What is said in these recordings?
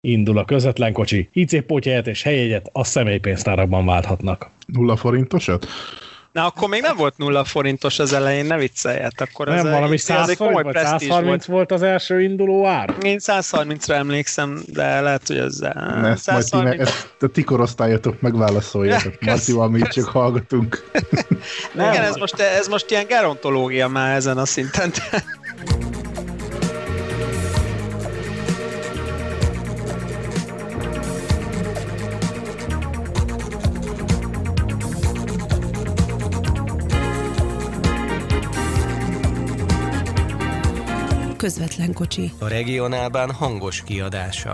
Indul a közvetlen kocsi. IC pótjegyet és helyjegyet a személypénztárakban válthatnak. 0 forintosat? Na, akkor még nem volt 0 forintos az elején, ne vicceljet. Akkor nem, valami 100 forint, vagy 130 volt az első induló ár? Én 130-ra emlékszem, de lehet, hogy ez... Ezt a ti korosztályatok megválaszoljatok. Marcival mi csak hallgatunk. Igen, ez most ilyen gerontológia már ezen a szinten. Közvetlen kocsi. A regionálban hangos kiadása.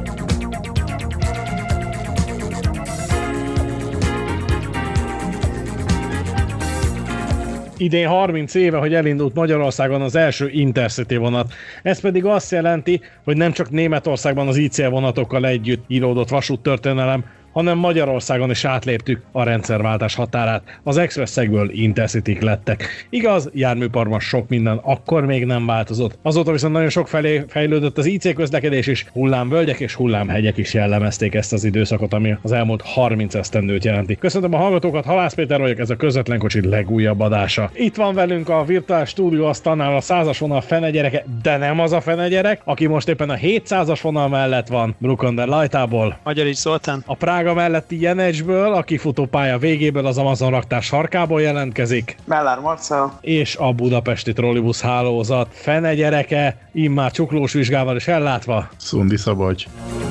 Idén 30 éve, hogy elindult Magyarországon az első Intercity vonat. Ez pedig azt jelenti, hogy nem csak Németországban az IC vonatokkal együtt íródott vasúttörténelem, hanem Magyarországon is átléptük a rendszerváltás határát. Az expressekből Intercityk lettek. Igaz, járműparban sok minden akkor még nem változott. Azóta viszont nagyon sok felé fejlődött az IC közlekedés is, hullámvölgyek és hullámhegyek is jellemezték ezt az időszakot, ami az elmúlt 30 esztendőt jelenti. Köszöntöm a hallgatókat, Halász Péter vagyok, ez a Közvetlen Kocsi legújabb adása. Itt van velünk a virtuális stúdió asztalnál a 100-as vonal fenegyereke, de nem az a fenegyerek, aki most éppen a 700-as vonal mellett van, Bruckner Lajtából. Magyarics Zoltán. A Prága melletti Jenecsből, a kifutópálya végéből, az Amazon raktár sarkából jelentkezik. Mellár Marcel. És a budapesti trollibusz hálózat fenegyereke, immár csuklós vizsgával is ellátva. Szundi Szabolcs.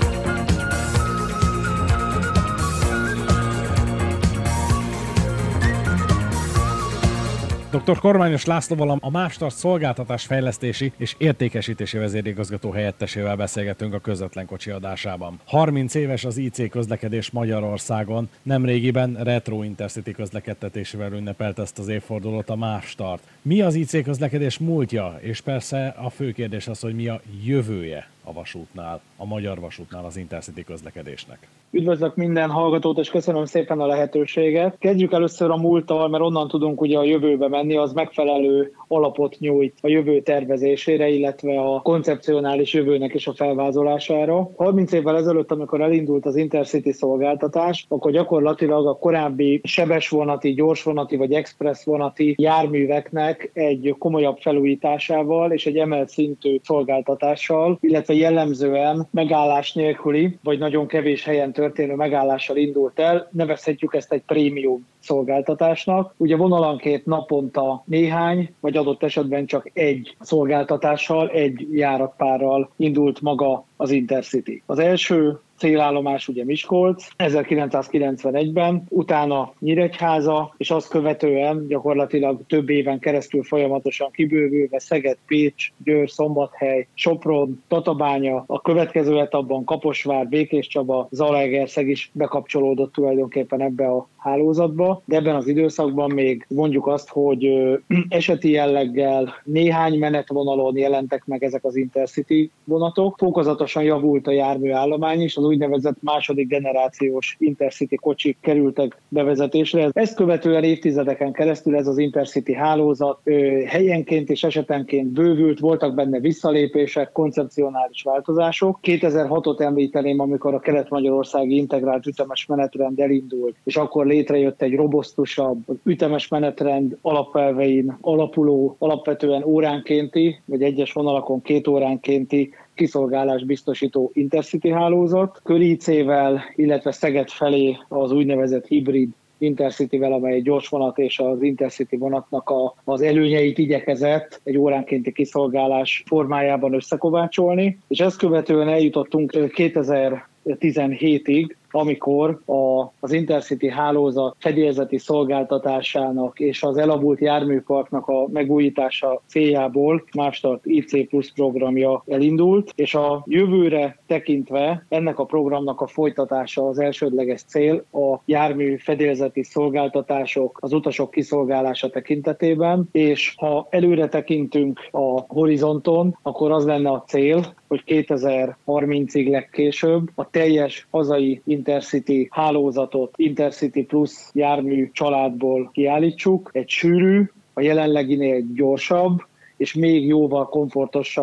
Dr. Kormányos Lászlóval, a MÁV-Start szolgáltatás fejlesztési és értékesítési vezérigazgató helyettesével beszélgetünk a Közvetlen Kocsi adásában. 30 éves az IC közlekedés Magyarországon, nemrégiben retro Intercity közlekedtetésével ünnepelt ezt az évfordulót a MÁV-Start. Mi az IC közlekedés múltja? És persze a fő kérdés az, hogy mi a jövője a vasútnál, a magyar vasútnál az Intercity közlekedésnek. Üdvözlök minden hallgatót, és köszönöm szépen a lehetőséget. Kezdjük először a múlttal, mert onnan tudunk ugye a jövőbe menni, az megfelelő alapot nyújt a jövő tervezésére, illetve a koncepcionális jövőnek is a felvázolására. 30 évvel ezelőtt, amikor elindult az Intercity szolgáltatás, akkor gyakorlatilag a korábbi sebesvonati, gyorsvonati vagy express vonati járműveknek egy komolyabb felújításával és egy emelt szintű szolgáltatással, illetve jellemzően megállás nélküli, vagy nagyon kevés helyen történő megállással indult el. Nevezhetjük ezt egy prémium szolgáltatásnak. Ugye vonalanként naponta néhány, vagy adott esetben csak egy szolgáltatással, egy járatpárral indult maga az Intercity. Az első célállomás ugye Miskolc 1991-ben, utána Nyíregyháza, és azt követően gyakorlatilag több éven keresztül folyamatosan kibővülve Szeged, Pécs, Győr, Szombathely, Sopron, Tatabánya, a következő etapban Kaposvár, Békéscsaba, Zalaegerszeg is bekapcsolódott tulajdonképpen ebbe a hálózatba, de ebben az időszakban még mondjuk azt, hogy eseti jelleggel néhány menetvonalon jelentek meg ezek az Intercity vonatok. Fokozatosan javult a járműállomány is, az úgynevezett második generációs Intercity kocsik kerültek bevezetésre. Ezt követően évtizedeken keresztül ez az Intercity hálózat helyenként és esetenként bővült, voltak benne visszalépések, koncepcionális változások. 2006-ot említeném, amikor a kelet-magyarországi integrált ütemes menetrend elindult, és akkor létrejött egy robosztusabb ütemes menetrend alapelvein alapuló, alapvetően óránkénti, vagy egyes vonalakon 2 óránkénti kiszolgálás biztosító Intercity hálózat. Köl-IC-vel, illetve Szeged felé az úgynevezett hibrid Intercityvel, amely egy gyors vonat és az Intercity vonatnak az előnyeit igyekezett egy óránkénti kiszolgálás formájában összekovácsolni. És ezt követően eljutottunk 2017-ig, amikor az Intercity hálózat fedélzeti szolgáltatásának és az elavult járműparknak a megújítása céljából MÁV-Start IC Plus programja elindult, és a jövőre tekintve ennek a programnak a folytatása az elsődleges cél a jármű fedélzeti szolgáltatások, az utasok kiszolgálása tekintetében, és ha előre tekintünk a horizonton, akkor az lenne a cél, hogy 2030-ig legkésőbb a teljes hazai Intercity hálózatot Intercity Plus jármű családból kiállítsuk. Egy sűrű, a jelenleginél gyorsabb és még jóval komfortosabb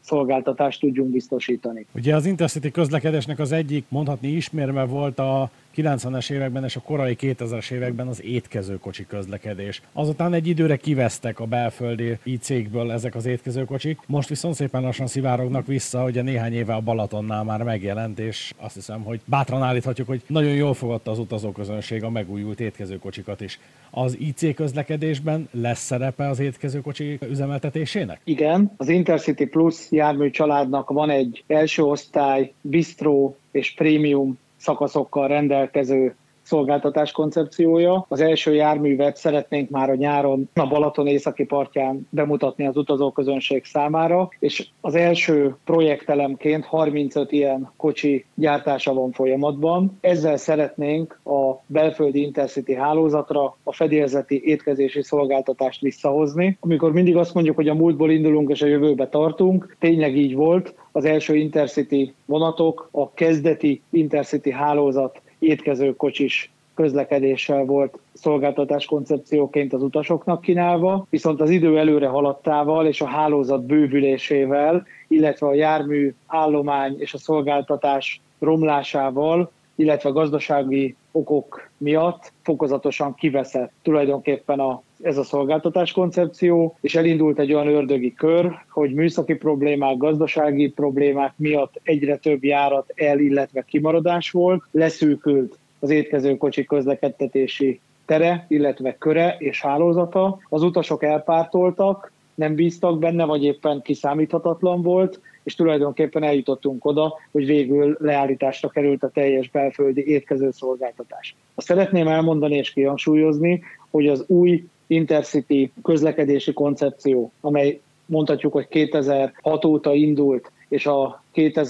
szolgáltatást tudjunk biztosítani. Ugye az Intercity közlekedésnek az egyik mondhatni ismérve volt a 90-es években és a korai 2000-es években az étkezőkocsi közlekedés. Azután egy időre kivesztek a belföldi IC-kből ezek az étkezőkocsik, most viszont szépen lassan szivárognak vissza, ugye néhány éve a Balatonnál már megjelent, és azt hiszem, hogy bátran állíthatjuk, hogy nagyon jól fogadta az utazóközönség a megújult étkezőkocsikat is. Az IC közlekedésben lesz szerepe az étkezőkocsi üzemeltetésének? Igen, az Intercity Plus jármű családnak van egy első osztály, bistró és prémium szakaszokkal rendelkező szolgáltatás koncepciója. Az első járművet szeretnénk már a nyáron a Balaton északi partján bemutatni az utazóközönség számára, és az első projektelemként 35 ilyen kocsi gyártása van folyamatban. Ezzel szeretnénk a belföldi Intercity hálózatra a fedélzeti étkezési szolgáltatást visszahozni. Amikor mindig azt mondjuk, hogy a múltból indulunk és a jövőbe tartunk, tényleg így volt. Az első Intercity vonatok, a kezdeti Intercity hálózat étkezőkocsis közlekedéssel volt szolgáltatás koncepcióként az utasoknak kínálva, viszont az idő előre haladtával és a hálózat bővülésével, illetve a jármű állomány és a szolgáltatás romlásával, illetve gazdasági okok miatt fokozatosan kiveszett tulajdonképpen ez a szolgáltatás koncepció, és elindult egy olyan ördögi kör, hogy műszaki problémák, gazdasági problémák miatt egyre több járat illetve kimaradás volt, leszűkült az étkezőkocsi közlekedtetési tere, illetve köre és hálózata. Az utasok elpártoltak, nem bíztak benne, vagy éppen kiszámíthatatlan volt, és tulajdonképpen eljutottunk oda, hogy végül leállításra került a teljes belföldi étkezőszolgáltatás. Azt szeretném elmondani és kihangsúlyozni, hogy az új Intercity közlekedési koncepció, amely mondhatjuk, hogy 2006 óta indult, és a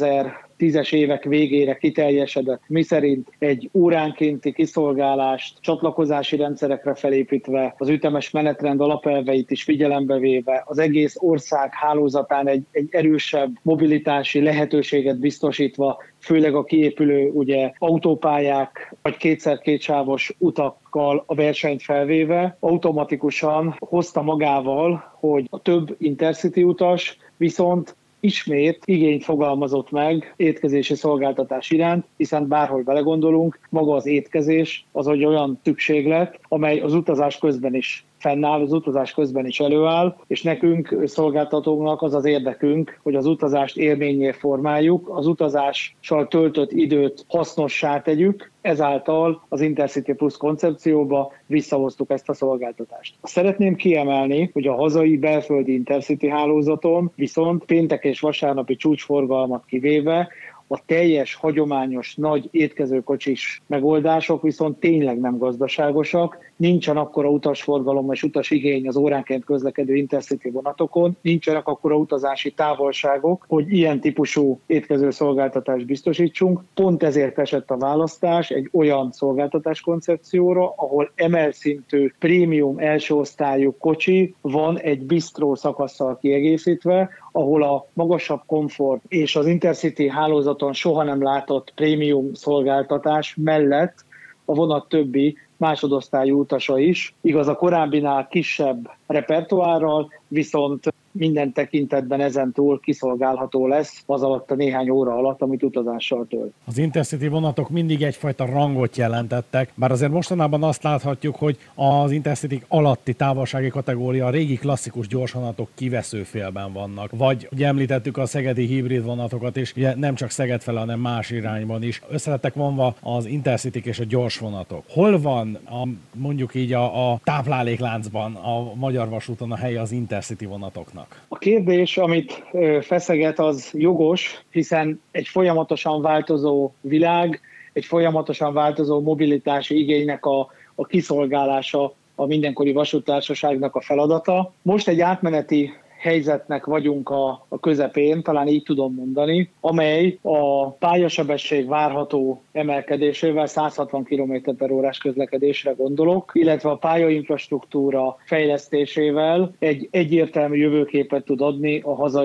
2010-es évek végére kiteljesedett, miszerint egy óránkénti kiszolgálást csatlakozási rendszerekre felépítve, az ütemes menetrend alapelveit is figyelembe véve, az egész ország hálózatán egy erősebb mobilitási lehetőséget biztosítva, főleg a kiépülő ugye, autópályák vagy kétszer-kétsávos utakkal a versenyt felvéve, automatikusan hozta magával, hogy a több Intercity utas viszont ismét igényt fogalmazott meg étkezési szolgáltatás iránt, hiszen bárhol belegondolunk, maga az étkezés az egy olyan szükséglet, amely az utazás közben is fennáll, az utazás közben is előáll, és nekünk, szolgáltatóknak az az érdekünk, hogy az utazást élménnyé formáljuk, az utazással töltött időt hasznossá tegyük, ezáltal az Intercity Plus koncepcióba visszahoztuk ezt a szolgáltatást. Szeretném kiemelni, hogy a hazai belföldi Intercity hálózaton viszont péntek és vasárnapi csúcsforgalmat kivéve a teljes, hagyományos, nagy étkezőkocsis megoldások viszont tényleg nem gazdaságosak, nincsen akkora utasforgalom és utasigény az óránként közlekedő Intercity vonatokon, nincsenek akkora utazási távolságok, hogy ilyen típusú étkezőszolgáltatást biztosítsunk. Pont ezért esett a választás egy olyan szolgáltatás koncepcióra, ahol emelszintű, prémium elsőosztályú kocsi van egy bistró szakasszal kiegészítve, ahol a magasabb komfort és az Intercity hálózaton soha nem látott prémium szolgáltatás mellett a vonat többi másodosztályú utasa is, igaz a korábbinál kisebb repertoárral, viszont minden tekintetben ezentúl kiszolgálható lesz az alatt a néhány óra alatt, amit utazással tölt. Az Intercity vonatok mindig egyfajta rangot jelentettek, bár azért mostanában azt láthatjuk, hogy az Intercity alatti távolsági kategória a régi klasszikus gyorsvonatok kiveszőfélben vannak. Vagy ugye említettük a szegedi hibrid vonatokat is, ugye nem csak Szeged fele, hanem más irányban is. Összelettek vonva az Intercityk és a gyorsvonatok. Hol van mondjuk így a táplálékláncban, a Magyar Vasúton a helye az Intercity vonatoknak? A kérdés, amit feszeget, az jogos, hiszen egy folyamatosan változó világ, egy folyamatosan változó mobilitási igénynek a kiszolgálása a mindenkori vasúttársaságnak a feladata. Most egy átmeneti helyzetnek vagyunk a közepén, talán így tudom mondani, amely a pályasebesség várható emelkedésével 160 km/h közlekedésre gondolok, illetve a pályainfrastruktúra fejlesztésével egy egyértelmű jövőképet tud adni a hazai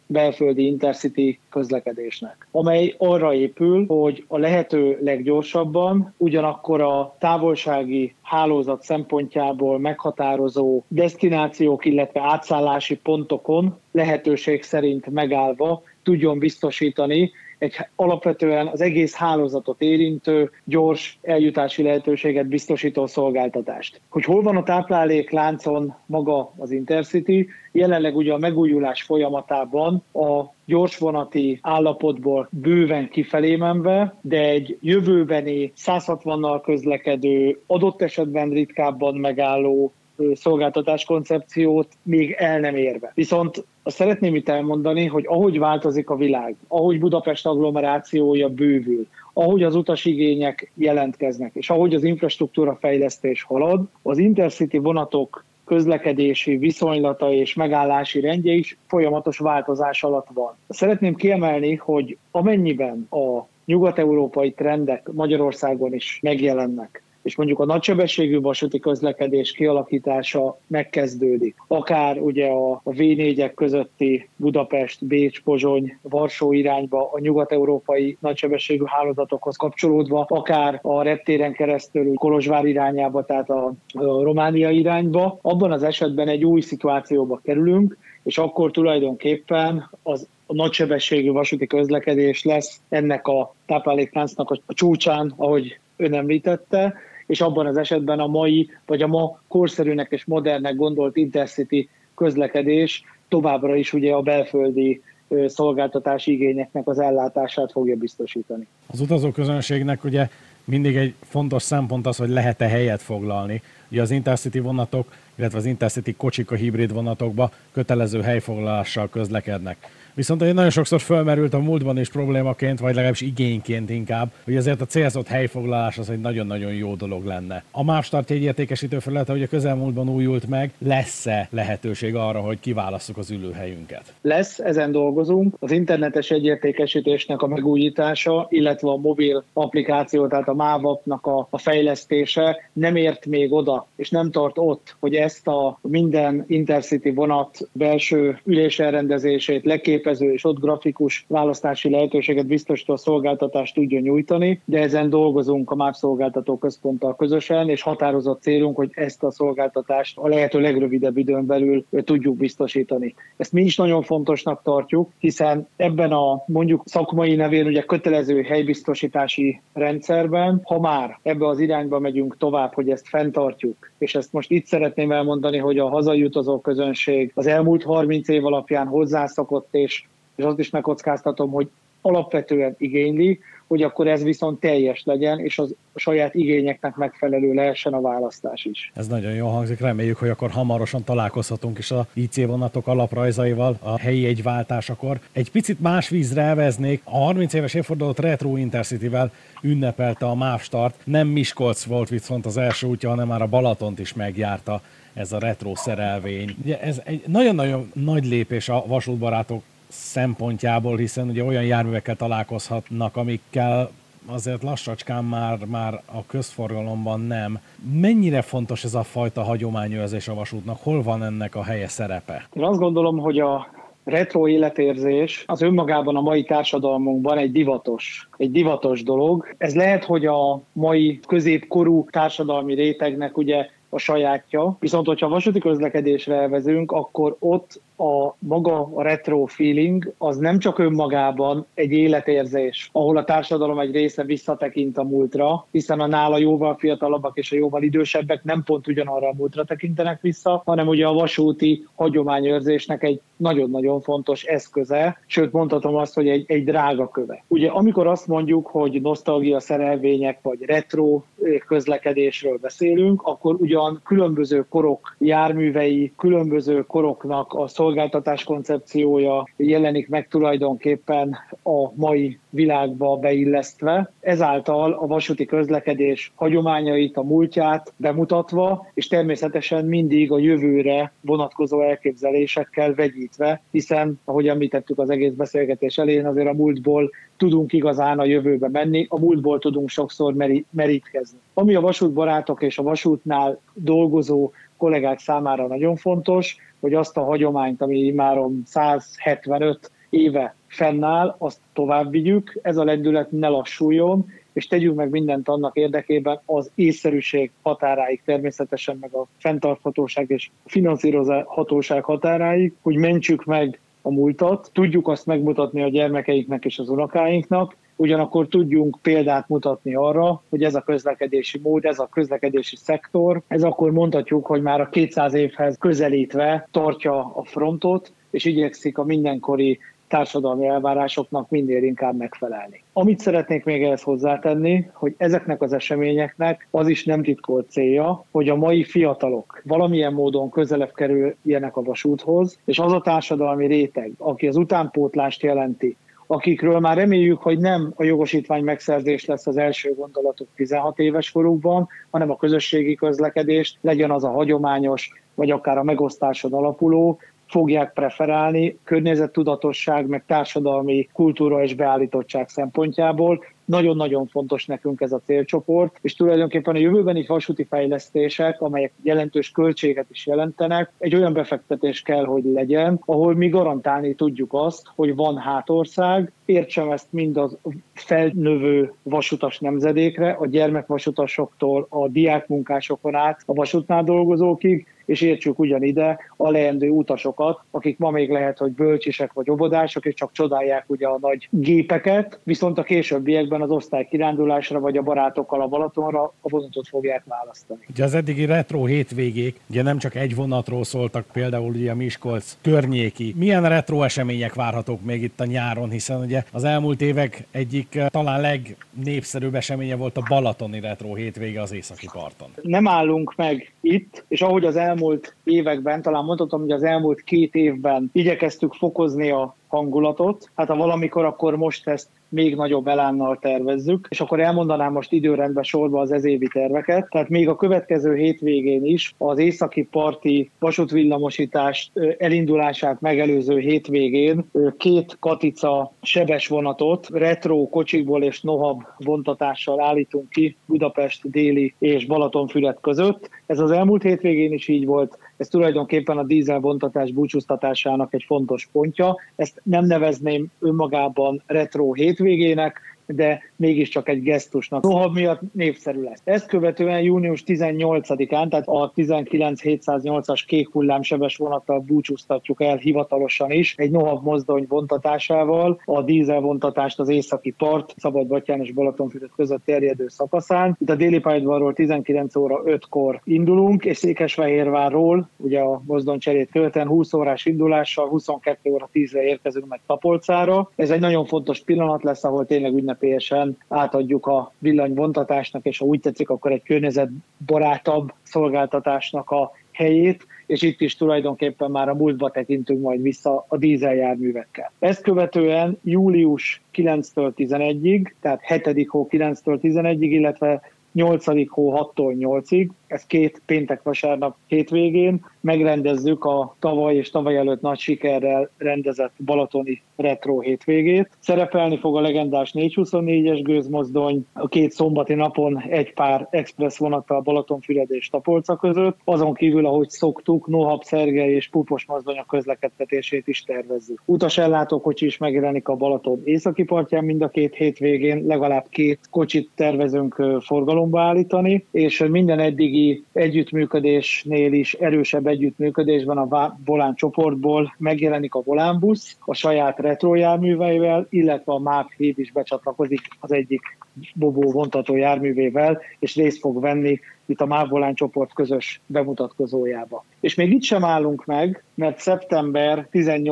belföldi Intercity közlekedésnek, amely arra épül, hogy a lehető leggyorsabban, ugyanakkor a távolsági hálózat szempontjából meghatározó desztinációk, illetve átszállási pontokon lehetőség szerint megállva tudjon biztosítani egy alapvetően az egész hálózatot érintő, gyors eljutási lehetőséget biztosító szolgáltatást. Hogy hol van a táplálékláncon maga az Intercity, jelenleg ugye a megújulás folyamatában a gyorsvonati állapotból bőven kifelé menve, de egy jövőbeni 160-nal közlekedő, adott esetben ritkábban megálló szolgáltatás koncepciót még el nem érve. Viszont azt szeretném itt elmondani, hogy ahogy változik a világ, ahogy Budapest agglomerációja bővül, ahogy az utasigények jelentkeznek, és ahogy az infrastruktúra fejlesztés halad, az Intercity vonatok közlekedési viszonylata és megállási rendje is folyamatos változás alatt van. Szeretném kiemelni, hogy amennyiben a nyugat-európai trendek Magyarországon is megjelennek, és mondjuk a nagysebességű vasúti közlekedés kialakítása megkezdődik. Akár ugye a V4-ek közötti Budapest, Bécs, Pozsony, Varsó irányba a nyugat-európai nagysebességű hálózatokhoz kapcsolódva, akár a reptéren keresztül Kolozsvár irányába, tehát a Románia irányba. Abban az esetben egy új szituációba kerülünk, és akkor tulajdonképpen a nagysebességű vasúti közlekedés lesz ennek a táplálékláncnak a csúcsán, ahogy ön említette, és abban az esetben a mai, vagy a ma korszerűnek és modernnek gondolt Intercity közlekedés továbbra is ugye a belföldi szolgáltatási igényeknek az ellátását fogja biztosítani. Az utazóközönségnek ugye mindig egy fontos szempont az, hogy lehet-e helyet foglalni. Ugye az Intercity vonatok, illetve az Intercity kocsik a hibrid vonatokba kötelező helyfoglalással közlekednek. Viszont egy nagyon sokszor fölmerült a múltban is problémaként, vagy legalábbis igényként inkább, hogy azért a célzott helyfoglalás az egy nagyon-nagyon jó dolog lenne. A MÁV-Start jegyértékesítő felülete, hogy a közelmúltban újult meg, lesz-e lehetőség arra, hogy kiválasszuk az ülőhelyünket? Lesz, ezen dolgozunk. Az internetes jegyértékesítésnek a megújítása, illetve a mobil applikáció, tehát a MÁV appnak a fejlesztése nem ért még oda, és nem tart ott, hogy ezt a minden Intercity vonat belső üléselrendezését leképező és ott grafikus választási lehetőséget biztosító szolgáltatást tudjon nyújtani, de ezen dolgozunk a MÁV szolgáltató központtal közösen, és határozott célunk, hogy ezt a szolgáltatást a lehető legrövidebb időn belül tudjuk biztosítani. Ezt mi is nagyon fontosnak tartjuk, hiszen ebben a mondjuk szakmai nevén ugye kötelező helybiztosítási rendszerben, ha már ebbe az irányba megyünk tovább, hogy ezt fenntartjuk, és ezt most itt szeretném elmondani, hogy a hazai utazó közönség az elmúlt 30 év alapján hozzászokott, és azt is megkockáztatom, hogy alapvetően igényli, hogy akkor ez viszont teljes legyen, és az a saját igényeknek megfelelő lehessen a választás is. Ez nagyon jól hangzik, reméljük, hogy akkor hamarosan találkozhatunk is a IC vonatok alaprajzaival a helyi jegyváltásakor. Egy picit más vízre elveznék, a 30 éves évfordulót Retro Intercityvel ünnepelte a MÁV-Start. Nem Miskolc volt viszont az első útja, hanem már a Balatont is megjárta ez a retro szerelvény. Ugye ez egy nagyon-nagyon nagy lépés a vasútbarátok szempontjából, hiszen ugye olyan járművekkel találkozhatnak, amikkel azért lassacskán már a közforgalomban nem. Mennyire fontos ez a fajta hagyományőrzés a vasútnak? Hol van ennek a helye, szerepe? Én azt gondolom, hogy a retro életérzés az önmagában a mai társadalmunkban egy divatos dolog. Ez lehet, hogy a mai középkorú társadalmi rétegnek ugye a sajátja, viszont hogyha vasúti közlekedésre elvezünk, akkor ott a retro feeling az nem csak önmagában egy életérzés, ahol a társadalom egy része visszatekint a múltra, hiszen a nála jóval fiatalabbak és a jóval idősebbek nem pont ugyanarra a múltra tekintenek vissza, hanem ugye a vasúti hagyományőrzésnek egy nagyon-nagyon fontos eszköze, sőt mondhatom azt, hogy egy drága köve. Ugye amikor azt mondjuk, hogy nosztalgia szerelvények vagy retro közlekedésről beszélünk, akkor ugyan különböző korok járművei, különböző koroknak a szolgáltatás koncepciója jelenik meg tulajdonképpen a mai világba beillesztve, ezáltal a vasúti közlekedés hagyományait, a múltját bemutatva, és természetesen mindig a jövőre vonatkozó elképzelésekkel vegyítve, hiszen, ahogy említettük az egész beszélgetés elején, azért a múltból tudunk igazán a jövőbe menni, a múltból tudunk sokszor merítkezni. Ami a vasútbarátok és a vasútnál dolgozó kollégák számára nagyon fontos, hogy azt a hagyományt, ami már 175 éve fennáll, azt tovább vigyük, ez a lendület ne lassuljon, és tegyünk meg mindent annak érdekében az észszerűség határáig, természetesen meg a fenntarthatóság és finanszírozhatóság határáig, hogy mentsük meg a múltat, tudjuk azt megmutatni a gyermekeinknek és az unokáinknak, ugyanakkor tudjunk példát mutatni arra, hogy ez a közlekedési mód, ez a közlekedési szektor, ez akkor mondhatjuk, hogy már a 200 évhez közelítve tartja a frontot, és igyekszik a mindenkori társadalmi elvárásoknak minél inkább megfelelni. Amit szeretnék még ehhez hozzátenni, hogy ezeknek az eseményeknek az is nem titkolt célja, hogy a mai fiatalok valamilyen módon közelebb kerüljenek a vasúthoz, és az a társadalmi réteg, aki az utánpótlást jelenti, akikről már reméljük, hogy nem a jogosítvány megszerzés lesz az első gondolatuk 16 éves korukban, hanem a közösségi közlekedést, legyen az a hagyományos, vagy akár a megosztáson alapuló, fogják preferálni környezettudatosság, meg társadalmi kultúra és beállítottság szempontjából. Nagyon-nagyon fontos nekünk ez a célcsoport, és tulajdonképpen a jövőbeni vasúti fejlesztések, amelyek jelentős költséget is jelentenek, egy olyan befektetés kell, hogy legyen, ahol mi garantálni tudjuk azt, hogy van hátország, értsem ezt mind az felnövő vasutas nemzedékre, a gyermekvasutasoktól a diákmunkásokon át a vasútnál dolgozókig, és értsük ugyanide a leendő utasokat, akik ma még lehet, hogy bölcsisek vagy óvodások, és csak csodálják ugye a nagy gépeket, viszont a későbbiekben az osztálykirándulásra vagy a barátokkal a Balatonra a vonatot fogják választani. Ugye az eddigi retro hétvégék ugye nem csak egy vonatról szóltak, például ugye a Miskolc környéki. Milyen retro események várhatók még itt a nyáron, hiszen ugye az elmúlt évek egyik talán legnépszerűbb eseménye volt a balatoni retro hétvége az északi parton. Nem állunk meg itt, és ahogy az elmúlt években, talán mondhatom, hogy az elmúlt 2 évben igyekeztük fokozni a hangulatot. Hát ha valamikor, akkor most ezt még nagyobb elánnal tervezzük, és akkor elmondanám most időrendben sorba az ezévi terveket. Tehát még a következő hétvégén is az északi parti vasútvillamosítás elindulását megelőző hétvégén 2 Katica sebes vonatot retro kocsikból és nohab vontatással állítunk ki Budapest, Déli és Balatonfüred között. Ez az elmúlt hétvégén is így volt, ez tulajdonképpen a dízelvontatás búcsúztatásának egy fontos pontja. Ezt nem nevezném önmagában retro hétvégének, de mégiscsak egy gesztusnak. Nohab miatt népszerű lesz. Ezt követően június 18-án, tehát a 19708-as kék hullámsebes vonattal búcsúztatjuk el hivatalosan is, egy Nohab mozdony vontatásával a dízelvontatást az északi part, Szabadbattyán és Balatonfüred között terjedő szakaszán. Itt a déli pályaudvarról 19 óra 5-kor indulunk, és Székesfehérvárról, ugye a mozdonycserét követően 20 órás indulással 22 óra 10-re érkezünk meg Tapolcára. Ez egy nagyon fontos pillanat lesz, ahol tényleg ünnepélyesen átadjuk a villanyvontatásnak, és ha úgy tetszik, akkor egy környezetbarátabb szolgáltatásnak a helyét, és itt is tulajdonképpen már a múltba tekintünk majd vissza a dízeljárművekkel. Ezt követően július 9-től 11-ig, tehát 7. hó 9-től 11-ig, illetve 8. hó 6-tól 8-ig, ez 2 péntek-vasárnap hétvégén, megrendezzük a tavaly és tavaly előtt nagy sikerrel rendezett balatoni retro hétvégét. Szerepelni fog a legendás 424-es gőzmozdony, a 2 szombati napon egy pár express vonattal Balatonfüred és Tapolca között. Azon kívül, ahogy szoktuk, Nohab, Szergely és Pupos mozdonyok közlekedtetését is tervezzük. Utasellátó-kocsi is megjelenik a Balaton északi partján mind a 2 hétvégén, legalább 2 kocsit tervezünk forgalomba állítani, és minden eddigi együttműködésnél is erősebb együttműködésben a Volán csoportból megjelenik a Volánbusz a saját retro járműveivel, illetve a MÁV híd is becsatlakozik az egyik Bobó vontató járművével, és részt fog venni itt a MÁV Volán csoport közös bemutatkozójába. És még itt sem állunk meg, mert szeptember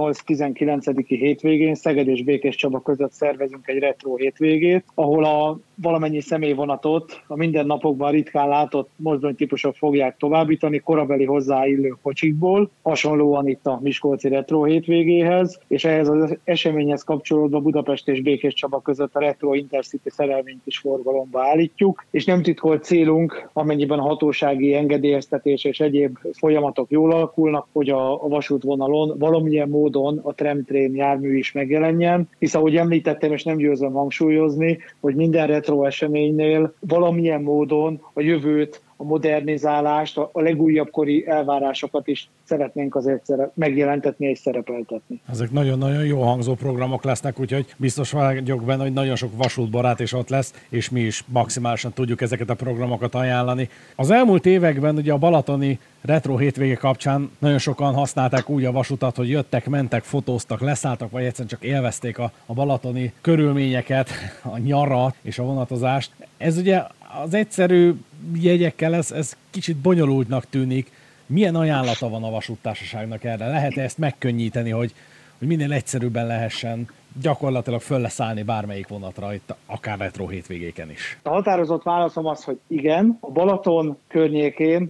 18-19-i hétvégén Szeged és Békéscsaba között szervezünk egy retro hétvégét, ahol a valamennyi személyvonatot a mindennapokban ritkán látott mozdonytípusok fogják továbbítani korabeli hozzáillő kocsikból, hasonlóan itt a miskolci retro hétvégéhez, és ehhez az eseményhez kapcsolódva Budapest és Békéscsaba között a retro Intercity szerelvényt is forgalomba állítjuk, és nem titkolt célunk, amennyiben a hatósági engedélyeztetés és egyéb folyamatok jól alakulnak, hogy a vasútvonalon valamilyen módon a tramtrén jármű is megjelenjen, hisz ahogy említettem, és nem győzöm hangsúlyozni, hogy minden retro eseménynél valamilyen módon a jövőt a modernizálást, a legújabb kori elvárásokat is szeretnénk azért megjelentetni és szerepeltetni. Ezek nagyon-nagyon jó hangzó programok lesznek, úgyhogy biztos vagyok benne, hogy nagyon sok vasútbarát is ott lesz, és mi is maximálisan tudjuk ezeket a programokat ajánlani. Az elmúlt években ugye a balatoni retro hétvége kapcsán nagyon sokan használták úgy a vasutat, hogy jöttek, mentek, fotóztak, leszálltak, vagy egyszerűen csak élvezték a balatoni körülményeket, a nyarat és a vonatozást. Ez ugye az egyszerű jegyekkel ez kicsit bonyolultnak tűnik. Milyen ajánlata van a vasúttársaságnak erre? Lehet-e ezt megkönnyíteni, hogy minél egyszerűbben lehessen gyakorlatilag föl leszállni bármelyik vonatra, itt akár retro hétvégéken is? A határozott válaszom az, hogy igen. A Balaton környékén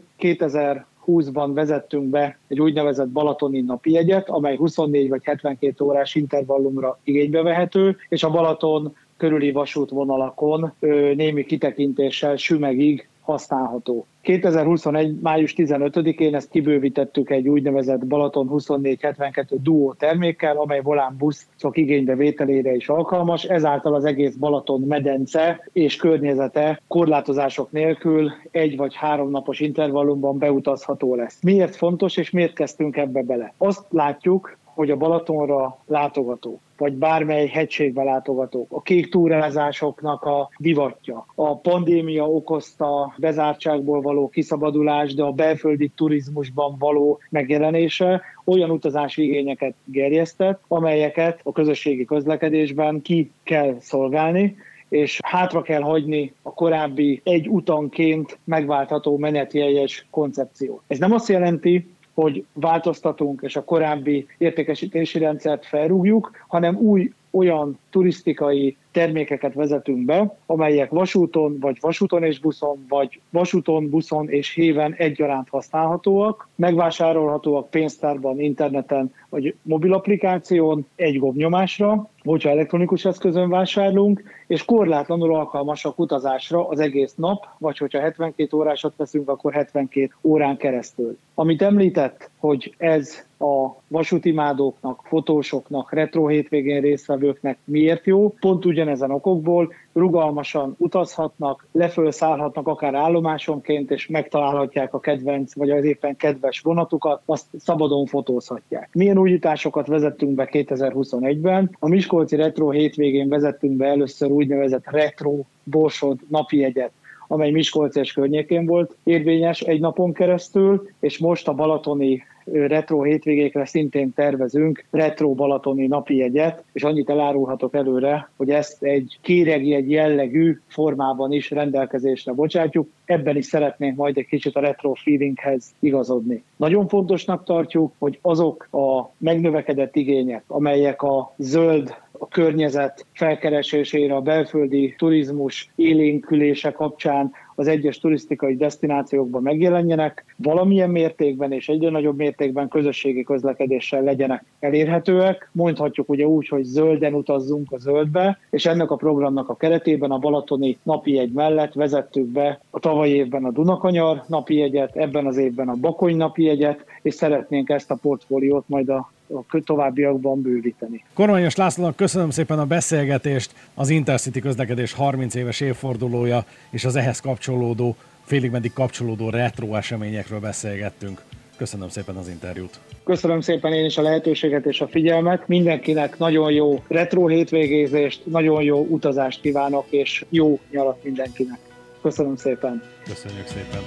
2020-ban vezettünk be egy úgynevezett balatoni napijegyet, amely 24 vagy 72 órás intervallumra igénybe vehető, és a Balaton körüli vasútvonalakon némi kitekintéssel Sümegig használható. 2021. május 15-én ezt kibővítettük egy úgynevezett Balaton 2472 Duo termékkel, amely volánbuszok igénybevételére is alkalmas, ezáltal az egész Balaton medence és környezete korlátozások nélkül 1 vagy 3 napos intervallumban beutazható lesz. Miért fontos, és miért kezdtünk ebbe bele? Azt látjuk, hogy a Balatonra látogatók, vagy bármely hegységbe látogatók, a kék túrázásoknak a divatja, a pandémia okozta bezártságból való kiszabadulás, de a belföldi turizmusban való megjelenése olyan utazási igényeket gerjesztett, amelyeket a közösségi közlekedésben ki kell szolgálni, és hátra kell hagyni a korábbi egy utanként megváltható menetjegyes koncepciót. Ez nem azt jelenti, hogy változtatunk és a korábbi értékesítési rendszert felrúgjuk, hanem olyan turisztikai termékeket vezetünk be, amelyek vasúton, vagy vasúton és buszon, vagy vasúton, buszon és héven egyaránt használhatóak, megvásárolhatóak pénztárban, interneten, vagy mobil applikáción egy gombnyomásra, hogyha elektronikus eszközön vásárlunk, és korlátlanul alkalmasak utazásra az egész nap, vagy hogyha 72 órásat veszünk, akkor 72 órán keresztül. Amit említett, hogy ez a vasútimádóknak, fotósoknak, retro hétvégén résztvevőknek miért jó, pont ugyanezen okokból rugalmasan utazhatnak, lefölszállhatnak akár állomásonként, és megtalálhatják a kedvenc, vagy az éppen kedves vonatukat, azt szabadon fotózhatják. Milyen újításokat vezettünk be 2021-ben? A miskolci retro hétvégén vezettünk be először úgynevezett retro Borsod napijegyet, amely Miskolc és környékén volt érvényes egy napon keresztül, és most a balatoni retro hétvégékre szintén tervezünk retro balatoni napijegyet, és annyit elárulhatok előre, hogy ezt egy kéregjegy jellegű formában is rendelkezésre bocsátjuk. Ebben is szeretnénk majd egy kicsit a retro feelinghez igazodni. Nagyon fontosnak tartjuk, hogy azok a megnövekedett igények, amelyek a zöld, a környezet felkeresésére, a belföldi turizmus élénkülése kapcsán az egyes turisztikai desztinációkban megjelenjenek, valamilyen mértékben és egyre nagyobb mértékben közösségi közlekedéssel legyenek elérhetőek. Mondhatjuk ugye úgy, hogy zölden utazzunk a zöldbe, és ennek a programnak a keretében a balatoni napjegy mellett vezettük be a tavalyi évben a Dunakanyar napjegyet, ebben az évben a Bakony napjegyet, és szeretnénk ezt a portfóliót majd a továbbiakban bővíteni. Kormányos Lászlónak köszönöm szépen a beszélgetést, az Intercity közlekedés 30 éves évfordulója és az ehhez kapcsolódó, félig meddig kapcsolódó retro eseményekről beszélgettünk. Köszönöm szépen az interjút. Köszönöm szépen én is a lehetőséget és a figyelmet. Mindenkinek nagyon jó retro hétvégézést, nagyon jó utazást kívánok, és jó nyarat mindenkinek. Köszönöm szépen. Köszönjük szépen.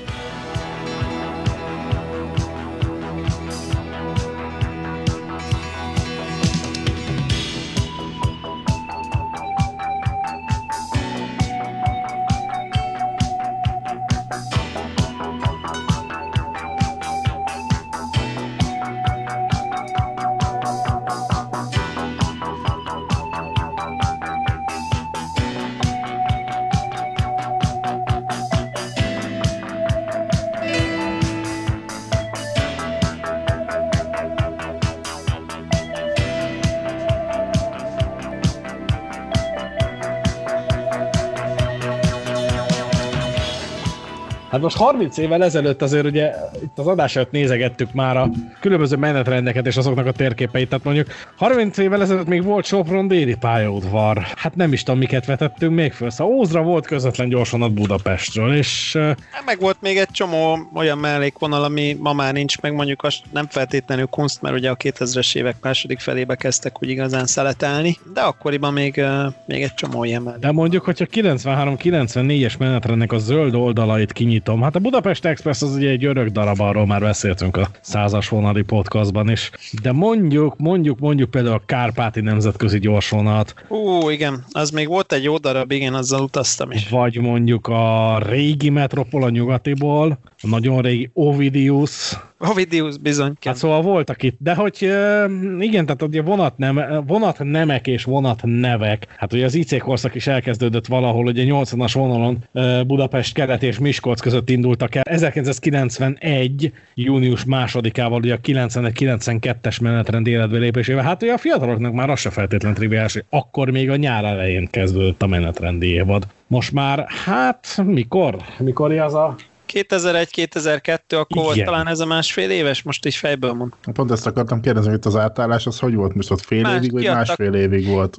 Hát most 30 évvel ezelőtt azért ugye itt az adás előtt nézegettük már a különböző menetrendeket és azoknak a térképeit, tehát mondjuk 30 évvel ezelőtt még volt Sopron-déli pályaudvar. Hát nem is tudom, miket vetettünk még föl. Szóval Ózra volt közvetlen gyorsvonat Budapestről, és... Meg volt még egy csomó olyan mellékvonal, ami ma már nincs, meg mondjuk nem feltétlenül Kunst, mert ugye a 2000-es évek második felébe kezdtek úgy igazán szeletelni, de akkoriban még egy csomó ilyen mellé. De mondjuk, hogyha 93-94-es menetrendnek a zöld oldalait kinyitom, hát a Budapest Express az ugye egy örök darab, arról már beszéltünk a 100-as vonali podcastban is, de mondjuk például a Kárpáti nemzetközi gyorsvonat. Igen, az még volt egy jó darab, igen, azzal utaztam is. Vagy mondjuk a régi Metropol a nyugatiból, a nagyon régi Ovidius bizony. Hát szóval voltak itt, de hogy igen, tehát ugye vonatnemek és vonatnevek, hát ugye az IC korszak is elkezdődött valahol, ugye 80-as vonalon Budapest kelet és Miskolc között indultak el. 1991. június 2-ával ugye a 91-92-es menetrend életbe lépésével, hát ugye a fiataloknak már az se feltétlen triviális, hogy akkor még a nyár elején kezdődött a menetrendi évad. Most már, hát mikor az a 2001-2002, akkor volt talán ez a másfél éves, most így fejből mond. Pont ezt akartam kérdezni, hogy itt az átállás, az hogy volt? Most ott fél évig, vagy másfél évig volt?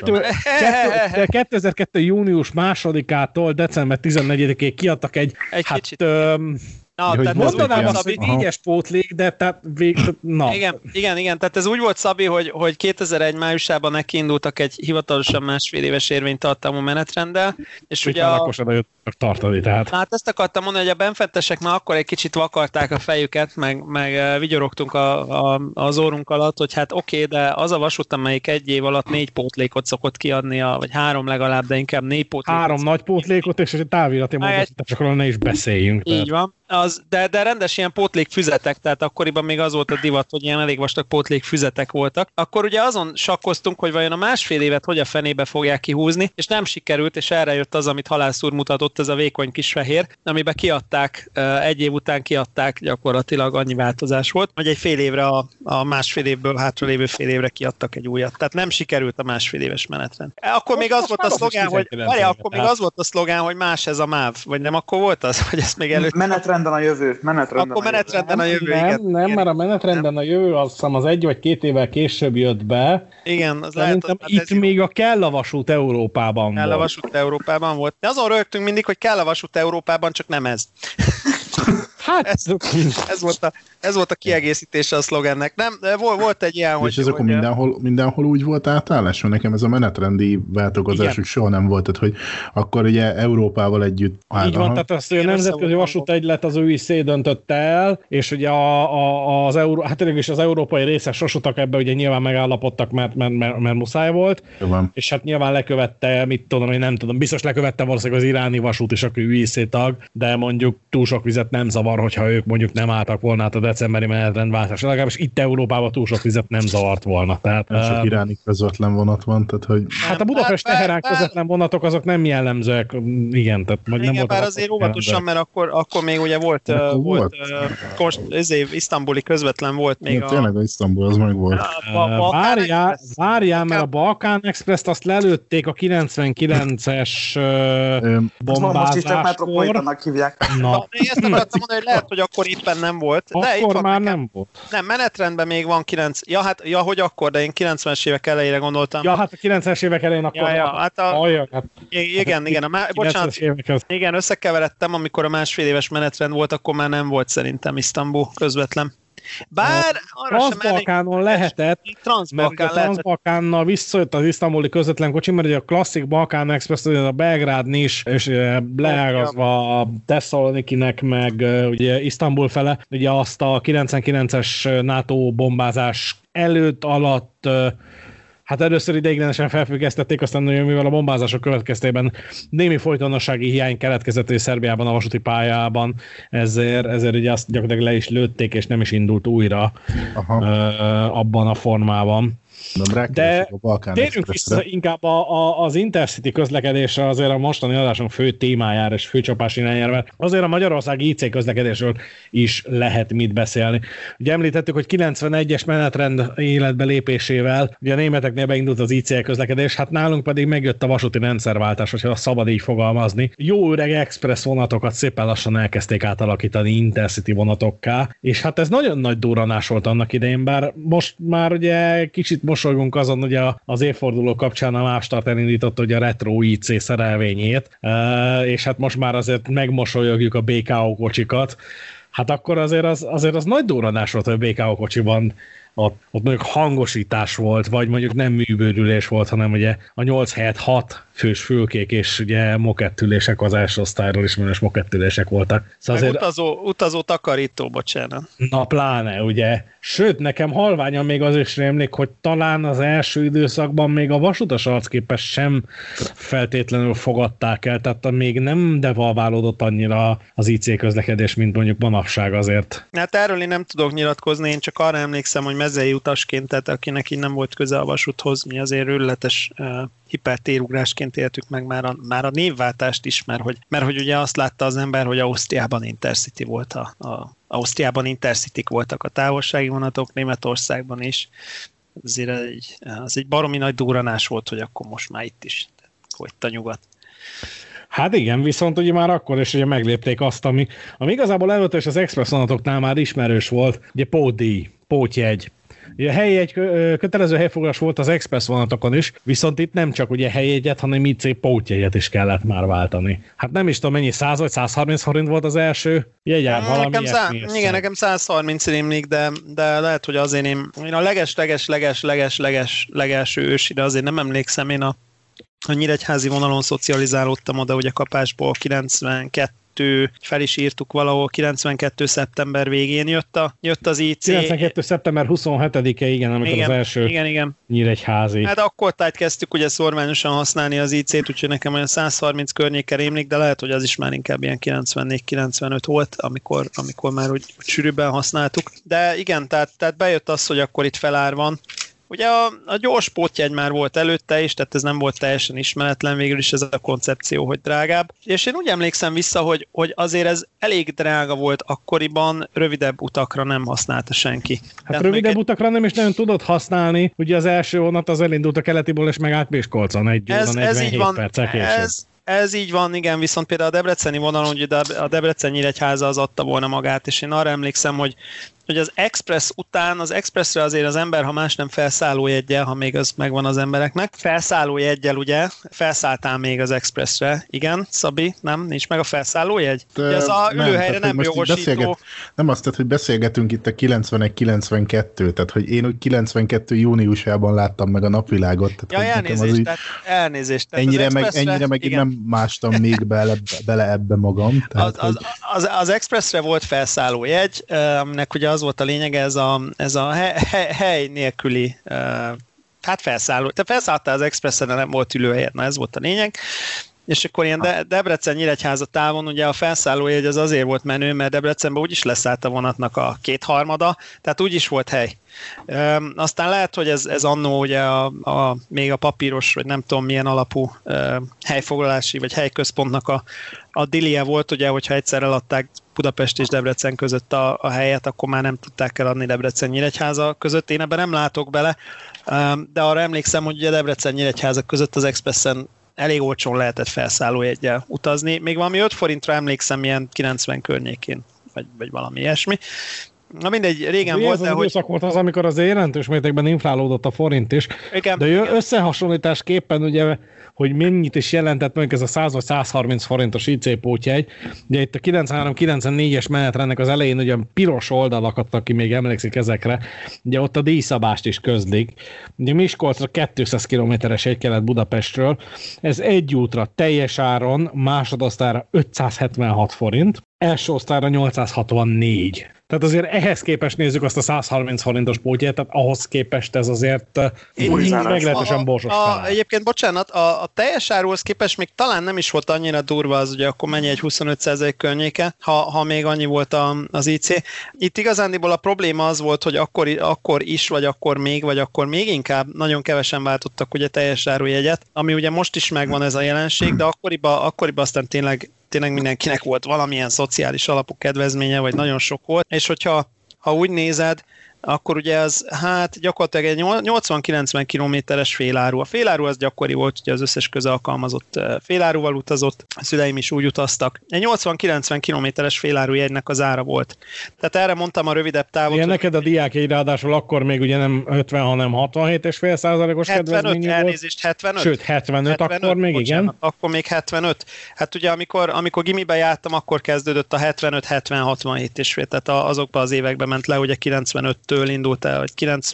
2002. június 2-tól december 14-ig kiadtak egy kicsit... Tehát mondanám azt, hogy 4-es pótlék, de tehát Igen, tehát ez úgy volt, Szabi, hogy 2001 májusában nekiindultak egy hivatalosan másfél éves érvénytartalmú menetrenddel, és ugye tartani, tehát. Hát ezt akartam mondani, hogy a benfentesek már akkor egy kicsit vakarták a fejüket, meg vigyorogtunk az órunk alatt, hogy hát oké, de az a vasút, amelyik egy év alatt 4 pótlékot szokott kiadni, vagy 3 legalább, de inkább 4 pótlékot. 3 nagy pótlékot, és egy távirati módosításokról ne is beszéljünk. Így van. De rendes ilyen pótlékfüzetek, tehát akkoriban még az volt a divat, hogy ilyen elég vastag pótlékfüzetek voltak. Akkor ugye azon sakkoztunk, hogy vajon a másfél évet hogy a fenébe fogják kihúzni, és nem sikerült, és erre jött az, amit Halász úr mutatott, ez a vékony kis fehér, amiben kiadták, egy év után kiadták, gyakorlatilag annyi változás volt, hogy egy fél évre a másfél évből hátralévő fél évre kiadtak egy újat. Tehát nem sikerült a másfél éves menetrend. Akkor még az volt a szlogán, hogy más ez a MÁV, vagy nem akkor volt az, hogy ezt még előtt Menetrenden a jövő. Akkor menetrenden a jövő, igen. Nem, mert a menetrenden a jövő azt hiszem az 1 vagy 2 évvel később jött be. Igen, az szerintem itt még a kell a vasút Európában volt. Kell a vasút Európában volt. De azon rögtünk mindig, hogy kell a vasút Európában, csak nem ez. Hát ez volt a kiegészítése a szlogennek. Nem, volt egy ilyen, és ez akkor mindenhol úgy volt átállás, mert nekem ez a menetrendi változás úgy soha nem volt, tehát hogy akkor ugye Európával együtt így van, tehát azt, hogy a Nemzetközi Vasútegylet az UIC döntötte el, és ugye az európai részes vasutak ebbe ugye nyilván megállapodtak, mert muszáj volt, és hát nyilván lekövette, nem tudom, biztos lekövette valószínűleg az iráni vasút is, aki UIC tag, de mondjuk túl sok vizet nem zavar, hogyha ők mondjuk nem álltak volna át a decemberi menetrendváltásra, legalábbis itt Európában túl sok vizet nem zavart volna. Tehát, sok iráni közvetlen vonat van, tehát hogy... Hát a Budapest-Teherán közvetlen vonatok azok nem jellemzőek, igen, tehát nem voltak. Bár azért óvatosan, mert akkor még ugye volt isztambuli közvetlen volt még a... Tényleg az Isztambul, az meg volt. Várjál, mert a Balkán Express-t azt lelőtték a 99-es bombázáskor. Most is csak Metropolitannak hívják. Én ezt akartam mondani, hogy lehet, hogy akkor éppen nem volt. De akkor már nem volt. Nem, menetrendben még van 9... hogy akkor, de én 90-es évek elejére gondoltam. Ja, hát a 90-es évek elején akkor... Igen, bocsánat. Igen, összekeveredtem, amikor a másfél éves menetrend volt, akkor már nem volt szerintem Isztambul közvetlen. Bár Transzbalkánon lehetett, mert a Transzbalkánnal visszajött az isztambuli közvetlen kocsi, mert ugye a klasszik Balkán Express, a Belgrád is, és leágazva a Tesszalonikinek, meg ugye Isztambul fele, ugye azt a 99-es NATO bombázás előtt, alatt hát először ideiglenesen felfüggesztették, aztán mivel a bombázások következtében némi folytonossági hiány keletkezett Szerbiában a vasúti pályában, ezért ugye azt gyakorlatilag le is lőtték, és nem is indult újra abban a formában. De térjünk vissza inkább az Intercity közlekedésre, azért a mostani adásunk fő témájára és főcsapás irányára, mert azért a magyarországi IC közlekedésről is lehet mit beszélni. Ugye említettük, hogy 91-es menetrend életbe lépésével ugye a németeknél beindult az IC közlekedés, hát nálunk pedig megjött a vasúti rendszerváltás, hogyha szabad így fogalmazni. Jó öreg express vonatokat szépen lassan elkezdték átalakítani Intercity vonatokká, és hát ez nagyon nagy durranás volt annak idején, bár most már ugye kicsit mosolygunk azon, hogy az évforduló kapcsán a Mástart elindított ugye a Retro IC szerelvényét, és hát most már azért megmosolyogjuk a BKO kocsikat. Hát akkor azért az nagy durranás volt, hogy a BKO kocsiban ott mondjuk hangosítás volt, vagy mondjuk nem műbőrülés volt, hanem ugye a 8 helyett 6 fős fülkék, és ugye mokettülések az első osztályról is minős mokettülések voltak. Szóval azért... utazó takarító, bocsánat. Na pláne, ugye. Sőt, nekem halványan még az is rémlik, hogy talán az első időszakban még a vasutas arcképes sem feltétlenül fogadták el, tehát még nem devalválódott annyira az IC közlekedés, mint mondjuk manapság azért. Hát erről én nem tudok nyilatkozni, én csak arra emlékszem, hogy mezei utasként, tehát akinek így nem volt köze a vasúthoz, mi azért őrületes hipertérugrásként éltük meg már a névváltást is, mert hogy ugye azt látta az ember, hogy Ausztriában Intercity volt Ausztriában Intercityk voltak a távolsági vonatok, Németországban is. Azért az egy baromi nagy durranás volt, hogy akkor most már itt is folyt a nyugat. Hát igen, viszont ugye már akkor is ugye meglépték azt, ami igazából előtt és az express vonatoknál már ismerős volt, ugye pótdíj, pótjegy. Ugye kötelező helyfoglalás volt az express vonatokon is, viszont itt nem csak ugye helyjegyet, hanem IC pótjegyet is kellett már váltani. Hát nem is tudom mennyi, 100 vagy 130 forint volt az első jegyár, valami ilyesmi. Igen, nekem 130 rémlik, de lehet, hogy azért én a legelső ősire azért nem emlékszem, én a nyíregyházi vonalon szocializálódtam oda, ugye Kapásból 92, fel is írtuk valahol, 92. szeptember végén jött az IC. 92. szeptember 27-e, igen, amikor az első nyíregyházi. Hát akkor kezdtük ugye szorványosan használni az IC-t, úgyhogy nekem olyan 130 környéke rémlik, de lehet, hogy az is már inkább ilyen 94-95 volt, amikor már úgy sűrűbben használtuk. De igen, tehát bejött az, hogy akkor itt felár van. Ugye a gyors pótjegy már volt előtte is, tehát ez nem volt teljesen ismeretlen, végül is ez a koncepció, hogy drágább. És én úgy emlékszem vissza, hogy azért ez elég drága volt akkoriban, rövidebb utakra nem használta senki. Hát tehát rövidebb utakra nem is nagyon tudott használni, ugye az első vonat az elindult a Keletiból, és meg át Miskolcon 1 óra 47 perccel később. Ez így van, igen, viszont például a debreceni vonalon, ugye a Debrecen-Nyíregyháza az adta volna magát, és én arra emlékszem, hogy az Express után, az Expressre azért az ember, ha más nem felszállójeggyel, ha még az megvan az embereknek, felszállójeggyel ugye, felszálltál még az Expressre, igen, Szabi, nem? Nincs meg a felszállójegy? Ugye ez a ülőhelyre nem jogosító. Nem azt, tehát, hogy beszélgetünk itt a 91-92, tehát hogy én úgy 92 júniusában láttam meg a napvilágot. Tehát, elnézést. Ennyire meg én nem mástam még bele ebbe magam. Tehát, az Expressre volt felszállójegy, aminek ugye az volt a lényege, ez a hely nélküli hát felszálló. Te felszálltál az Expressen, de nem volt ülőhelyed, na ez volt a lényeg. És akkor ilyen Debrecen-Nyíregyháza távon ugye a felszállójegy az azért volt menő, mert Debrecenben úgyis leszállt a vonatnak a 2/3, tehát úgyis volt hely. Aztán lehet, hogy ez annó ugye még a papíros, vagy nem tudom milyen alapú helyfoglalási, vagy helyközpontnak a dilie volt, ugye, hogyha egyszer eladták Budapest és Debrecen között a helyet, akkor már nem tudták eladni Debrecen-Nyíregyháza között. Én ebben nem látok bele, de arra emlékszem, hogy ugye Debrecen-Nyíregyháza között az Expressen elég olcsón lehetett felszállójeggyel utazni. Még valami 5 forintra emlékszem, ilyen 90 környékén, vagy valami ilyesmi. Na mindegy, régen volt, de hogy... időszak volt az, amikor az jelentős mértékben inflálódott a forint is, igen, de összehasonlításképpen ugye, hogy mennyit is jelentett mondjuk ez a 100 vagy 130 forintos IC pótjegy, ugye itt a 93-94-es menetrendnek az elején ugye piros oldalakat, aki még emlékszik ezekre, ugye ott a díjszabást is közlik. Ugye Miskolcra 200 kilométeres egy kellett Budapestről, ez egy útra teljes áron, másodosztályra 576 forint, első osztályra 864. Tehát azért ehhez képest nézzük azt a 130 forintos pótját, tehát ahhoz képest ez azért meglehetősen borsos feláll. Egyébként, bocsánat, a teljes áruhoz képest még talán nem is volt annyira durva az, ugye akkor mennyi egy 25% környéke, ha még annyi volt az IC. Itt igazándiból a probléma az volt, hogy akkor is, vagy akkor még inkább nagyon kevesen váltottak ugye teljes árujegyet, ami ugye most is megvan ez a jelenség, de akkoriban aztán tényleg mindenkinek volt valamilyen szociális alapú kedvezménye, vagy nagyon sok volt, és hogyha úgy nézed, akkor ugye az, hát gyakorlatilag egy 80-90 kilométeres féláru. A féláru az gyakori volt, ugye az összes közalkalmazott féláruval utazott, a szüleim is úgy utaztak. Egy 80-90 kilométeres féláru jegynek az ára volt. Tehát erre mondtam a rövidebb távot. Igen, neked a diákjegy ráadásul akkor még ugye nem 50, hanem 67,5%-os kedvezményű volt. Elnézést, 75. Sőt, 75 akkor még, bocsánat, igen. Akkor még 75. Hát ugye amikor gimibe jártam, akkor kezdődött a 75-70-67 és fél, tehát azokban az években ment le, ugye 95-től indult el, vagy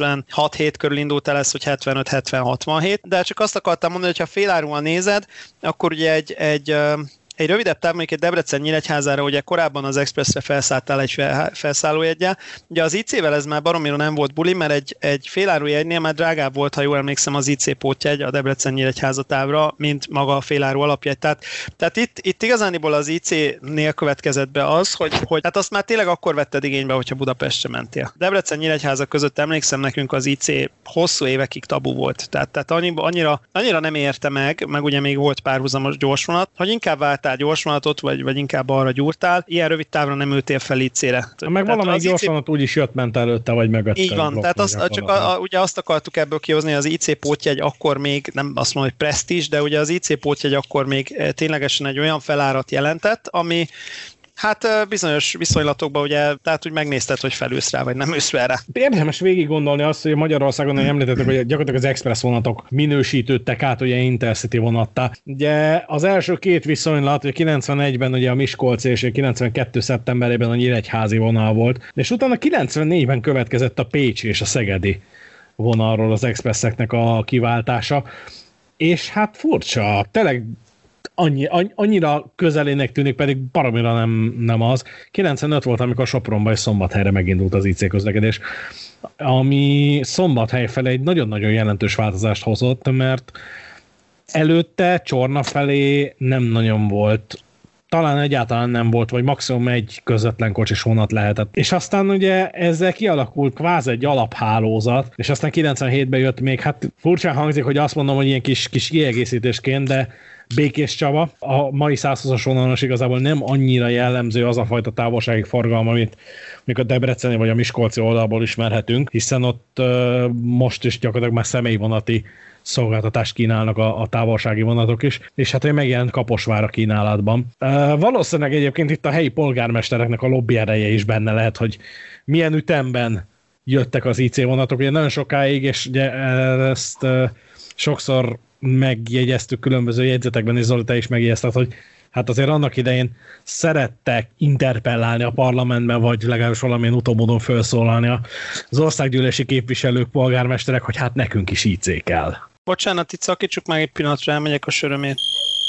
96-7 körül indult el ez, hogy 75-70-67, de csak azt akartam mondani, hogy ha féláruan nézed, akkor ugye egy rövidebb táv, mondjuk egy Debrecen-Nyíregyházára, ugye korábban az Expressre felszálltál egy felszállójeggyel. Ugye az IC-vel ez már baromira nem volt buli, mert egy félárujegynél már drágább volt, ha jól emlékszem, az IC pótjegy a Debrecen-Nyíregyháza távra, mint maga a féláru alapjegy. Tehát itt igazániból az IC-nél következett be az, hogy hát azt már tényleg akkor vetted igénybe, hogyha Budapestre mentél. Debrecen-Nyíregyháza között emlékszem, nekünk az IC hosszú évekig tabu volt. Tehát annyira nem érte meg ugye még volt párhuzamos gyorsvonat, hogy inkább váltál gyorsvonatot, vagy inkább arra gyúrtál, ilyen rövid távra nem ültél fel IC-re. Meg valamelyik gyorsvonat úgy is jött-ment előtte, vagy mögötte. Így van, tehát ugye azt akartuk ebből kihozni, az IC pótjegy akkor még, nem azt mondom, hogy presztízs, de ugye az IC pótjegy akkor még ténylegesen egy olyan felárat jelentett, ami hát bizonyos viszonylatokban ugye, tehát úgy megnézted, hogy felülsz rá, vagy nem ülsz rá. Érdemes végig gondolni azt, hogy Magyarországon, hogy említettek, hogy gyakorlatilag az express vonatok minősítődtek át ugye Intercity vonattá. Ugye az első két viszonylat, hogy 91-ben ugye a Miskolci és 92. szeptemberében a Nyíregyházi vonal volt, és utána 94-ben következett a pécsi és a szegedi vonalról az expresseknek a kiváltása. És hát furcsa, tényleg annyira közelének tűnik, pedig baromira nem az. 95 volt, amikor Sopronba és Szombathelyre megindult az IC közlekedés, ami Szombathely felé egy nagyon-nagyon jelentős változást hozott, mert előtte Csorna felé nem nagyon volt, talán egyáltalán nem volt, vagy maximum egy közvetlen kocsis vonat lehetett. És aztán ugye ezzel kialakult kvázi egy alaphálózat, és aztán 97-ben jött még, hát furcsán hangzik, hogy azt mondom, hogy ilyen kis kiegészítésként, de Békés Csaba, a mai 120-as vonalos igazából nem annyira jellemző az a fajta távolsági forgalom, amit még a debreceni vagy a miskolci oldalból ismerhetünk, hiszen ott most is gyakorlatilag már személyvonati szolgáltatást kínálnak a távolsági vonatok is, és hát megjelent Kaposvár a kínálatban. Valószínűleg egyébként itt a helyi polgármestereknek a lobby ereje is benne lehet, hogy milyen ütemben jöttek az IC vonatok, ugye nagyon sokáig, és ugye ezt sokszor megjegyeztük különböző jegyzetekben, és Zoli, te is megjegyezted, hogy hát azért annak idején szerettek interpellálni a parlamentben, vagy legalábbis valamilyen utómódon felszólalni az országgyűlési képviselők, polgármesterek, hogy hát nekünk is IC kell. Bocsánat, itt szakítsuk meg egy pillanatra, elmegyek a sörömért.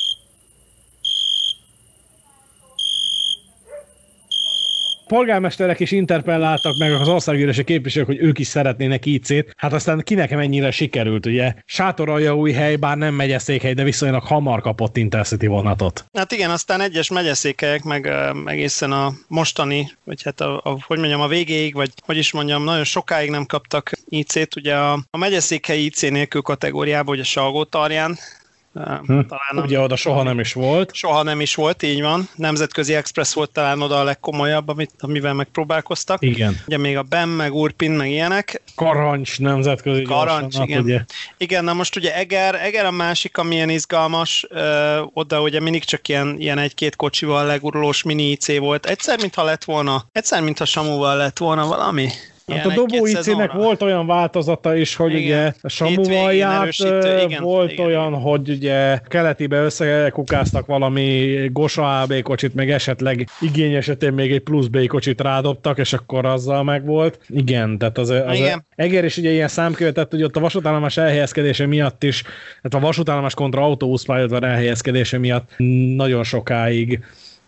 Polgármesterek is interpelláltak meg az országgyűlési képviselők, hogy ők is szeretnének IC-t. Hát aztán kinek mennyire sikerült, ugye? Sátoraljaújhely, bár nem megyeszékhely, de viszonylag hamar kapott Intercity vonatot. Hát igen, aztán egyes megyeszékhelyek meg egészen a mostani, vagy hát a végéig, vagy hogy is mondjam, nagyon sokáig nem kaptak IC-t. Ugye a megyeszékhelyi IC nélkül kategóriában, ugye Salgótarján, talán ugye oda soha nem is volt. Soha nem is volt, így van. Nemzetközi Express volt talán oda a legkomolyabb, amivel megpróbálkoztak. Igen. Ugye még a BEM, meg Urpin, meg ilyenek. Karancs nemzetközi. Karancs, igen. Ugye. Igen, na most ugye Eger a másik, ami ilyen izgalmas, oda ugye mindig csak ilyen egy-két kocsival legurulós mini IC volt. Egyszer, mintha Samuval lett volna valami. Hát a dobó IC-nek volt olyan változata is, hogy igen, ugye a Samuval járt, volt igen, olyan, hogy ugye keletibe összekukáztak valami Gosa AB kocsit, meg esetleg igény esetén még egy plusz B kocsit rádobtak, és akkor azzal meg volt. Igen, tehát az Eger is ugye ilyen számkövetett, hogy ott a vasútállomás elhelyezkedése miatt is, tehát a vasútállomás kontra autóbuszpályaudvar elhelyezkedése miatt nagyon sokáig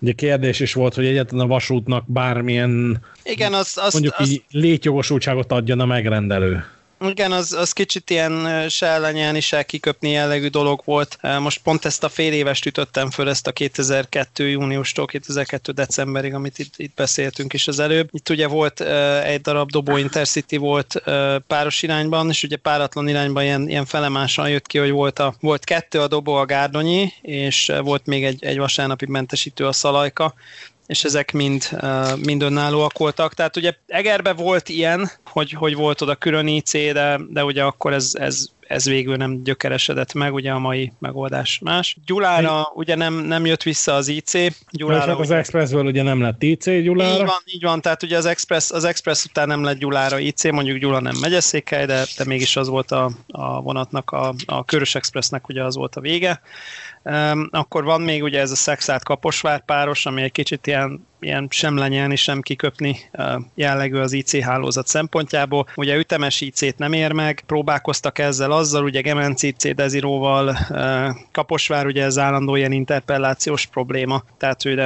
Ugye kérdés is volt, hogy egyáltalán a vasútnak bármilyen igen, mondjuk így létjogosultságot adjon a megrendelő. Igen, az kicsit ilyen se ellenyelni, se kiköpni jellegű dolog volt. Most pont ezt a fél évest ütöttem föl, ezt a 2002. júniustól 2002. decemberig, amit itt beszéltünk is az előbb. Itt ugye volt egy darab dobó Intercity volt páros irányban, és ugye páratlan irányban ilyen felemásan jött ki, hogy volt 2 a dobó a Gárdonyi, és volt még egy vasárnapi mentesítő a Szalajka, és ezek mind önállóak voltak. Tehát ugye Egerbe volt ilyen, hogy volt oda külön IC, de ugye akkor ez végül nem gyökeresedett meg, ugye a mai megoldás más. Gyulára ugye nem jött vissza az IC. Gyulára az Expressből ugye nem lett IC Gyulára. Így van, tehát ugye az Express után nem lett Gyulára IC, mondjuk Gyula nem megyeszékhely, de mégis az volt a vonatnak, a Körös Expressnek ugye az volt a vége. Akkor van még ugye ez a Szekszárd-Kaposvár páros, ami egy kicsit ilyen sem lenyelni, sem kiköpni jellegű az IC hálózat szempontjából. Ugye ütemes IC-t nem ér meg, próbálkoztak azzal, ugye Gemenc IC Deziróval, Kaposvár ugye ez állandó ilyen interpellációs probléma, tehát ugye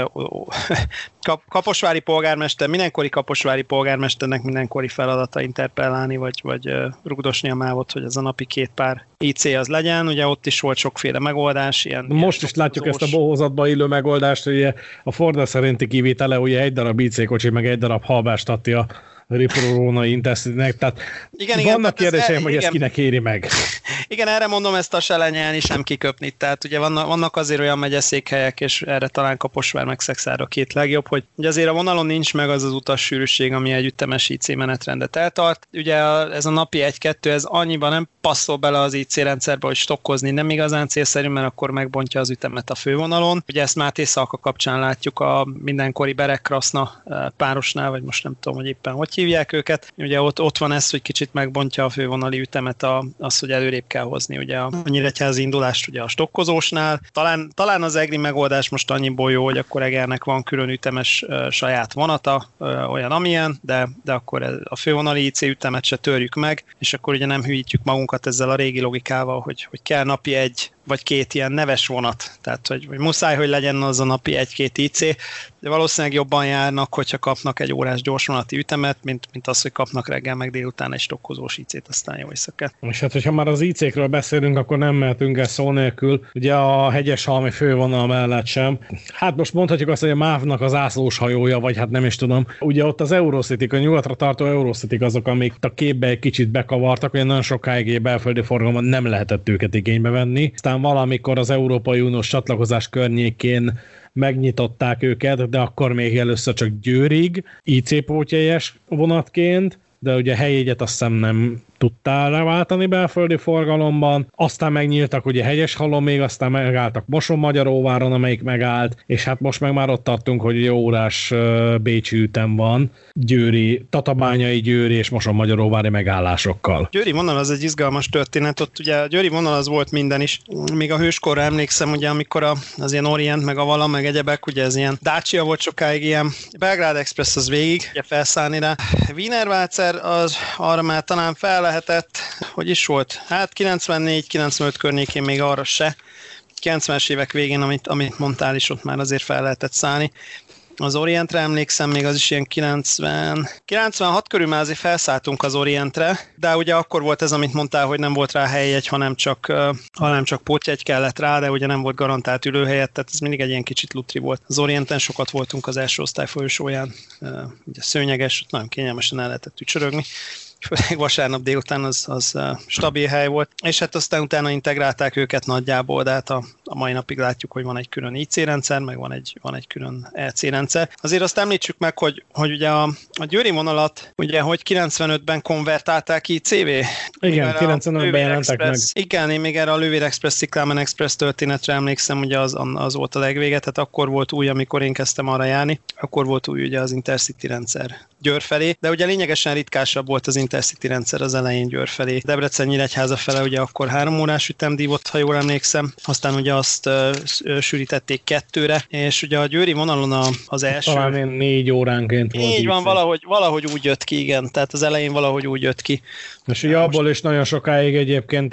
kaposvári polgármester, mindenkori kaposvári polgármesternek mindenkori feladata interpellálni, vagy rugdosni a mávot, hogy ez a napi 2 pár IC az legyen, ugye ott is volt sokféle megoldás. Most is látjuk ezt a bohózatba illő megoldást, hogy a Forda szerinti kivitele, ugye egy darab IC kocsi, meg egy darab halbástatti a Riprorónai Intercitynek, tehát igen, vannak kérdéseim, hogy ezt kinek éri meg. Igen, erre mondom ezt a se lenyelni, sem kiköpni, tehát ugye vannak azért olyan megyeszékhelyek, és erre talán Kaposvár meg Szekszárd a 2 legjobb, hogy ugye azért a vonalon nincs meg az utassűrűség, ami egy ütemes IC menetrendet eltart. Ugye ez a napi 1-2, ez annyiban nem passzol bele az IC rendszerbe, hogy stokkozni nem igazán célszerű, mert akkor megbontja az ütemet a fővonalon. Ugye ezt Máté-Szalka kapcsán látjuk a mindenkori Berek-Kraszna párosnál, vagy most nem tudom, hogy éppen hogy hívják őket. Ugye ott van ez, hogy kicsit megbontja a fővonali ütemet az, hogy előrébb kell hozni ugye a nyíregyházi indulást ugye a stokkozósnál. Talán az egri megoldás most annyiból jó, hogy akkor Egernek van külön ütemes saját vonata, olyan amilyen, de akkor a fővonali IC ütemet se törjük meg, és akkor ugye nem hülyítjük magunkat ezzel a régi logikával, hogy kell napi 1 vagy 2 ilyen neves vonat. Tehát, hogy muszáj, hogy legyen az a napi 1-2 IC, de valószínűleg jobban járnak, hogyha kapnak egy órás gyorsvonati ütemet, mint az, hogy kapnak reggel meg délután egy stokkozós IC-t, aztán jó éjszakát. És hát, hogyha már az IC-kről beszélünk, akkor nem mehetünk el szó nélkül. Ugye a Hegyeshalmi fővonal mellett sem. Hát most mondhatjuk azt, hogy a MÁV-nak az ászlós hajója, vagy hát nem is tudom. Ugye ott az Eurocityk, a nyugatra tartó Eurocityk azok, amik a képbe egy kicsit bekavartak, hogy nagyon sokáig belföldi forgalomban nem lehetett őket igénybe venni. Aztán valamikor az Európai Uniós csatlakozás környékén megnyitották őket, de akkor még először csak Győrig, IC pótjegyes vonatként, de ugye helyjegyet azt hiszem nem tudtál ráváltani belföldi forgalomban, aztán megnyíltak ugye Hegyeshalom még, aztán megálltak Moson-Magyaróváron, amelyik megállt, és hát most meg már ott tartunk, hogy ugye órás bécsi ütem van, Tatabányai, Győri és Moson-Magyaróvári megállásokkal. Győri vonal az egy izgalmas történet, ott ugye a Győri vonal az volt minden is, még a hőskorra emlékszem, ugye amikor az ilyen Orient, meg a Vala, meg egyebek, ugye ez ilyen Dacia volt sokáig ilyen, Belgrád Express az végig, ugye felszállni rá. Wienerwalzer az arra már talán fel lehetett, hogy is volt? Hát 94-95 környékén még arra se. 90-es évek végén, amit mondtál is, ott már azért fel lehetett szállni. Az Orientre emlékszem, még az is ilyen 96 körül már azért felszálltunk az Orientre, de ugye akkor volt ez, amit mondtál, hogy nem volt rá helyjegy, hanem csak pótjegy kellett rá, de ugye nem volt garantált ülőhelyet, tehát ez mindig egy ilyen kicsit lutri volt. Az Orienten sokat voltunk az első osztály folyosóján, ugye szőnyeges, nagyon kényelmesen el lehetett ücsörögni. Főleg vasárnap délután az stabil hely volt, és hát aztán utána integrálták őket nagyjából, de hát a mai napig látjuk, hogy van egy külön IC rendszer, meg van egy külön EC rendszer. Azért azt említsük meg, hogy ugye a Győri vonalat, ugye, hogy 95-ben konvertálták IC-vé. Igen, 95-ben jelentek meg. Igen, én még erre a Lővér Express, Sziklamen Express történetre emlékszem, ugye az volt a legvége, tehát akkor volt új, amikor én kezdtem arra járni, akkor volt új ugye az Intercity rendszer Győr felé, de ugye lényegesen ritkásabb volt az Intercity rendszer az elején Győr felé. Debrecen-Nyíregyháza fele ugye akkor 3 órás ütemdíj volt, ha jól emlékszem. Aztán ugye azt sűrítették 2-re, és ugye a győri vonalon az első... Talán 4 óránként volt. Így van, valahogy úgy jött ki, igen, tehát az elején valahogy úgy jött ki. És ugye abból is nagyon sokáig egyébként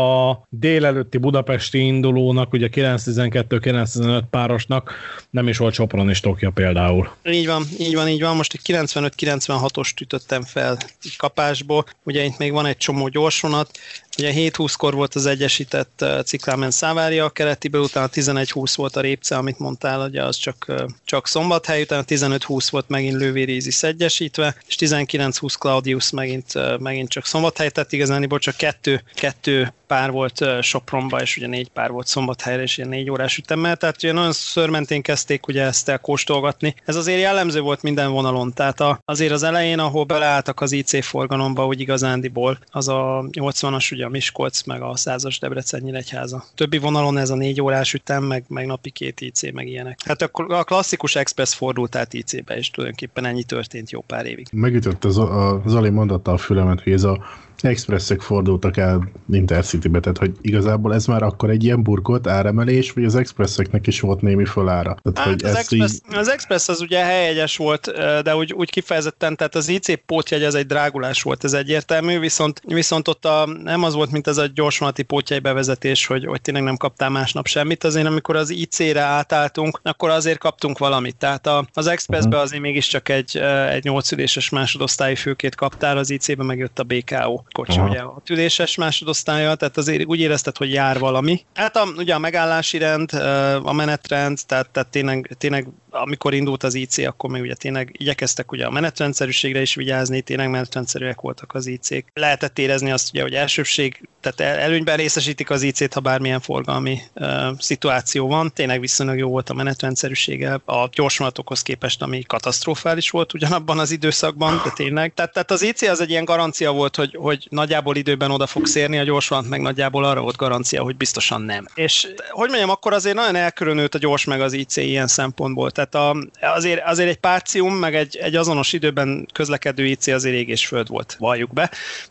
a délelőtti budapesti indulónak, ugye 9-12-9-15 párosnak nem is volt Sopron és Tokja például. Így van. Most egy 95-96-ost ütöttem fel kapásból. Ugye itt még van egy csomó gyorsvonat. Ugye 7:20-kor volt az egyesített Ciklámen Szávária a keretiből, utána 11:20 volt a Répce, amit mondtál, ugye az csak Szombathely, utána 15:20 volt megint Lővér-Izisz egyesítve, és 19:20 Claudius megint csak Szombathely, tehát igazániból csak kettő pár volt Sopronba, és ugye 4 pár volt Szombathelyre, és ilyen 4 órás ütemmel, tehát ugye nagyon szörmentén kezdték ugye ezt elkóstolgatni. Ez azért jellemző volt minden vonalon, tehát azért az elején, ahol beleálltak az IC forgalomba, úgy igazándiból, az a 80-as ugye a Miskolc, meg a 100-as Debrecen-Nyíregyháza. Többi vonalon ez a 4 órás ütem, meg napi 2 IC, meg ilyenek. Hát akkor a klasszikus Express fordult át IC-be, és tulajdonképpen ennyi történt jó pár évig. Megütött az Zali mondatta a fülemet, hogy ez a expresszek fordultak el Intercitybe, tehát hogy igazából ez már akkor egy ilyen burkolt áremelés, vagy az expresszeknek is volt némi fölára? Tehát, hát az Express az ugye helyegyes volt, de úgy kifejezetten, tehát az IC pótjegy az egy drágulás volt, ez egyértelmű, viszont ott nem az volt, mint ez a gyorsvonati pótjegy bevezetés, hogy tényleg nem kaptál másnap semmit, azért amikor az IC-re átálltunk, akkor azért kaptunk valamit, tehát az Expressbe azért mégiscsak egy 8 üléses másodosztályi főkét kaptál, az IC-be megjött a BKO kocsi, ugye a üléses másodosztálya, tehát azért úgy érezted, hogy jár valami. Hát ugye a megállási rend, a menetrend, tehát tényleg amikor indult az IC, akkor még ugye tényleg igyekeztek ugye a menetrendszerűségre is vigyázni, tényleg menetrendszerűek voltak az IC-k. Lehetett érezni azt ugye, hogy elsőbség, tehát előnyben részesítik az IC-t, ha bármilyen forgalmi szituáció van. Tényleg viszonylag jó volt a menetrendszerűsége a gyorsvonatokhoz képest, ami katasztrofális volt ugyanabban az időszakban, de tényleg. Tehát az IC az egy ilyen garancia volt, hogy nagyjából időben oda fogsz érni, a gyorsvonat meg nagyjából arra volt garancia, hogy biztosan nem. És hogy mondjam, akkor azért nagyon elkülönült a gyors meg az IC ilyen szempontból. Tehát azért egy Pácium, meg egy azonos időben közlekedő IC azért ég és föld volt, valljuk be.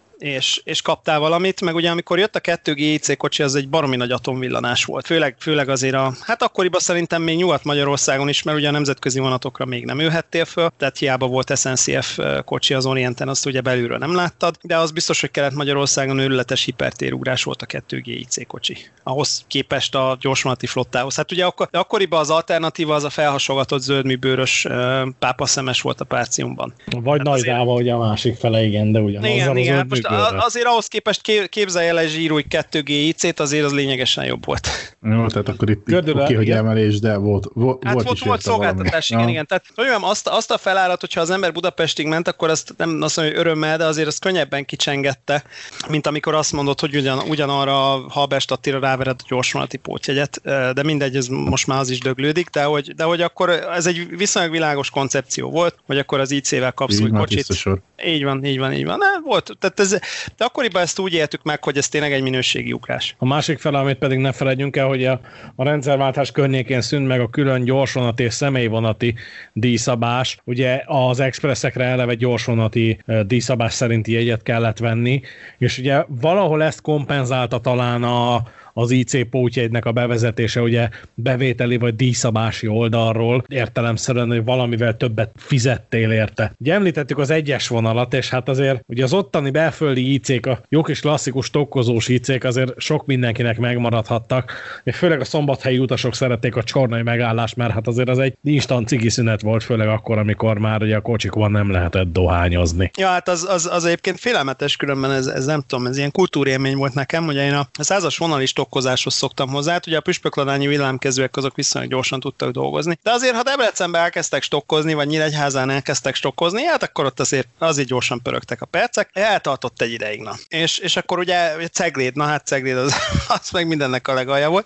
És kaptál valamit, meg ugye amikor jött a 2G IC kocsi, az egy baromi nagy atomvillanás volt. Főleg azért hát akkoriban szerintem még Nyugat-Magyarországon is, mert ugye a nemzetközi vonatokra még nem ülhettél föl, tehát hiába volt SNCF kocsi az Orienten, azt ugye belülről nem láttad, de az biztos, hogy Kelet-Magyarországon őrületes hipertérugrás volt a 2G IC kocsi. Ahhoz képest a gyorsvonati flottához. Hát ugye akkoriban az alternatíva az a felhasogatott zöldműbőrös pápaszemes volt a Páciumban. Vagy hát Nagy Dáva, ugye a másik fele, igen, de ugyanaz. Igen, most azért ahhoz képest képzelj el egy zsírúj 2G IC-t, azért az lényegesen jobb volt. Jó, tehát akkor itt oké, hogy emelés, de volt szolgáltatás, igen. Tehát olyan azt a felárat, hogyha az ember Budapestig ment, akkor azt nem azt mondja, hogy örömmel, de azért azt könnyebben kicsengette, mint amikor azt mondod, hogy ugyanarra a Halberstadt-ra rávered a gyorsvonati pótjegyet, de mindegy, ez most már az is döglődik, de hogy akkor ez egy viszonylag világos koncepció volt, hogy akkor az IC-vel kapsz új kocsit. Így van. Volt, tehát de akkoriban ezt úgy éltük meg, hogy ez tényleg egy minőségi ugrás. A másik fele, amit pedig ne feledjünk el, hogy a rendszerváltás környékén szűnt meg a külön gyorsvonati és személyvonati díjszabás. Ugye az expresszekre eleve gyorsvonati díjszabás szerinti jegyet kellett venni, és ugye valahol ezt kompenzálta talán az IC pótjegynek a bevezetése, ugye bevételi vagy díjszabási oldalról, értelemszerűen, hogy valamivel többet fizettél érte. Ugye említettük az egyes vonalat, és hát azért ugye az ottani belföldi IC-k, a jó kis klasszikus tokkozós IC-k azért sok mindenkinek megmaradhattak, és főleg a szombathelyi utasok szerették a csornai megállást, mert hát azért az egy instant cigiszünet volt, főleg akkor, amikor már ugye a kocsikban nem lehetett dohányozni. Ja, hát az egyébként félelmetes, különben ez nem tudom, ez ilyen kultúrélmény volt nekem, ugye én a 100-as vonal is tokkozáshoz szoktam hozzá. Hát ugye a püspökladányi villámkezőek azok viszonylag gyorsan tudtak dolgozni. De azért, ha Debrecenben elkezdtek stokkozni, vagy Nyíregyházán elkezdtek stokkozni, hát akkor ott azért gyorsan pörögtek a percek. Eltartott egy ideig, na. És akkor ugye Cegléd, Cegléd az meg mindennek a legalja volt.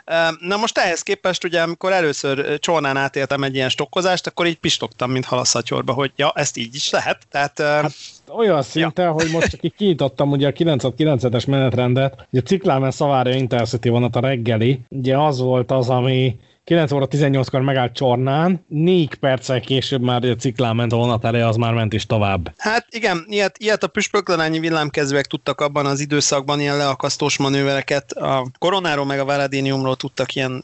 Na most ehhez képest ugye, amikor először Csornán átéltem egy ilyen stokkozást, akkor így pistogtam, mint halaszatyorba, hogy ja, ezt így is lehet. Tehát olyan szinten, hogy most csak így kinyitottam ugye a 909-es menetrendet, ugye a Ciklámen Szavária Intercity vonat a reggeli, ugye az volt az, ami 9 óra 18-kor megállt Csornán, 4 perccel később már a ciklán ment a vonat eleje, az már ment is tovább. Hát igen, ilyet a püspökladányi villámkezőek tudtak abban az időszakban, ilyen leakasztós manővereket. A Koronáról meg a Varadiniumról tudtak ilyen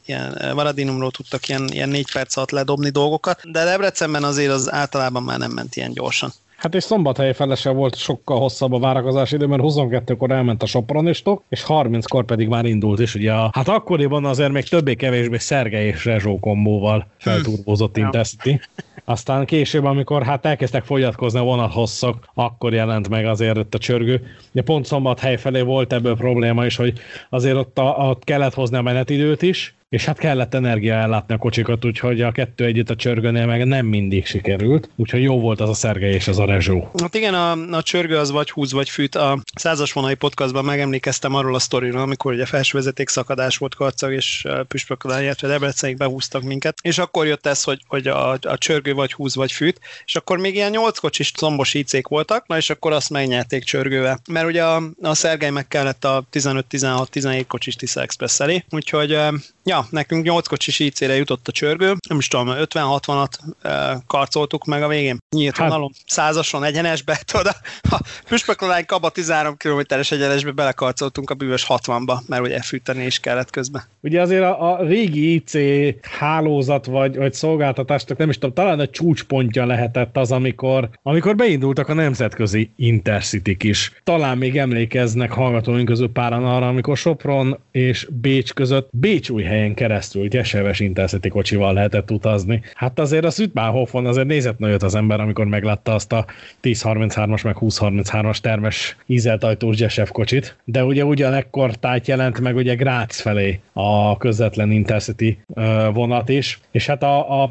4 perc alatt ledobni dolgokat, de Debrecenben azért az általában már nem ment ilyen gyorsan. Hát és Szombathely felese volt sokkal hosszabb a várakozási idő, mert 22-kor elment a Sopronistok, és 30-kor pedig már indult is. Ugye hát akkoriban azért még többé-kevésbé Szergej és Rezsó kombóval felturbózott Intercity. Aztán később, amikor hát elkezdtek fogyatkozni a vonathosszak, akkor jelent meg azért a csörgő. Ugye pont Szombathely felé volt ebből probléma is, hogy azért ott kellett hozni a menetidőt is, és hát kellett energia ellátni a kocsikat, úgyhogy a 2-1 a csörgőnél meg nem mindig sikerült, úgyhogy jó volt az a Szergej és az a Rezsó. Hát igen, a csörgő az vagy húz, vagy fűt. A 100-as vonai podcastban megemlékeztem arról a sztoriról, amikor ugye felső vezeték szakadás volt Karcag és Püspökladányi, illetve Debrecenig behúztak minket, és akkor jött ez, hogy a csörgő vagy húz, vagy fűt, és akkor még ilyen 8 kocsis combos IC-k voltak, na és akkor azt megnyerték csörgővel. Mert ugye a Szergej meg kellett a 15-16-17 kocsis Tisza Express elé, úgyhogy ja, nekünk 8 kocsis IC-re jutott a csörgő, nem is tudom, 50-60-at karcoltuk meg a végén. Nyílt vonalon, 100-ason egyenesbe, tudod, a Püspökladány Kaba 13 km-es egyenesbe belekarcoltunk a bűvös 60-ba, mert ugye fűteni is kellett közben. Ugye azért a régi IC hálózat vagy szolgáltatásnak nem is tudom, talán a csúcspontja lehetett az, amikor beindultak a nemzetközi Intercityk is. Talán még emlékeznek hallgatóink közül páran arra, amikor Sopron és Bécs között Bécsújhelyen keresztül gyeseves Intercity kocsival lehetett utazni. Hát azért a Südbahnhofon azért nézett nagyot az ember, amikor meglátta azt a 1033-as meg 2033-as termes ízeltajtós gyesev kocsit, de ugye ugyanekkor tájt jelent meg ugye Grác felé a közvetlen Intercity vonat is, és hát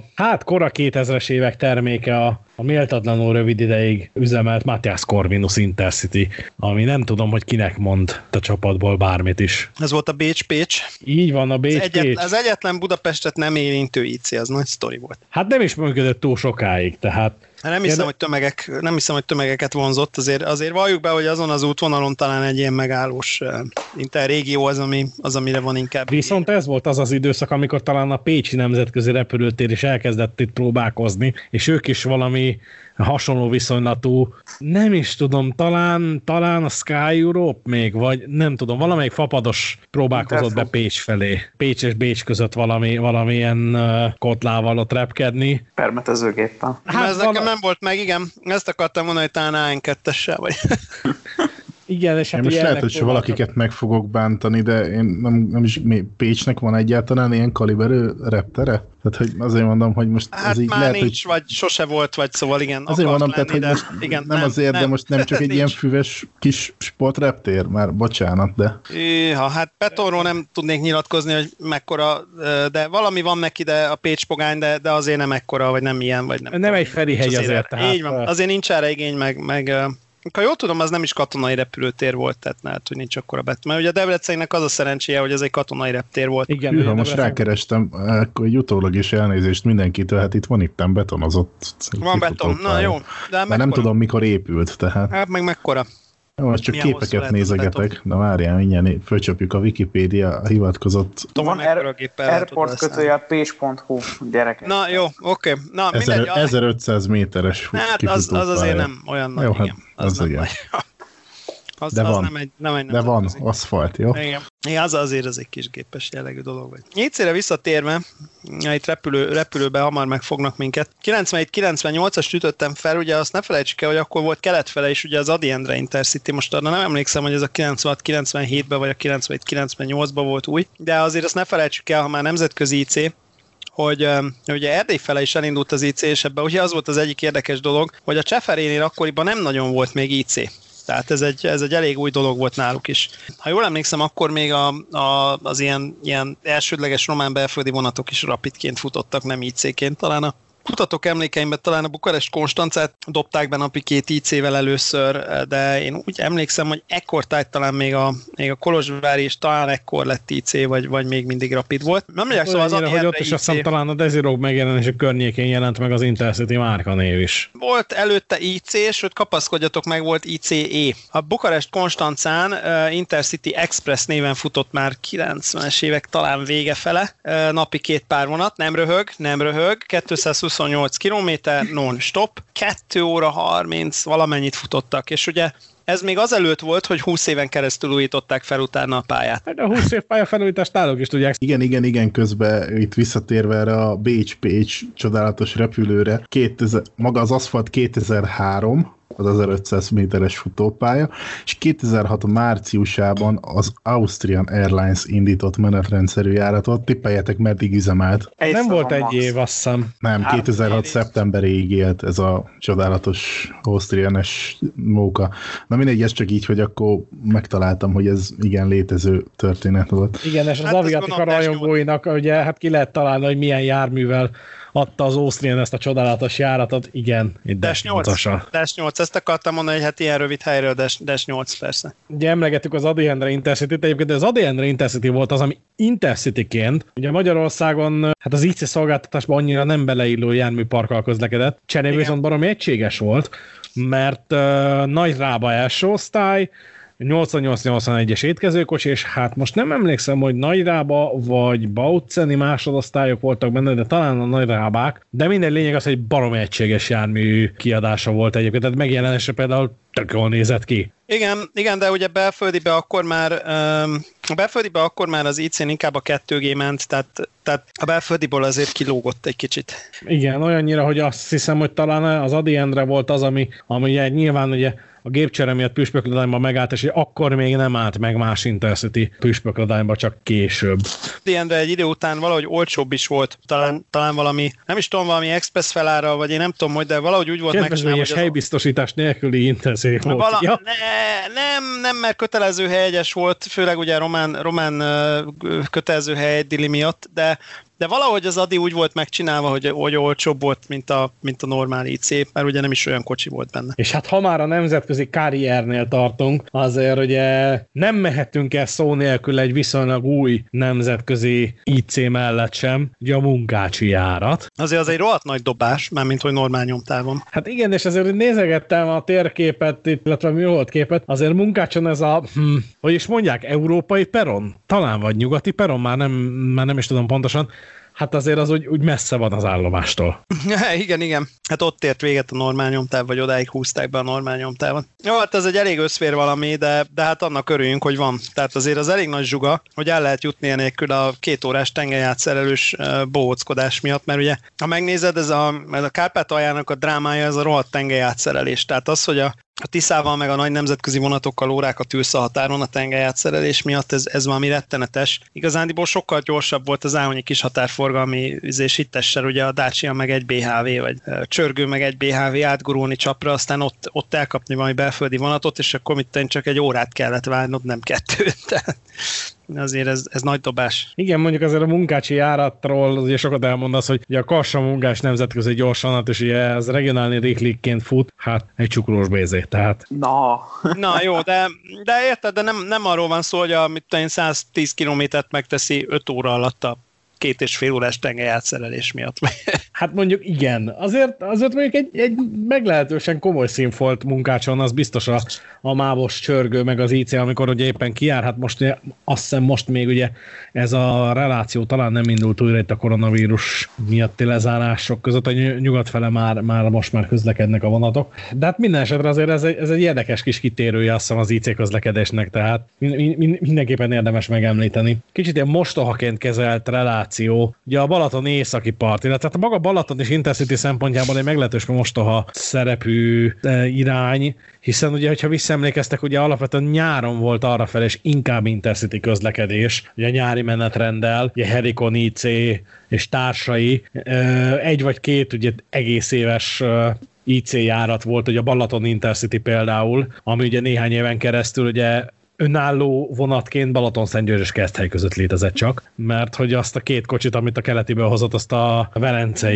a kora 2000-es évek terméke a méltatlanul rövid ideig üzemelt Matthias Corvinus Intercity, ami nem tudom, hogy kinek mond a csapatból bármit is. Ez volt a Bécs-Pécs. Így van, a Bécs-Pécs. Az egyetlen Budapestet nem érintő IC, az nagy sztori volt. Hát nem is működött túl sokáig, tehát nem hiszem, hogy tömegeket vonzott, azért valljuk be, hogy azon az útvonalon talán egy ilyen megállós interrégió az, amire van inkább. Viszont ez volt az időszak, amikor talán a Pécsi Nemzetközi Repülőtér is elkezdett itt próbálkozni, és ők is valami hasonló viszonylatú, nem is tudom, talán a Sky Europe még, vagy nem tudom, valamelyik fapados próbálkozott be Pécs felé. Pécs és Bécs között valamilyen kotlával ott repkedni. Permetezőgéppel. Hát ez nekem nem volt meg, igen. Ezt akartam mondani, hogy talán AN2-essel vagy. Igen, és hát most lehet, hogy valakiket meg fogok bántani, de én nem is, Pécsnek van egyáltalán ilyen kaliberű reptere? Tehát, hogy azért mondom, hogy most hát ez így már lehet, nincs, hogy... vagy sose volt, vagy szóval igen. Azért mondom, tehát, hogy most igen, nem azért, de most nem csak egy ilyen füves kis sportreptér, már bocsánat, de... Hát Petorról nem tudnék nyilatkozni, hogy mekkora, de valami van neki, de a Pécs pogány, de azért nem ekkora, vagy nem ilyen, vagy nem. Nem egy Ferihegy azért. Tehát... Így van, azért nincs erre igény, meg ha jól tudom, az nem is katonai repülőtér volt, tehát lehet, hogy nincs akkora bet. Mert ugye a Debrecennek az a szerencséje, hogy ez egy katonai reptér volt. Igen, ha most rákerestem, akkor egy utólag is elnézést mindenkitől, hát itt van betonozott. Van beton, na jó. De nem tudom, mikor épült, tehát. Hát meg mekkora. Jó, most csak képeket nézegetek, de várjál, mindjárt fölcsapjuk a Wikipédia hivatkozott. Van airport-pécs.hu gyerekek. Na jó, oké. Na, 1500 méteres hát az azért nem olyan nagy, jó, igen. Hát, az igen. Nagy. De van, nem egy de van, aszfalt, jó? Igen, azért az egy kis gépes jellegű dolog. Vagy. Nyílcére visszatérve, itt repülőbe hamar megfognak minket. 97-98-as ütöttem fel, ugye azt ne felejtsük el, hogy akkor volt keletfele is ugye az Ady Endre Intercity, most arra nem emlékszem, hogy ez a 96-97-ben vagy a 97-98-ban volt új, de azért azt ne felejtsük el, ha már nemzetközi IC, hogy ugye Erdély fele is elindult az IC, és ebben ugye az volt az egyik érdekes dolog, hogy a Cseferénél akkoriban nem nagyon volt még IC. Tehát ez egy elég új dolog volt náluk is. Ha jól emlékszem, akkor még az ilyen elsődleges román belföldi vonatok is rapidként futottak, nem IC-ként talán a kutatók emlékeimben talán a Bukarest-Konstancát dobták be napi 2 IC-vel először, de én úgy emlékszem, hogy ekkor tájt talán még a Kolozsvári, és talán ekkor lett IC, vagy még mindig Rapid volt. Nem mondják, szóval az hogy ott is azt hiszem talán a Desirog megjelenése környékén jelent meg az Intercity márkanév is. Volt előtte IC, sőt kapaszkodjatok meg, volt ICE. A Bukarest-Konstancán Intercity Express néven futott már 90-es évek talán vége fele, napi 2 pár vonat, nem röhög, 228 km non-stop, 2 óra 30 valamennyit futottak, és ugye ez még azelőtt volt, hogy 20 éven keresztül újították fel utána a pályát. Hát a 20 év pályafelújítást náluk is tudják. Igen, közben itt visszatérve erre a Bécs-Pécs csodálatos repülőre, maga az aszfalt 2003, az 1500 méteres futópálya, és 2006 márciusában az Austrian Airlines indított menetrendszerű járatot. Tippeljetek, meddig üzemelt? Nem volt egy év, azt hiszem. Nem, 2006 szeptemberéig élt ez a csodálatos Austrian-es móka. Na mindegy, ez csak így, hogy akkor megtaláltam, hogy ez igen létező történet volt. Igen, és az aviatika rajongóinak ugye hát ki lehet találni, hogy milyen járművel adta az Austrian ezt a csodálatos járatot. Igen, itt Dash 8, ezt akartam mondani, hogy hát ilyen rövid helyről Dash 8 persze. Ugye emlegettük az Adi Endre Intercity-t, egyébként az Adi Endre Intercity volt az, ami Intercity-ként, ugye Magyarországon hát az IC szolgáltatásban annyira nem beleilló járműparkkal közlekedett, cserébe viszont baromi egységes volt, mert Nagy Rába első osztály, 88-81-es étkezőkocsi, és hát most nem emlékszem, hogy Nagyrába vagy Bautzeni másodosztályok voltak benne, de talán a Nagyrábák, de minden lényeg az, hogy baromi egységes jármű kiadása volt egyébként, tehát megjelenése például tök jól nézett ki. Igen, de ugye belföldibe akkor már az IC-n inkább a 2G ment, tehát a belföldiból azért kilógott egy kicsit. Igen, olyannyira, hogy azt hiszem, hogy talán az Adi Endre volt az, ami ugye, nyilván ugye a gépcsere miatt Püspökladányban megállt, és akkor még nem állt meg más Intercity Püspökladányban, csak később. De egy idő után valahogy olcsóbb is volt, talán valami, nem is tudom, valami express felára, vagy én nem tudom, hogy de valahogy úgy volt megcsinálva, hogy helybiztosítás nélküli Intercity volt. Ja. Nem, mert kötelező helyegyes volt, főleg ugye román kötelező helydili miatt, de valahogy az Adi úgy volt megcsinálva, hogy olcsóbb volt, mint a normál IC, mert ugye nem is olyan kocsi volt benne. És hát ha már a nemzetközi karriernél tartunk, azért ugye nem mehetünk el szó nélkül egy viszonylag új nemzetközi IC mellett sem, ugye a Munkácsi járat. Azért az egy rohadt nagy dobás, mármint hogy normál nyomtávon. Hát igen, és azért nézegettem a térképet, illetve a műholdképet, azért Munkácson ez a, hogy is mondják, európai peron? Talán vagy nyugati peron, már nem is tudom pontosan. Hát azért az úgy messze van az állomástól. Igen. Hát ott ért véget a normál nyomtáv, vagy odáig húzták be a normál nyomtávon. Jó, hát ez egy elég összfér valami, de hát annak örüljünk, hogy van. Tehát azért az elég nagy zsuga, hogy el lehet jutni enélkül a 2 órás tengerjátszerelős bohóckodás miatt, mert ugye, ha megnézed, ez a Kárpátaljának a drámája, ez a rohadt tengerjátszerelés. Tehát az, hogy a Tiszával meg a nagy nemzetközi vonatokkal órákat ülsz a határon a tengerjátszerelés miatt, ez valami rettenetes. Igazándiból sokkal gyorsabb volt az áhonyi kis határforgalmi és hittessel, ugye a Dacia meg egy BHV, vagy Csörgő meg egy BHV átgurulni csapra, aztán ott elkapni valami belföldi vonatot, és akkor mit csak egy órát kellett várnod, nem 2. Tehát azért ez nagy dobás. Igen, mondjuk azért a Munkácsi járatról ugye sokat elmondasz, hogy ugye a Kassa-Munkás nemzetközi gyorsvonat, és ugye ez regionálni réklikként fut, hát egy csuklós bézé, tehát. Na jó, de érted, de nem arról van szó, hogy 110 kilométert megteszi 5 óra alatt a 2,5 órás tengerjátszerelés miatt. Hát mondjuk igen. Azért mondjuk egy meglehetősen komoly színfolt Munkácson, az biztos a Mávos Csörgő, meg az IC, amikor ugye éppen kijár, hát most ugye, azt hiszem most még ugye ez a reláció talán nem indult újra itt a koronavírus miatti lezárások között, a nyugat fele már most már közlekednek a vonatok. De hát minden esetre azért ez egy érdekes kis kitérője, azt hiszem, az IC közlekedésnek, tehát mindenképpen érdemes megemlíteni. Kicsit ilyen mostohaként kezelt reláció, ugye a Balaton északi part, illetve hát maga Balaton és Intercity szempontjából egy meglehetősen mostoha szerepű irány, hiszen ugye, hogyha visszaemlékeztek, ugye alapvetően nyáron volt arrafelé, és inkább Intercity közlekedés, ugye nyári menetrenddel, ugye Herikon IC és társai, egy vagy két ugye egész éves IC járat volt, ugye a Balaton Intercity például, ami ugye néhány éven keresztül ugye önálló vonatként Balatonszentgyörgy és Keszthely között létezett csak, mert hogy azt a 2 kocsit, amit a keletiből hozott, azt a velencei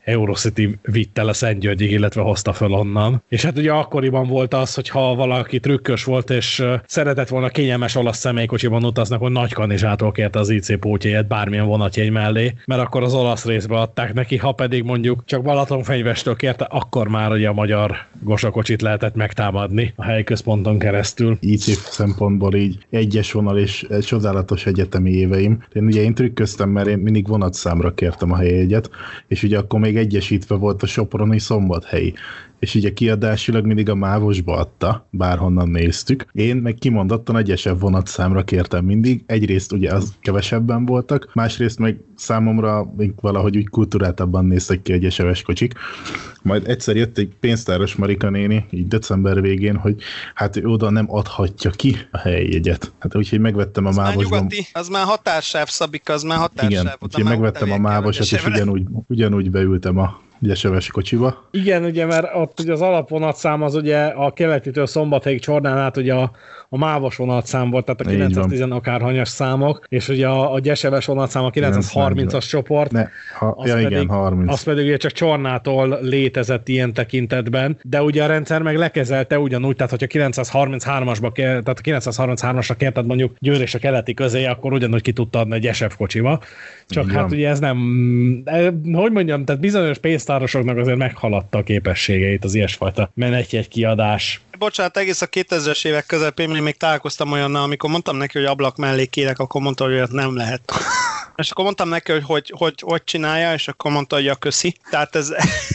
Eurocity vitte le Szentgyörgyig, illetve hozta föl onnan. És hát ugye akkoriban volt az, hogy ha valaki trükkös volt, és szeretett volna kényelmes olasz személykocsiban utaznak, hogy Nagykanizsától kérte az IC pótjegyet bármilyen vonatjegy mellé, mert akkor az olasz részbe adták neki, ha pedig mondjuk csak Balatonfenyvestől kérte, akkor már ugye a magyar gosakocsit lehetett megtámadni a helyközponton keresztül. IC szempontból így egyes vonal és csodálatos egyetemi éveim. Én trükköztem, mert én mindig vonatszámra kértem a helyjegyet, és ugye akkor még egyesítve volt a soproni Szombathelyi. És ugye kiadásilag mindig a Mávosba adta, bárhonnan néztük. Én meg kimondottan egyesebb vonatszámra kértem mindig. Egyrészt ugye az kevesebben voltak, másrészt meg számomra valahogy úgy kultúráltabban néztek ki egyeseves kocsik. Majd egyszer jött egy pénztáros Marika néni, így december végén, hogy hát ő oda nem adhatja ki a helyjegyet. Hát úgyhogy megvettem a Mávosban. Az már határsáv, Szabika, az már határsáv. Igen, úgyhogy megvettem a Mávosat, és ugyanúgy beültem a egyeseves kocsiba. Igen, ugye, mert ott ugye az alapvonatszám az ugye a keletitől Szombathelyig Csornán át ugye a mávos vonatszám volt, tehát a 910 akárhanyas számok, és ugye a gyeseves vonatszám a 930-as csoport. Igen, 30. Az pedig ugye csak Csornától létezett ilyen tekintetben, de ugye a rendszer meg lekezelte ugyanúgy, tehát hogyha 933-asba tehát a 933-asra kérted mondjuk Győr és a keleti közé, akkor ugyanúgy ki tudta adni egy gyesev kocsiba. Csak igen. Hát ugye ez nem, hogy mondjam, tehát bizonyos pénztárosoknak azért meghaladta a képességeit az ilyesfajta menetjegy kiadás. Bocsánat, egész a 2000-es évek közepén még találkoztam olyannal, amikor mondtam neki, hogy ablak mellé kérek, akkor mondta, hogy olyat nem lehet. És akkor mondtam neki, hogy csinálja, és akkor mondta, hogy ja, köszi. Tehát ez...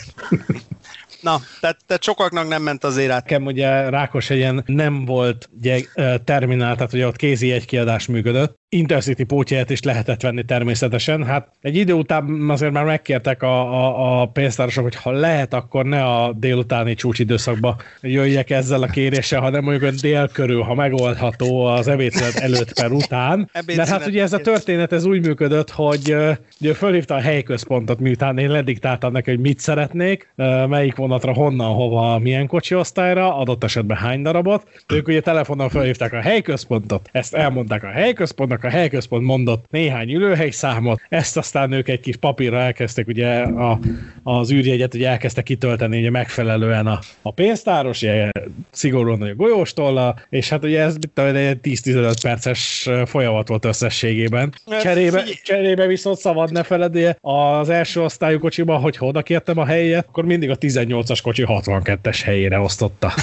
Na, tehát sokaknak nem ment az élet. Nekem ugye Rákoshegyen nem volt terminál, tehát ugye ott kézi jegykiadás működött. Intercity pótjegyet is lehetett venni természetesen. Hát egy idő után azért már megkértek a pénztárosok, hogy ha lehet, akkor ne a délutáni csúcsidőszakba jöjjek ezzel a kéréssel, hanem mondjuk dél körül, ha megoldható az ebédszünet előtt per után. Mert hát ugye ez a történet ez úgy működött, hogy ugye fölhívta a helyközpontot, miután én lediktáltam neki, hogy mit szeretnék, melyik vonatra, honnan, hova, milyen kocsi osztályra, adott esetben hány darabot. Ők ugye telefonon felhívták a helyközpontot, ezt elmondták a helyközpontnak, a helyközpont mondott néhány ülőhelyszámot, ezt aztán ők egy kis papírra elkezdtek ugye az űrjegyet ugye elkezdtek kitölteni ugye megfelelően a pénztáros, ugye szigorúan a golyóstollal, és hát ugye ez egy 10-15 perces folyamat volt összességében. Cserébe viszont szabad ne feled, az első osztályú kocsiban, hogy oda kértem a helyet, akkor mindig a 18-as kocsi 62-es helyére osztotta.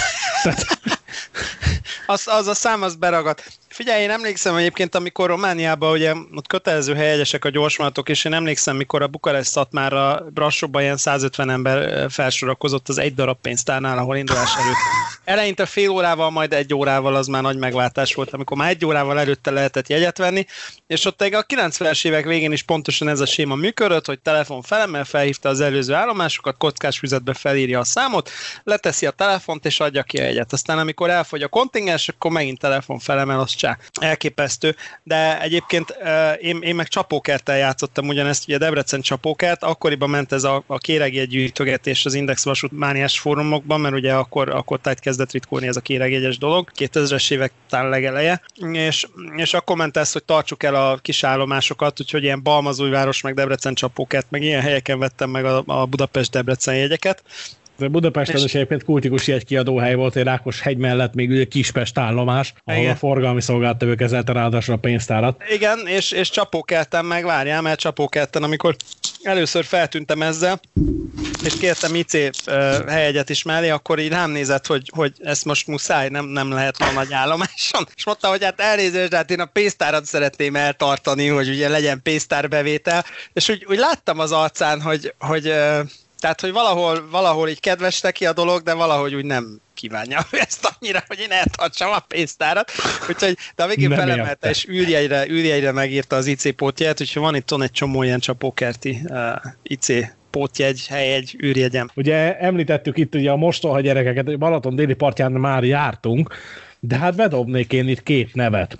Az a szám, az beragadt. Figyelj, én emlékszem egyébként, amikor Romániában ugye ott kötelező helyegyesek a gyorsvonatok, és én emlékszem, mikor a Bukarest-Szatmárra Brassóban ilyen 150 ember felsorakozott az egy darab pénztárnál, ahol indulás előtt. Eleinte fél órával, majd egy órával az már nagy megváltás volt, amikor már egy órával előtte lehetett jegyet venni, és ott a 90-es évek végén is pontosan ez a séma működött, hogy telefon felemel, felhívta az előző állomásokat, kockás füzetbe felírja a számot, leteszi a telefont és adja ki a jegyet. Aztán amikor elfogy a kontingens, akkor megint telefon felemel, az csá. Elképesztő. De egyébként én meg csapókerttel játszottam ugyanezt, ugye Debrecen csapókert, akkoriban ment ez a kéregjegygyűjtögetés az Index vasútmániás fórumokban, mert ugye akkor tájt kezdett ritkulni ez a kéregjegyes dolog, 2000-es évek talán legeleje, és akkor ment ez, hogy tartsuk el a kis állomásokat, úgyhogy ilyen Balmazújváros, meg Debrecen csapókert, meg ilyen helyeken vettem meg a Budapest-Debrecen jegyeket. Budapesten is egyébként kultikus jegykiadóhely volt, egy Rákoshegy mellett még ugye Kispest állomás, ahol igen. A forgalmi szolgáltató kezelte ráadásul a pénztárat. Igen, és csapókeltem meg, várjál, mert csapókeltem, amikor először feltűntem ezzel, és kértem IC helyegyet is mellé, akkor így rám nézett, hogy ezt most muszáj, nem lehet a nagy állomáson. És mondta, hogy hát elnézést, de hát én a pénztárat szeretném eltartani, hogy ugye legyen pénztárbevétel, és úgy láttam az arcán, hogy tehát, hogy valahol így kedves neki a dolog, de valahogy úgy nem kívánja ezt annyira, hogy én eltartsam a pénztárat. Úgyhogy, de a végén felemelte, és űrjegyre megírta az IC pótjegyet, úgyhogy van itt egy csomó ilyen csapókerti IC pótjegy, helyegy, űrjegyem. Ugye említettük itt ugye a mostoha gyerekeket, hogy Balaton déli partján már jártunk, de hát bedobnék én itt két nevet.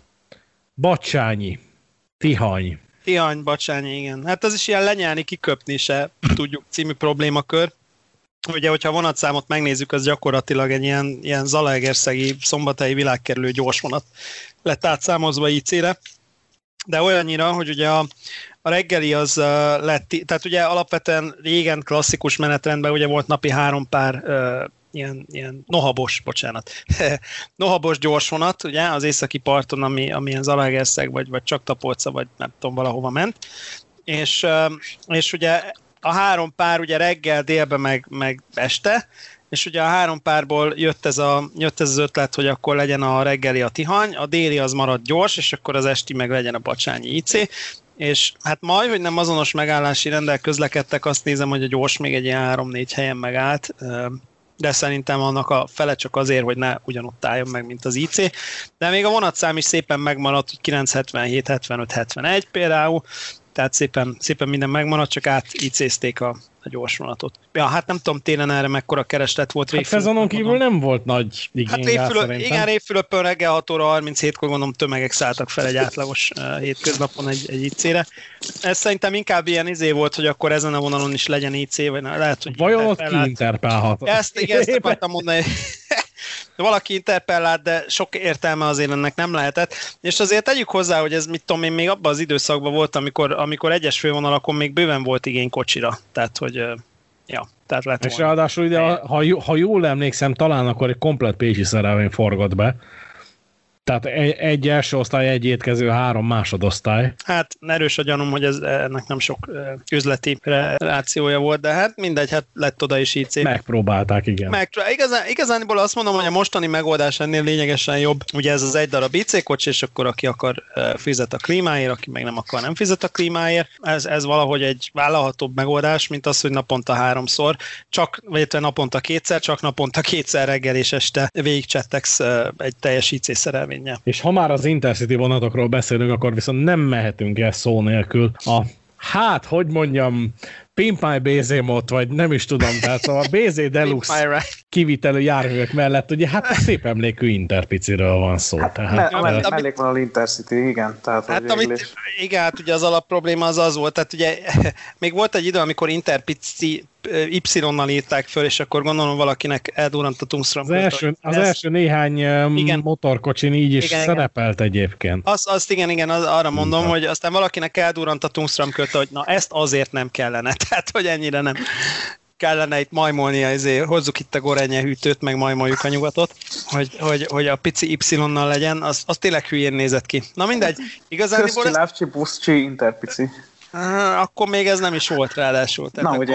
Bacsányi, Tihany. Tihany, Bacsányi, igen. Hát az is ilyen lenyelni, kiköpni se tudjuk című problémakör. Ugye, hogyha vonatszámot megnézzük, az gyakorlatilag egy ilyen zalaegerszegi szombathelyi világkerülő gyorsvonat lett átszámozva IC-re. De olyannyira, hogy ugye a reggeli az lett, tehát ugye alapvetően régen klasszikus menetrendben ugye volt napi 3 pár ilyen nohabos gyorsvonat, ugye, az északi parton, ami ilyen Zalaegerszeg, vagy csak Tapolca, vagy nem tudom, valahova ment. És ugye a 3 pár ugye reggel, délben, meg este, és ugye a 3 párból jött ez az ötlet, hogy akkor legyen a reggeli a Tihany, a déli az marad gyors, és akkor az esti meg legyen a Bacsányi IC, és hát majd, hogy nem azonos megállási rendel közlekedtek, azt nézem, hogy a gyors még egy ilyen 3-4 helyen megállt, de szerintem annak a fele csak azért, hogy ne ugyanott álljon meg, mint az IC. De még a vonatszám is szépen megmaradt, hogy 977, 75, 71 például, tehát szépen minden megmaradt, csak át-IC-zték a gyorsvonatot. Ja, hát nem tudom, télen erre mekkora kereslet volt. Hát szezonon kívül nem volt nagy igény. Hát igen, Révfülöpön reggel 6 óra 37-kor gondolom tömegek szálltak fel egy átlagos hétköznapon egy IC-re. Ez szerintem inkább ilyen volt, hogy akkor ezen a vonalon is legyen IC, vagy lehet, hogy vajon ott ki interpellálhat? Ezt akartam mondani. Valaki interpellált, de sok értelme azért ennek nem lehetett. És azért tegyük hozzá, hogy ez mit tudom én, még abban az időszakban volt, amikor egyes fővonalakon még bőven volt igény kocsira. Tehát, hogy tehát lett és ráadásul ide, ha jól emlékszem, talán akkor egy komplett pécsi szerelvény forgott be. Tehát egy első osztály, egy étkező, 3 másodosztály. Hát erős a gyanúm, hogy ennek nem sok üzleti relációja volt, de hát mindegy, hát lett oda is IC. Megpróbálták, igen. Igazániból azt mondom, hogy a mostani megoldás ennél lényegesen jobb. Ugye ez az egy darab IC kocsi, és akkor aki akar fizet a klímáért, aki meg nem akar, nem fizet a klímáért. Ez valahogy egy vállalhatóbb megoldás, mint az, hogy naponta 3-szor, vagy naponta 2-szer, csak naponta 2-szer reggel és este végigcsettegsz egy teljes IC szerelvény. És ha már az Intercity vonatokról beszélünk, akkor viszont nem mehetünk el szó nélkül hogy mondjam, Pimp My BZ-mot, vagy nem is tudom, tehát a BZ Deluxe kivitelő járművek mellett, ugye hát szép emlékű Interpiciről van szó. Mellékvonal Intercity, igen. Tehát, hát ugye az alapprobléma az volt, tehát ugye még volt egy idő, amikor Interpici Y-nal írták föl, és akkor gondolom valakinek eldurrant a Tungsram. Az első néhány motorkocsin így is szerepelt egyébként. Azt igen, arra mondom, hogy aztán valakinek eldurrant a Tungsram költe, hogy na ezt azért nem kellene, tehát hogy ennyire nem kellene itt majmolnia, ezért hozzuk itt a gorenye hűtőt, meg majmoljuk a nyugatot, hogy a pici Y-nal legyen, az tényleg hülyén nézett ki. Na mindegy, igazán... Közcsi, Lávcsi, Buszcsi, Interpici. Akkor még ez nem is volt ráadásul. Na ugye,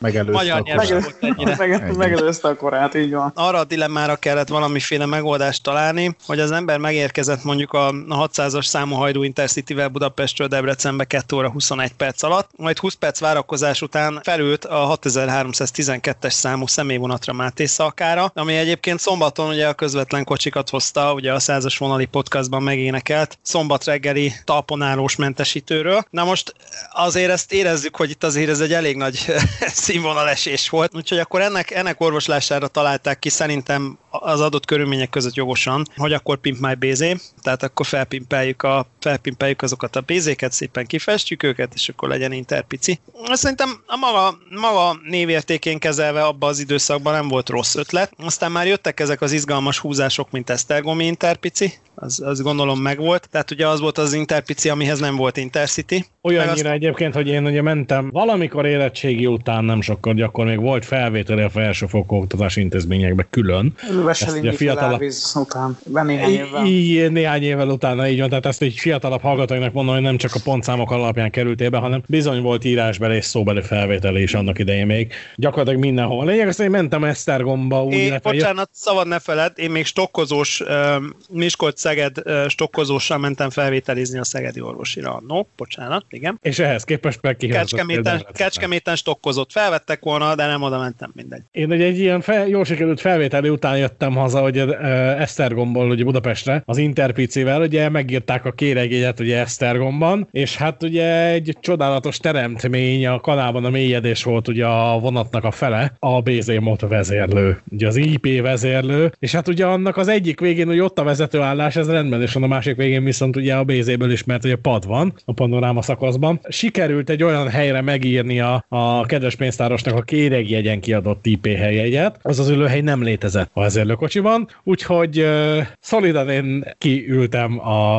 megelőzte a korát, így van. Arra a dilemmára kellett valamiféle megoldást találni, hogy az ember megérkezett mondjuk a 600-as számú hajdú Intercityvel Budapestről Debrecenbe 2 óra 21 perc alatt, majd 20 perc várakozás után felült a 6312-es számú személyvonatra Mátészalkára, ami egyébként szombaton ugye a közvetlen kocsikat hozta, ugye a 100-as vonali podcastban megénekelt szombat reggeli talponálós mentesítőről. Na most azért ezt érezzük, hogy itt azért ez egy elég nagy színvonalesés volt, úgyhogy akkor ennek orvoslására találták ki szerintem az adott körülmények között jogosan, hogy akkor Pimp My BZ, tehát akkor felpimpeljük azokat a BZ-ket, szépen kifestjük őket, és akkor legyen Interpici. Szerintem a maga névértékén kezelve abban az időszakban nem volt rossz ötlet. Aztán már jöttek ezek az izgalmas húzások, mint Esztergomi Interpici, az gondolom megvolt. Tehát ugye az volt az Interpici, amihez nem volt Intercity. Olyannyira egyébként, hogy én ugye mentem valamikor érettségi után, nem sokkal, hogy akkor még volt felvételi a felsőfokú oktatási intézményekbe külön. Veselényi Felárvíz után, néhány évvel utána, így van, tehát ezt egy fiatalabb hallgatóinak mondom, hogy nem csak a pontszámok alapján kerültél be, hanem bizony volt írásbeli és szóbeli felvételi is annak idején még. Gyakorlatilag mindenhol. Lényeg az, hogy mentem Esztergomba. Bocsánat, szabad ne feled, én még stokkozós, Miskolc-Szeged stokkozóssal mentem felvételizni a szegedi orvosira. No, bocsánat, igen. És ehhez képest meg Kecskeméten stokkozott. Felvettek volna, de nem oda mentem, mindegy. Én egy ilyen jól sikerült felvételi után jöttem haza, hogy Esztergomból ugye Budapestre, az Interpicivel, ugye megírták a kéregélyet ugye Esztergomban, és hát ugye egy csodálatos teremtmény, a kanálban a mélyedés volt ugye a vonatnak a fele, a BZ-mot vezérlő, ugye az IP vezérlő, és hát ugye annak az egyik végén, hogy ott a vezetőállás, ez rendben, és a másik végén viszont ugye a BZ-ből is, mert ugye pad van a panoráma szakaszban. Sikerült egy olyan helyre megírni a kedves pénztárosnak a kéregjegyen kiadott IP helyjegyet, az ülőhely nem létezett a vezérlőkocsiban, úgyhogy szolidan én kiültem a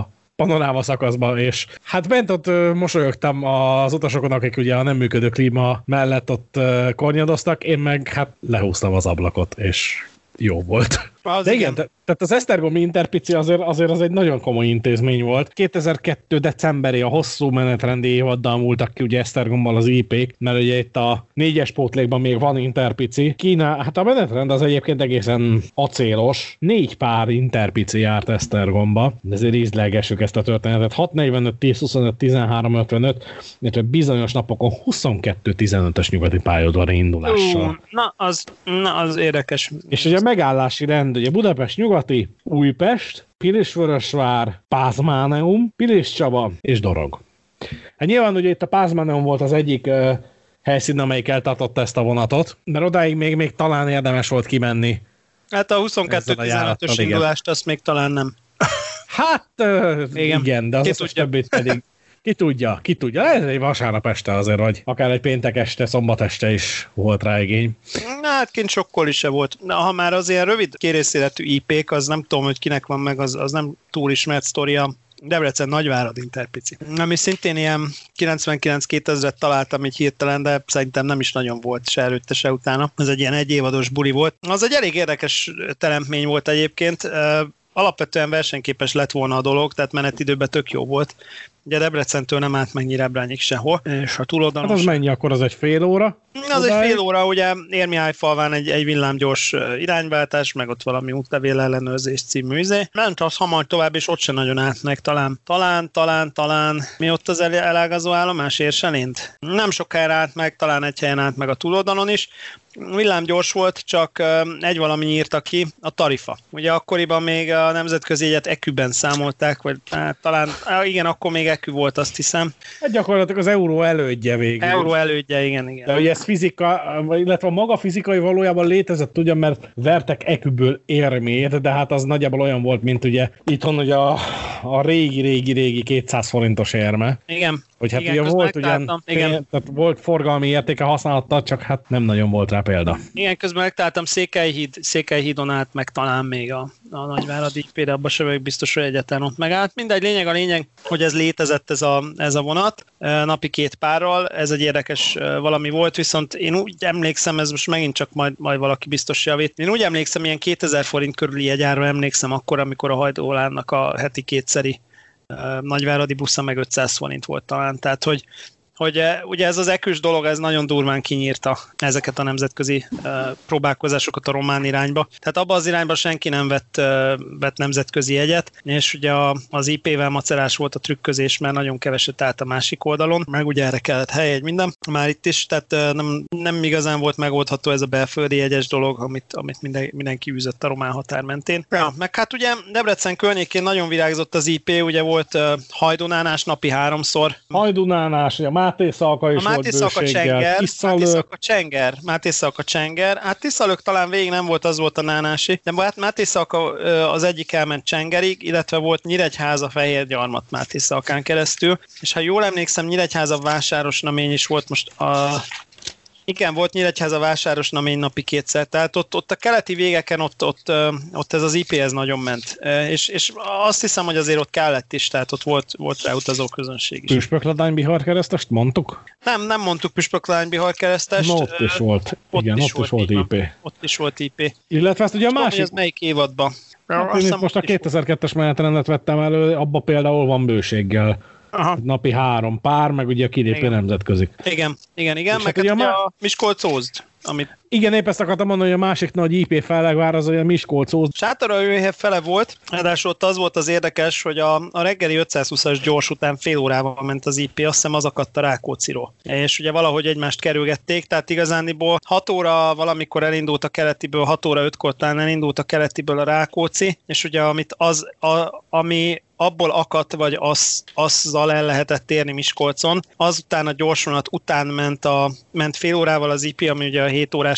panoráma szakaszban, és hát bent ott mosolyogtam az utasokon, akik ugye a nem működő klíma mellett ott kornyadoztak, én meg hát lehúztam az ablakot, és jó volt. De igen, tehát az Esztergomi Interpici azért az egy nagyon komoly intézmény volt. 2002. decemberi a hosszú menetrendi évaddal múltak ki ugye Esztergommal az IP-k, mert ugye itt a 4-es pótlékban még van Interpici. Kína, hát a menetrend az egyébként egészen acélos. 4 pár Interpici járt Esztergomba, ezért ízlelgessük ezt a történetet. 6:45, 10:25, 13:55, illetve bizonyos napokon 22:15-ös nyugati pályaudvari indulással. Na az érdekes. És ugye a megállási rend, ugye Budapest nyugati, Újpest, Pilisvörösvár, Pázmáneum, Piliscsaba és Dorog. Hát nyilván ugye itt a Pázmáneum volt az egyik helyszín, amelyik eltartotta ezt a vonatot, mert odáig még talán érdemes volt kimenni. Hát a 22:15-ös indulást azt még talán nem. Hát igen, de az összes többit pedig ki tudja. Ez egy vasárnap este azért, vagy akár egy péntek este, szombat este is volt rá igény. Na, hát kint sokkor is se volt. Na, ha már az ilyen rövid kérészéletű IP-k, az nem tudom, hogy kinek van meg, az nem túl ismert sztoria. Debrecen Nagyvárad Interpici. Ami szintén ilyen 99-2000-et találtam így hirtelen, de szerintem nem is nagyon volt se előtte, se utána. Ez egy ilyen egyévados buli volt. Az egy elég érdekes teremtmény volt egyébként. Alapvetően versenyképes lett volna a dolog, tehát menetidőben tök jó volt. Ugye Debrecentől nem állt meg Nyírebrányig sehol, és a túloldalon... Hát az mennyi akkor, az egy fél óra? Az egy fél óra, ugye Érmihályfalván egy villámgyors irányváltás, meg ott valami útlevél ellenőrzés című izé. Ment az hamar tovább, és ott sem nagyon állt meg talán. Mi ott az elágazó állomás Érselint? Nem sokára állt meg, talán egy helyen állt meg a túloldalon is. Villámgyors volt, csak egy valami írta ki, a tarifa. Ugye akkoriban még a nemzetközi jegyet eküben számolták, vagy talán, igen, akkor még ekü volt, azt hiszem. Hát gyakorlatilag az euró elődje végül. Euró elődje, igen. De ugye ez fizika, illetve maga fizikai valójában létezett, ugye, mert vertek eküből érmét, de hát az nagyjából olyan volt, mint ugye itthon ugye a régi 200 forintos érme. Igen. Hogy hát igen, ugye volt ugyan, tehát volt forgalmi értéke használatta, csak hát nem nagyon volt rá példa. Igen, közben megtaláltam Székelyhídon állt meg talán még a Nagyváradi, például abban sem vagyok biztos, hogy egyetlen ott megállt. Mindegy, lényeg, hogy ez létezett ez a vonat, napi 2 párral, ez egy érdekes valami volt, viszont én úgy emlékszem, ez most megint csak majd valaki biztos javít, én úgy emlékszem, ilyen 2000 forint körüli jegyárra emlékszem akkor, amikor a Hajdóolánnak a heti 2-szeri nagyváradi busza meg 500 forint volt talán, tehát hogy ugye ez az eküs dolog, ez nagyon durván kinyírta ezeket a nemzetközi próbálkozásokat a román irányba. Tehát abban az irányba senki nem vett nemzetközi jegyet, és ugye az IP-vel macerás volt a trükközés, mert nagyon keveset állt a másik oldalon, meg ugye erre kellett helyjegy minden, már itt is, tehát nem igazán volt megoldható ez a belföldi jegyes dolog, amit mindenki űzött a román határ mentén. Ja, meg hát ugye Debrecen környékén nagyon virágzott az IP, ugye volt Hajdunánás napi 3-szor. Hajdunánás, ugye Mátészalka is volt bőséggel. Mátészalka Csenger. Hát Tiszalök talán végig nem volt, az volt a nánási. De hát Mátészalka az egyik elment Csengerig, illetve volt Nyíregyháza Fehérgyarmat Mátészalkán keresztül. És ha jól emlékszem, Nyíregyháza Vásárosnamény is volt most Igen, volt Nyíregyháza Vásárosnamény napi 2-szer, tehát ott a keleti végeken ott ez az IP-hez nagyon ment. És azt hiszem, hogy azért ott kellett is, tehát ott volt rá utazó közönség is. Püspökladány-Bihar keresztest mondtuk? Nem mondtuk Püspökladány-Bihar keresztest. No, ott is volt. Igen, ott is volt IP. Ott is volt IP. Illetve ezt ugye a másik... ez melyik évadban? Hát most a 2002-es menetrendet vettem elő, abba például van bőséggel. Aha. Napi 3 pár, meg ugye a kilépő nemzetközik. Igen, meg hát ugye a Miskolc-Ózd. Igen, épp ezt akartam mondani, hogy a másik nagy IP Fellegvár az olyan Miskolc-Ózd. Sátoraljaújhely fele volt, ráadásul ott az volt az érdekes, hogy a reggeli 520-as gyors után fél órával ment az IP, azt hiszem az akadt a Rákócziról. És ugye valahogy egymást kerülgették, tehát igazániból 6 óra valamikor elindult a keletiből, 6 óra 5-kor talán elindult a keletiből a Rákóczi, és ugye ami abból akadt, vagy azzal el lehetett érni Miskolcon. Azután a gyorsvonat után ment fél órával az IP, ami ugye a 7 órás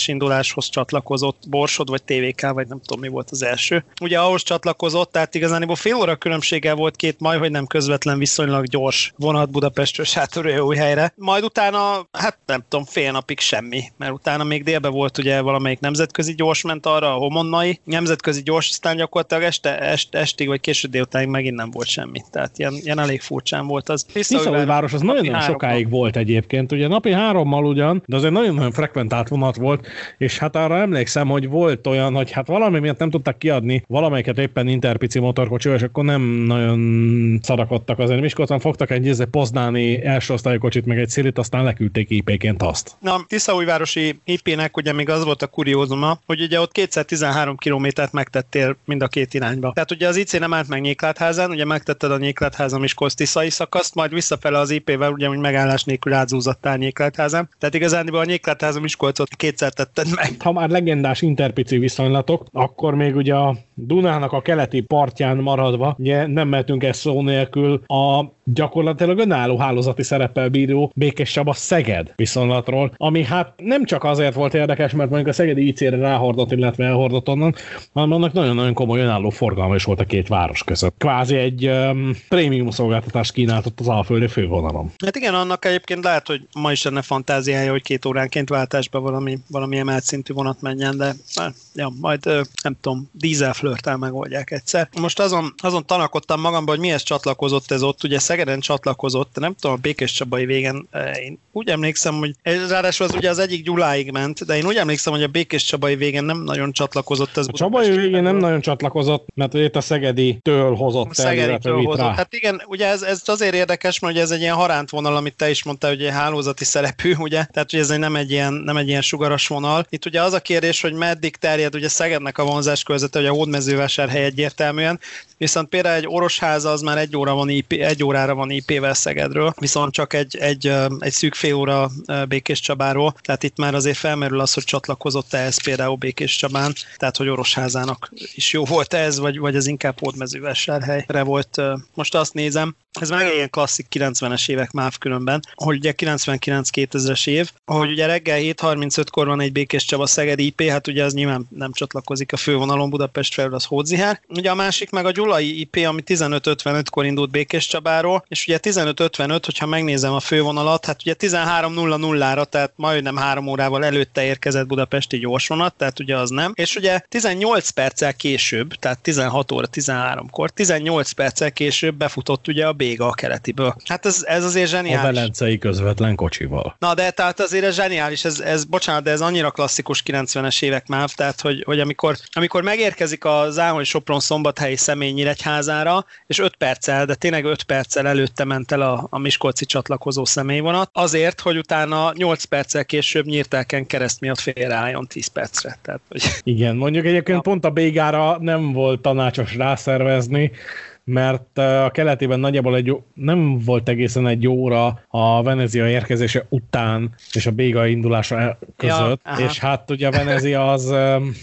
induláshoz csatlakozott Borsod, vagy TVK, vagy nem tudom mi volt az első. Ugye ahhoz csatlakozott, tehát igazániból fél óra különbséggel volt két hogy nem közvetlen viszonylag gyors vonat Budapestről Sátoraljaújhelyre. Majd utána, hát nem tudom, fél napig semmi, mert utána még délben volt ugye valamelyik nemzetközi gyors ment arra, a Homonnai nemzetközi gyors, aztán gyakorlatilag estig vagy késő délutánig megint nem volt semmi. Tehát ilyen elég furcsán volt az. Tiszaújváros az nagyon sokáig volt egyébként, ugye napi 3-mal ugyan, de azért nagyon-nagyon frekventált vonat volt, és hát arra emlékszem, hogy volt olyan, hogy hát valami miatt nem tudtak kiadni valamelyiket éppen interpici motorkocsival, és akkor nem nagyon szarakodtak azért. Miskolcon fogtak egy poznáni első osztályú kocsit, meg egy Szilit, aztán leküldték IP-ként azt. Na, Tiszaújvárosi IP-nek ugye még az volt a kuriózuma, hogy ugye ott 213 kilométert megtettél mind a két irányba. Tehát ugye az IC nem állt meg Nyéklátházán, ugye megtetted a Nyéklátházan Miskolc-Tiszai szakaszt, majd visszafele az IP-vel ugye úgy megállás nélkül átzúzattál Nyéklátházán. Tehát igazán a Nyéklátházan Miskolcot kétszer tetted meg. Ha már legendás interpici viszonylatok, akkor még ugye a Dunának a keleti partján maradva, ugye nem mehetünk ezt szó nélkül a gyakorlatilag önálló hálózati szereppel bíró Békéscsaba-Szeged viszonylatról, ami hát nem csak azért volt érdekes, mert mondjuk a szegedi IC-re ráhordott, illetve elhordott onnan, hanem annak nagyon-nagyon komoly önálló forgalma is volt a két város között. Kvázi egy prémium szolgáltatást kínáltott az alföldi fővonalon. Hát igen, annak egyébként lehet, hogy ma is lenne fantáziája, hogy 2 óránként váltásba valami emelt szintű vonat menjen, de ja, majd nem tudom, dízelflörttel megoldják egyszer. Most azon tanakodtam magamban, hogy mihez csatlakozott ez ott, ugye Szegeden csatlakozott, nem tudom, a Békéscsabai végen, én úgy emlékszem, hogy ráadásul az ugye az egyik Gyuláig ment, de én úgy emlékszem, hogy a Békéscsabai végen nem nagyon csatlakozott ez. A Csabai végén nem nagyon csatlakozott, mert itt a Szegedi-től hozott el, Szegedi-től hozott. Hát igen, ugye ez azért érdekes, mert ugye ez egy ilyen harántvonal, amit te is mondtál, hogy egy hálózati szerepű, ugye, tehát hogy ez nem egy ilyen sugaras vonal. Itt ugye az a kérdés, hogy meddig terjed ugye Szegednek a vonzás körzete, hogy a Hódmezővásárhely egyértelműen, viszont például egy Orosháza az már egy órára van IP-vel Szegedről, viszont csak egy szűk fél óra Békéscsabáról, tehát itt már azért felmerül az, hogy csatlakozott ehhez például Békéscsabán, tehát hogy Orosházának is jó volt ez, vagy az inkább Hódmezővásárhelyre volt. Most azt nézem, ez meg ilyen klasszik 90-es évek MÁV különben, hogy ugye 99-2000-es év, ahogy ugye reggel 7:35-kor van egy Békéscsaba-Szegedi IP, hát ugye az nyilván nem csatlakozik a fővonalon Budapest felül, az Hódzihár. Ugye a másik meg a Gyulai IP, ami 15:55-kor indult Békéscsabáról, és ugye 15:55, hogyha megnézem a fővonalat, hát ugye 13:00-ra, tehát majdnem 3 órával előtte érkezett budapesti gyorsvonat, tehát ugye az nem. És ugye 18 perccel később, tehát 16:13-kor, 18 perccel később befutott ugye a Béga a keletiből. Hát ez azért zseniális. A velencei közvetlen kocsival. Na de tehát azért ez zseniális, ez bocsánat, de ez annyira klasszikus 90-es évek MÁV, tehát hogy amikor megérkezik a Záhony-Sopron-Szombathelyi Személy-Nyíregyházára, és 5 perccel, de tényleg 5 perccel előtte ment el a miskolci csatlakozó személyvonat, azért, hogy utána 8 perccel később Nyírtelken kereszt miatt félreálljon 10 percre. Tehát, hogy... Igen, mondjuk egyébként pont a Bégára nem volt tanácsos rászervezni, mert a keletében nagyjából nem volt egészen egy óra a Venezia érkezése után és a Béga indulása között, és hát ugye a Venezia az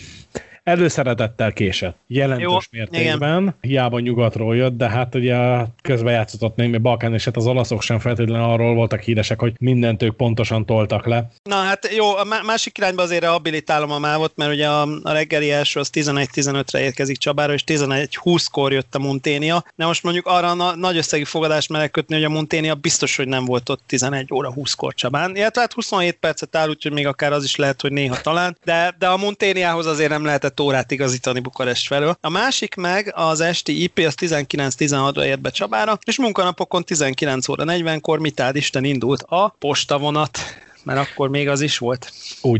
előszeretettel késett. Jelentős mértékben. Igen. Hiába nyugatról jött, de hát ugye közben játszott némi Balkán, és hát az olaszok sem feltétlenül arról voltak híresek, hogy mindent ők pontosan toltak le. Na hát jó, a másik irányba azért rehabilitálom a mávot, mert ugye a reggeli első az 11:15-re érkezik Csabára, és 11:20-kor jött a Munténia. De most mondjuk arra nagy összegű fogadást merek kötni, hogy a Munténia biztos, hogy nem volt ott 11:20-kor Csabán. Illetve hát 27 percet áll, úgyhogy még akár az is lehet, hogy néha talán, de a Munténiához azért nem lehetett órát igazítani Bukarest felől. A másik meg az esti IP, az 19:16-ra ért be Csabára, és munkanapokon 19:40-kor mitál Isten indult a postavonat, mert akkor még az is volt.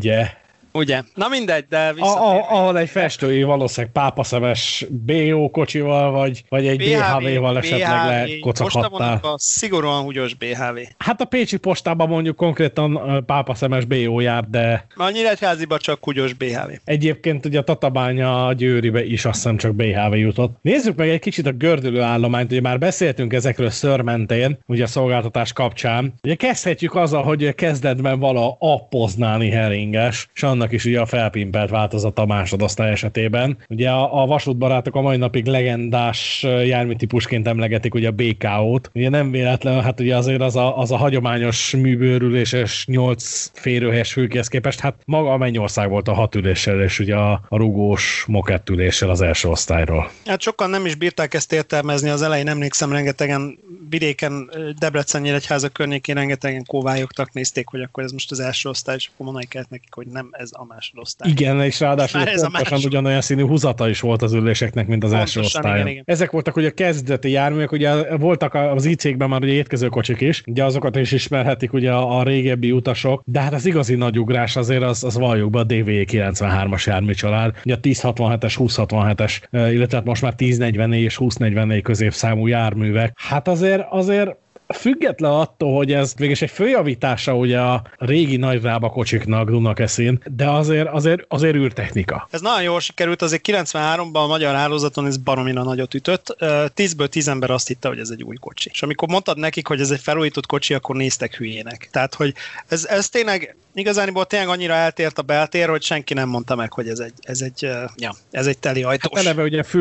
Ugye? Na mindegy, de ahol egy festői valószínűleg pápaszemes BO kocsival, vagy egy BHV-val esetleg lekocoghattál. A szigorúan húgyos BHV. Hát a pécsi postában mondjuk konkrétan pápaszemes BO jár, de... A Nyíregyháziba csak húgyos BHV. Egyébként ugye a Tatabánya Győribe is azt hiszem csak BHV jutott. Nézzük meg egy kicsit a gördülő állományt, ugye már beszéltünk ezekről szörmentén, ugye a szolgáltatás kapcsán. Ugye kezdhetjük azzal, hogy kezdetben vala a poznáni heringes, és annak is ugye a felpimpelt változata a másodosztály esetében. Ugye a vasútbarátok a mai napig legendás járműtípusként emlegetik ugye a BKO-t. Ugye nem véletlen, hát ugye azért az a hagyományos műbőrüléses 8 férőhelyes fülkéhez képest, hát maga a Mennyország volt a 6 üléssel, és ugye a rugós mokettüléssel az első osztályról. Hát sokan nem is bírták ezt értelmezni, az elején emlékszem, rengetegen vidéken, Debrecen-Nyíregyháza környékén rengetegen kóvályogtak, nézték, hogy akkor ez most az első osztály, és akkor mondani kellett nekik, hogy nem ez a másodosztály. Igen, és ráadásul pontosan ugyanolyan színű húzata is volt az üléseknek, mint az első osztályon. Igen. Ezek voltak ugye a kezdeti járművek, ugye voltak az IC-kben már ugye étkezőkocsik is, ugye azokat is ismerhetik ugye a régebbi utasok, de hát az igazi nagy ugrás azért az valljuk be a DVE 93-as járműcsalád, ugye a 1067-es, 2067-es, illetve most már 1044 és 2044 középszámú járművek. Hát azért független attól, hogy ez végülis egy följavítása ugye a régi nagyrába kocsiknak Dunakeszin, de azért űrtechnika. Ez nagyon jól sikerült, azért 93-ban a magyar hálózaton ez baromira nagyot ütött. 10-ből 10 ember azt hitte, hogy ez egy új kocsi. És amikor mondtad nekik, hogy ez egy felújított kocsi, akkor néztek hülyének. Tehát, hogy ez tényleg igazániból tényleg annyira eltért a beltér, hogy senki nem mondta meg, hogy ez egy teli ajtós. Hát eleve ugye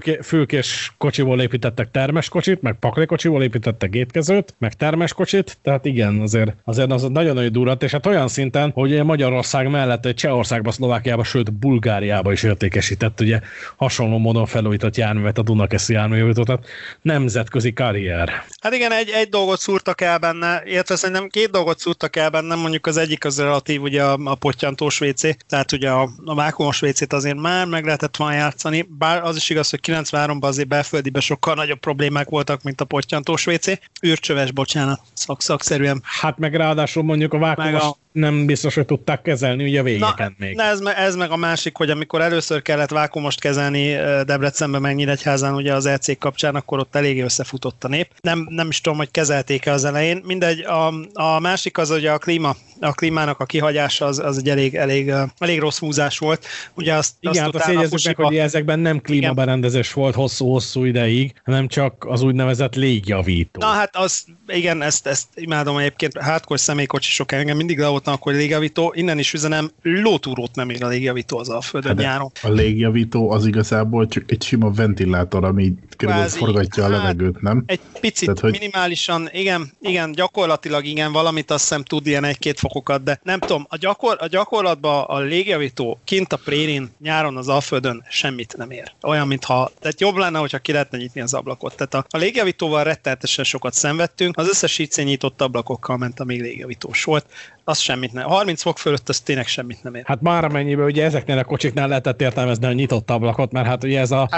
fülkés kocsiból építettek termes kocsit, meg pakli kocsiból építettek étkezőt, meg termes kocsit, tehát igen, azért az nagyon nagy durat, és hát olyan szinten, hogy Magyarország mellett Csehországba, Szlovákiába, sőt Bulgáriába is értékesített ugye hasonló módon felújított járművet, a Dunakeszi járművet, tehát nemzetközi karrier. Hát igen, egy dolgot szúrtak el benne, illetve szerintem 2 dolgot szúrtak el benne, mondjuk az egyik az relatív ugye a pottyantós WC, tehát ugye a vákuumos WC-t azért már meg lehetett volna játszani, bár az is igaz, hogy 93-ban azért belföldiben sokkal nagyobb problémák voltak, mint a pottyantós WC. Űrcsöves, bocsánat, szakszerűen. Hát meg ráadásul mondjuk a vákuumos nem biztos, hogy tudták kezelni ugye a végeken még. Ez meg a másik, hogy amikor először kellett vákuumost kezelni Debrecenben, meg Nyíregyházán ugye az EC kapcsán, akkor ott eléggé összefutott a nép. Nem is tudom, hogy kezelték-e az elején. Mindegy, a másik az ugye a klímának a kihagyása az egy elég rossz húzás volt. Ugye azt jegyezzük meg, hogy ezekben nem klímaberendezés volt hosszú ideig, hanem csak az úgynevezett légjavító. Na hát igen, ezt imádom egyébként, hardcore személykocsisok engem mindig le voltam, akkor légjavító, innen is üzenem, lótúrót nem ér a légjavító az Alföldön nyáron. A légjavító az igazából csak egy sima ventilátor, ami körülbelül forgatja a levegőt, nem? Egy picit, tehát, minimálisan, igen, gyakorlatilag igen, valamit azt hiszem tud ilyen 1-2 fokokat, de nem tudom, a gyakorlatban a légjavító kint a prérin nyáron az Alföldön semmit nem ér. Olyan, mintha, tehát jobb lenne, hogyha ki lehetne nyitni az ablakot. Tehát a légjavítóval rettenetesen sokat szenvedtünk, az összes IC nyitott ablakokkal ment, amíg légjavítós volt. Az semmit nem. 30 fok fölött az tényleg semmit nem ér. Hát már amennyiben ugye ezeknél a kocsiknál lehetett értelmezni a nyitott ablakot, mert hát ugye ez a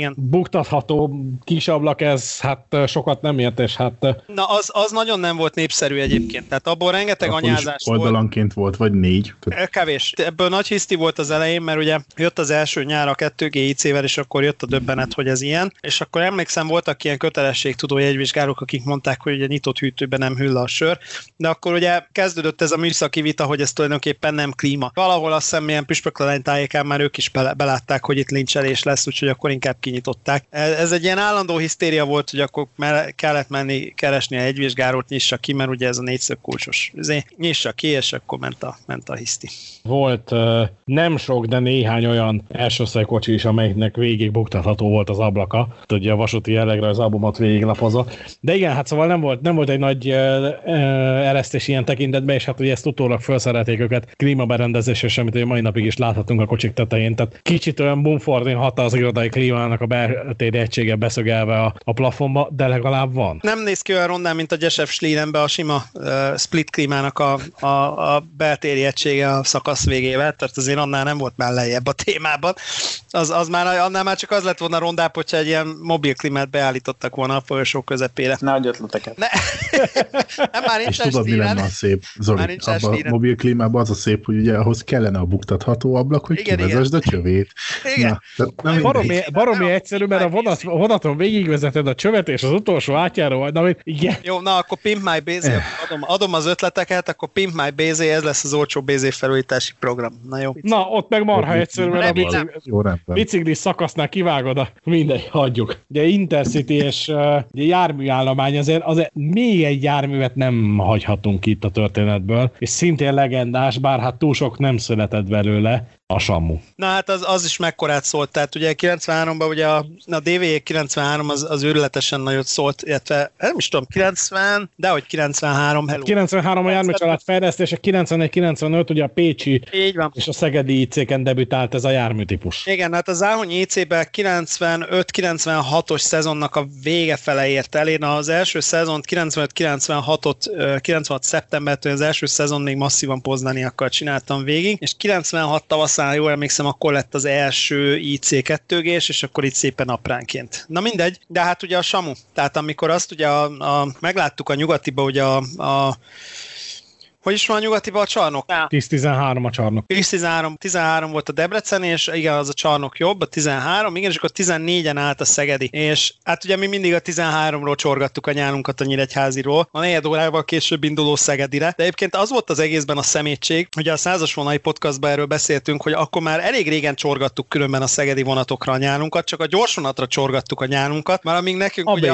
buktatható kis ablak, ez hát sokat nem ért, és hát... Na az nagyon nem volt népszerű egyébként, tehát abból rengeteg akkor anyázás volt. Oldalanként volt, vagy 4. Kevés. Ebből nagy hiszti volt az elején, mert ugye jött az első nyár a 2G IC-vel, és akkor jött a döbbenet, hogy ez ilyen, és akkor emlékszem, voltak ilyen kötelességtudó jegyvizsgálók, akik mondták, hogy ugye nyitott hűtőben nem hűl a sör, de akkor ugye kezdődött ez a műszaki vita, hogy ez tulajdonképpen nem klíma. Valahol azt hiszem, milyen Püspöklelány tájékán már ők is belátták, hogy itt lincselés lesz, úgyhogy akkor inkább kinyitották. Ez egy ilyen állandó hisztéria volt, hogy akkor kellett menni keresni a jegyvizsgárót, nyissa ki, mert ugye ez a 4 kulcsos. Nyissa ki, és akkor ment a hiszti. Volt nem sok, de néhány olyan elsőosztálykocsi is, amelyiknek végig buktatható volt az ablaka. Ugye a vasúti jellegre az albumot végiglapozott. De igen, hát szóval nem volt egy nagy eresztés ilyen tekintetben, és hát ugye ezt utólag felszerelték őket klímaberendezésre, semmit, hogy a mai napig is láthatunk a kocsik tetején. Tehát kicsit olyan Bumfordin hat az irodai klímának a beltéri egysége beszögelve a plafonba, de legalább van. Nem néz ki olyan rondán, mint a Gyesef Schlienenbe a sima split klímának a beltéri egysége a szakasz végével, tehát azért annál nem volt már lejjebb a témában. Annál már csak az lett volna rondább, hogyha egy ilyen mobil klímát beállítottak volna a folyosó közepére. Ne adj ötleteket. Nem, már nincs. És tudod, mi lenne a szép, Zoli? Abban a mobil klímában az a szép, hogy ugye ahhoz kellene a buktatható ablak, hogy kivezesd a csövét. Igen. Na, baromi egyszerű, mert a vonaton végigvezeted a csövet, és az utolsó átjáró, igen. Jó, na akkor Pimp My BZ, adom az ötleteket, akkor Pimp My BZ, ez lesz az olcsó BZ felújítási program. Na jó. Na, ott meg marha egyszerű, mert a biciklis szakasznál kivágod mindegy, hagyjuk. Ugye Intercity és járműállomány, azért még egy járművet nem hagyhatunk itt a történetből. Samuval, és szintén legendás, bár hát túl sok nem született belőle, a Samu. Na hát az is mekkorát szólt, tehát ugye 93-ban ugye a DVE 93 az őrületesen nagyot szólt, illetve nem is tudom, 90, de hogy 93, hello. 93 a járműcsalád fejlesztése, 91-95 ugye a pécsi és a szegedi IC-ken debütált ez a járműtípus. Igen, hát az Záhonyi IC-ben 95-96-os szezonnak a vége fele ért el. Én az első szezont 95-96-ot, 96 szeptembertől az első szezon még masszívan poznaniakkal csináltam végig, és 96 tavaszán, jól emlékszem, akkor lett az első IC2G-s, és akkor itt szépen apránként. Na mindegy, de hát ugye a Samu, tehát amikor azt ugye megláttuk a nyugatiba, ugye hogy is van a nyugatiba a csarnok? 10-13 a csarnok. 10-13 volt a Debrecen, és igen, az a csarnok jobb, a 13, igen, és akkor 14-en állt a szegedi. És hát ugye mi mindig a 13-ról csorgattuk a nyálunkat a Nyíregyháziról, a 4 órával később induló Szegedire. De egyébként az volt az egészben a szemétség, ugye a 100-as vonai podcastban erről beszéltünk, hogy akkor már elég régen csorgattuk különben a szegedi vonatokra a nyálunkat, csak a gyorsvonatra csorgattuk a nyálunkat, mert amíg nekünk a ugye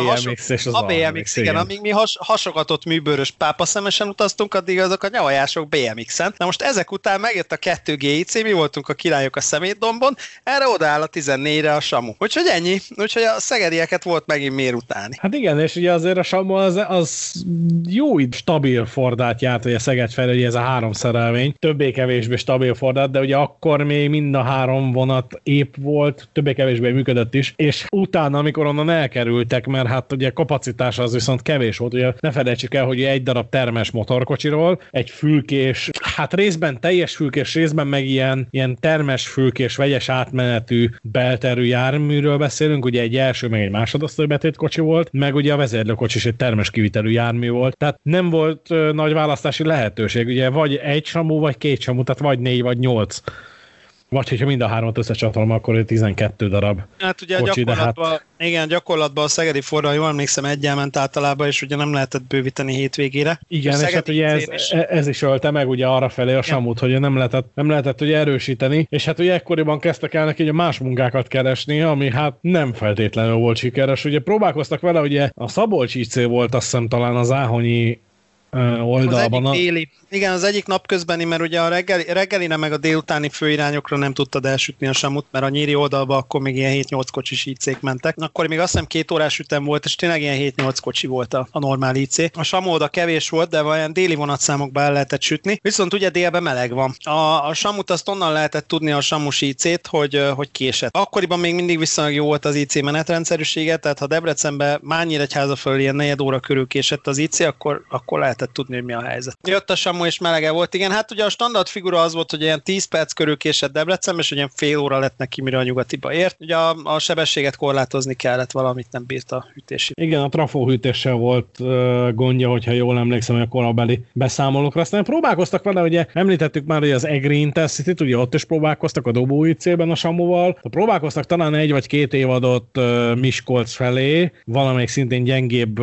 a BMX, igen, amíg mi hasogatott műbőrös pápaszemesen utaztunk, addig azok a nyavajások BMX-en. Na most ezek után megjött a 2G IC, mi voltunk a királyok a Szemétdombon, erre odaáll a 14-re a Samu. Úgyhogy ennyi, úgyhogy a szegedieket volt megint miért utáni. Hát igen, és ugye azért a Samu az jó stabil Fordát járt, hogy a Szeged felé, ez a 3 szerelvény, többé-kevésbé stabil Fordát, de ugye akkor még mind a 3 vonat épp volt, többé-kevésbé működött is, és utána, amikor onnan elkerültek, mert hát ugye kapacitása az viszont kevés volt, ugye ne felejtsük el, hogy egy darab termes motorkocsiról, egy fülkés, hát részben teljes fülkés, részben meg ilyen termes fülkés, vegyes átmenetű belterű járműről beszélünk, ugye egy első, meg egy másodosztály betétkocsi volt, meg ugye a vezérlőkocsi is egy termes kivitelű jármű volt, tehát nem volt nagy választási lehetőség, ugye vagy egy Samu, vagy 2 Samu, tehát vagy 4, vagy 8. Vagy hogyha mind a 3-at összecsatolom, akkor 12 darab hát ugye kocsi, igen, gyakorlatban a szegedi Fordra, jól emlékszem, egyel ment általában, és ugye nem lehetett bővíteni hétvégére. Igen, és hát ugye ez is ölte meg ugye arrafelé a Samut, hogy nem lehetett ugye erősíteni, és hát ugye ekkoriban kezdtek el neki ugye más munkákat keresni, ami hát nem feltétlenül volt sikeres. Ugye próbálkoztak vele, ugye a Szabolcs IC volt azt hiszem talán az Záhonyi oldalban. Az egyik déli. Igen, az egyik napközbeni, mert ugye a reggelire meg a délutáni főirányokra nem tudtad elsütni a Samut, mert a nyíri oldalba akkor még ilyen 7-8 kocsis IC-k mentek. Akkor még azt hiszem 2 órás ütem volt, és tényleg ilyen 7-8 kocsi volt a normál IC. A Samu oda kevés volt, de olyan déli vonatszámokba el lehetett sütni. Viszont ugye délben meleg van. A Samut azt onnan lehetett tudni a Samus IC-t, hogy késett. Akkoriban még mindig viszonylag jó volt az IC menetrendszerűsége, tehát ha Debrecenbe Márnyíregyháza föl ilyen 4 óra körül késett az IC, akkor lehetett tudni, hogy mi a helyzet. Jött a Samu és melege volt, igen. Hát ugye a standard figura az volt, hogy ilyen 10 perc körül késett Debrecenbe, és ugye fél óra lett neki, mire a nyugatiba ért. Ugye a sebességet korlátozni kellett, valamit nem bírt a hűtési. Igen, a trafóhűtéssel volt gondja, hogyha jól emlékszem, a korabeli beszámolókra. Aztán próbálkoztak vele, ugye említettük már, hogy az Egri Intercity-t, ugye ott is próbálkoztak a Dobó IC-ben a Samuval. Próbálkoztak talán 1 vagy 2 évadot Miskolc felé, valamelyik szintén gyengébb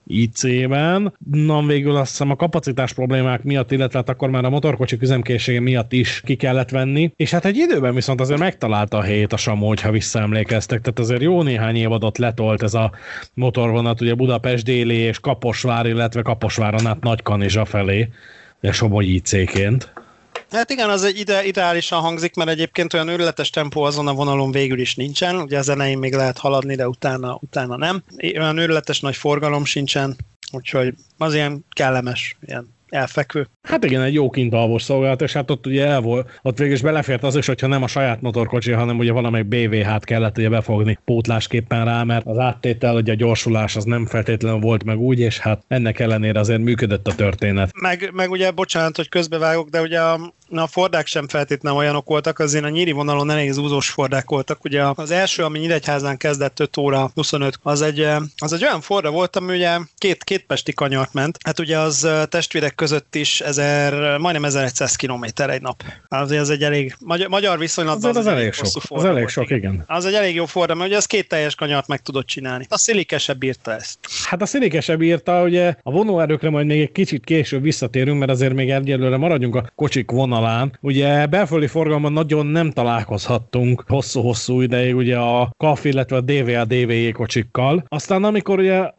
IC-ben. Na, végül azt hiszem a kapacitás problémák miatt, illetve hát akkor már a motorkocsik üzemkészsége miatt is ki kellett venni. És hát egy időben viszont azért megtalálta a helyét a Samu, hogyha visszaemlékeztek. Tehát azért jó néhány évadot letolt ez a motorvonat, ugye Budapest déli és Kaposvár, illetve Kaposváron át Nagykanizsa felé, de Somogy IC-ként. Hát igen, az egy ideálisan hangzik, mert egyébként olyan őrületes tempó azon a vonalon végül is nincsen. Ugye az elején még lehet haladni, de utána nem. Olyan őrületes nagy forgalom sincsen, úgyhogy az ilyen kellemes, ilyen elfekvő. Hát igen, egy jó kintalvos szolgálat, és hát ott ugye ott végül is belefért az is, hogyha nem a saját motorkocsi, hanem ugye valamelyik BVH-t kellett ugye befogni pótlásképpen rá, mert az áttétel, ugye a gyorsulás az nem feltétlenül volt meg úgy, és hát ennek ellenére azért működött a történet. Meg ugye, bocsánat, hogy közbevágok, de ugye a Fordák sem feltétlenül olyanok voltak, azért a nyíri vonalon elég zúzós Fordák voltak. Ugye az első, ami Nyíregyházán kezdett 5 óra 25, az egy olyan Forda volt, ami ugye két pesti kanyart ment. Hát ugye az testvérek között is majdnem 1100 km egy nap. Azért az egy elég, magyar viszonylatban az elég sok. Az elég sok, igen. Az egy elég jó Forda, mert ugye az 2 teljes kanyart meg tudott csinálni. A Szilikesebb írta ezt. Hát a Szilikesebb írta, ugye a vonóerőkre majd még egy kicsit később visszatérünk, mert azért még egyelőre maradjunk a kocsik vonalán. Ugye belföldi forgalomban nagyon nem találkozhattunk hosszú-hosszú ideig ugye a KAF, illetve a DVA DVE kocsikkal. Aztán amikor ugye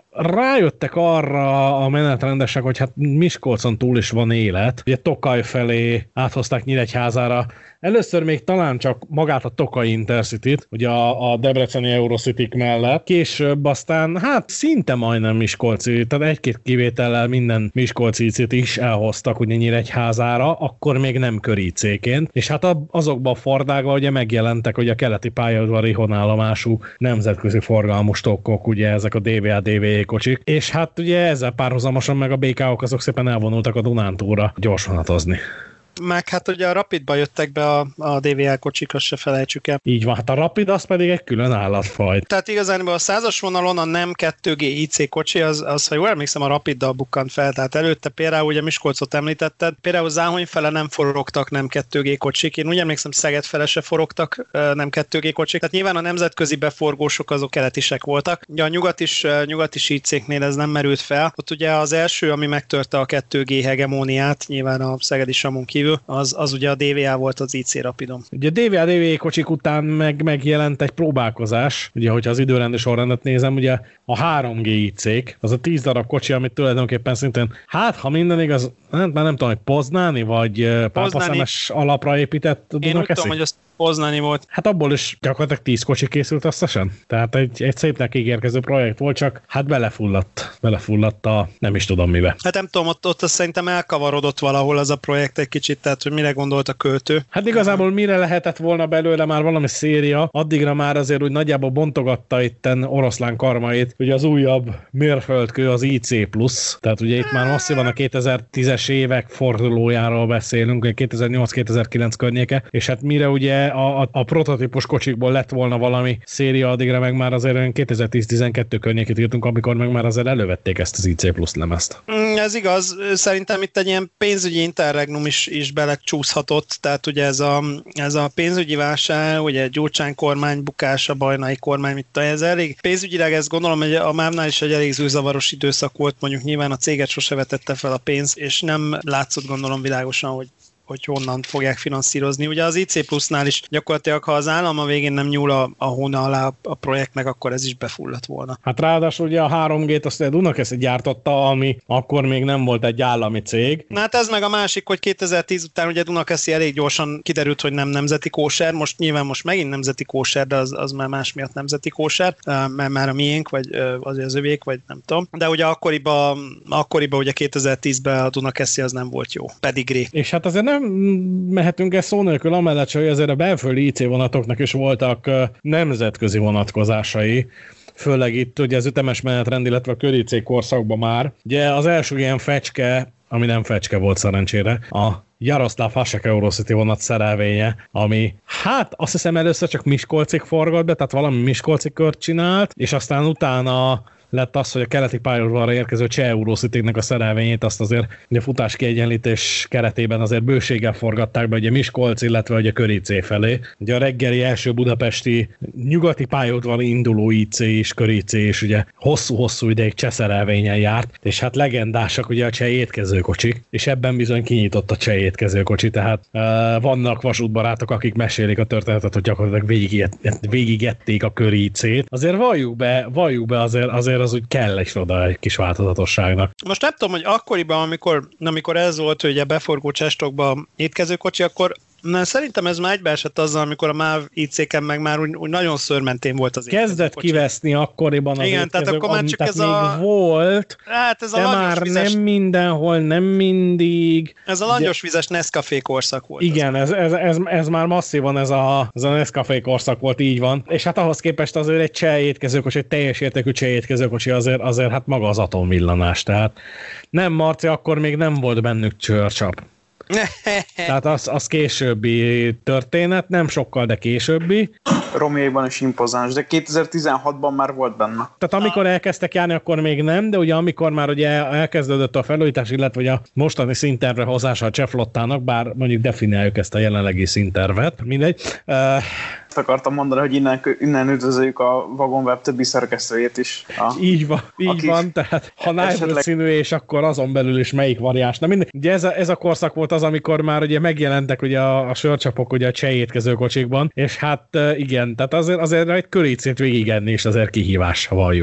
rájöttek arra a menetrendesek, hogy hát Miskolcon túl is van élet. Ugye Tokaj felé áthozták Nyíregyházára. Először még talán csak magát a Tokaj Intercity-t, ugye a debreceni Eurocity mellett. Később aztán hát szinte majdnem miskolci, tehát egy-két kivétellel minden miskolci IC-t is elhoztak ugye Nyíregyházára, akkor még nem köricéként. És hát azokban a fardákban ugye megjelentek ugye a keleti pályaudvari honállomású nemzetközi forgalmú stokkok, ugye ezek a DVA-DVE kocsik. És hát ugye ezzel párhuzamosan meg a BK-ok azok szépen elvonultak a Dunántúlra gyorsvonatozni. Meg hát ugye a Rapidba jöttek be a DVL kocsik, azt se felejtsük el. Így van, hát a Rapid az pedig egy külön állatfaj. Tehát igazán a 100-as vonalon a nem 2G IC kocsi, az ha jól emlékszem, a Rapiddal bukkant fel. Tehát előtte például ugye Miskolcot említetted, például Záhony fele nem forogtak nem 2G kocsik. Én úgy emlékszem, Szeged fele se forogtak nem 2G kocsik. Tehát nyilván a nemzetközi beforgósok azok keletisek voltak. Ugye a nyugat is IC-knél ez nem merült fel. Ott ugye az első, ami megtörte a 2G hegemóniát, nyilván a szegedi Samon kívül, az ugye a DVA volt az IC Rapidon. Ugye a DVA kocsik után megjelent egy próbálkozás, ugye hogyha az időrendi sorrendet nézem, ugye a 3G IC-k, az a 10 darab kocsi, amit tulajdonképpen szintén, hát ha minden igaz, már nem tudom, hogy Poznáni vagy Pápaszemes alapra épített Dunakeszi. Én úgy tudom, hogy az Poznáni volt. Hát abból is gyakorlatilag 10 kocsi készült összesen. Tehát egy szépnek ígérkező projekt volt, csak hát belefulladt a nem is tudom mibe. Hát nem tudom, ott szerintem elkavarodott valahol az a projekt egy kicsit, tehát hogy mire gondolt a költő. Hát igazából mire lehetett volna belőle már valami széria, addigra már azért úgy nagyjából bontogatta itten oroszlán karmait, ugye az újabb mérföldkő az IC+, tehát ugye itt már masszívan a 2010-es évek fordulójáról beszélünk, 2008-2009 környéke, és hát mire ugye a prototípus kocsikból lett volna valami széria, addigra meg már azért 2010-12 környékét írtunk, amikor meg már azért elővették ezt az IC Plus lemezt. Ez igaz, szerintem itt egy ilyen pénzügyi interregnum is belecsúszhatott, tehát ugye ez a pénzügyi válság, ugye Gyurcsány kormány bukása, Bajnai kormány, ez elég pénzügyileg, ezt gondolom, hogy a MÁV-nál is egy elég zűrzavaros időszak volt, mondjuk nyilván a céget sose vetette fel a pénz, és nem látszott gondolom világosan, hogy honnan fogják finanszírozni. Ugye az IC Plusnál is gyakorlatilag, ha az állam a végén nem nyúl a hóna alá a projektnek, akkor ez is befulladt volna. Hát ráadásul ugye a 3G-t azt a Dunakeszi gyártotta, ami akkor még nem volt egy állami cég. Na hát ez meg a másik, hogy 2010 után ugye Dunakeszi elég gyorsan kiderült, hogy nem nemzeti kóser, most megint nemzeti kóser, de az már más miatt nemzeti kóser, mert már a miénk, vagy az övék, vagy nem tudom. De ugye akkoriban ugye 2010-ben a Dunakeszi az nem volt jó. Pedigree. És hát azért nem mehetünk el szó nélkül amellett, hogy azért a belföldi IC vonatoknak is voltak nemzetközi vonatkozásai, főleg itt ugye az ütemes menetrend, illetve a kör-IC korszakban már. Ugye az első ilyen fecske, ami nem fecske volt szerencsére, a Jaroszláv Hasek Eurocity vonat szerelvénye, ami hát azt hiszem először csak Miskolcig forgott be, tehát valami Miskolci kört csinált, és aztán utána lett az, hogy a keleti pályaudvarra érkező Cseh Eurocity-nek a szerelvényét azt azért a futás kiegyenlítés keretében azért bőséggel forgatták be, ugye Miskolc, illetve ugye Kör-IC felé. Ugye a reggeli első budapesti nyugati pályaudvarra induló IC és Kör-IC és ugye hosszú-hosszú ideig cseh szerelvényen járt, és hát legendásak ugye a cseh étkezőkocsik, és ebben bizony kinyitott a cseh étkezőkocsi, tehát vannak vasútbarátok, akik mesélik a történetet, hogy gyakorlatilag végigették a Kör-IC-t. Azért valljuk be azért az úgy kell is oda egy kis változatosságnak. Most nem tudom, hogy akkoriban, amikor ez volt, hogy a beforgó csestokban étkezőkocsi, akkor szerintem ez már egybeesett azzal, amikor a MÁV IC-ken meg már úgy nagyon szőrmentén volt az kezdett kiveszni akkoriban az igen, tehát akkor már csak ez a... volt, hát ez a de már vizes... nem mindenhol, nem mindig. Ez a langyos vizes Nescafé korszak volt. Igen, ez már masszívan ez a Nescafé korszak volt, így van. És hát ahhoz képest azért egy cseh étkezőkocsi, egy teljes értékű cseh étkezőkocsi azért hát maga az atomvillanás. Tehát nem, Marci, akkor még nem volt bennük csőrcsap. Tehát az későbbi történet, nem sokkal, de későbbi. Romjaiban is impozáns, de 2016-ban már volt benne. Tehát amikor elkezdtek járni, akkor még nem, de ugye amikor már ugye elkezdődött a felújítás, illetve ugye a mostani színtervre hozása a cseh flottának, bár mondjuk definiáljuk ezt a jelenlegi színtervet, mindegy. Azt akartam mondani, hogy innen üdvözöljük a Vagonweb többi szerkesztőjét is. Így van, tehát ha nájvöld színű, és akkor azon belül is melyik variáns. Na mindegy, ugye ez a korszak volt az, amikor már ugye megjelentek ugye a sörcsapok ugye a cseh étkezőkocsikban, és hát igen, tehát azért egy Kör-IC-t végigenni is azért kihívás, ha valljuk be.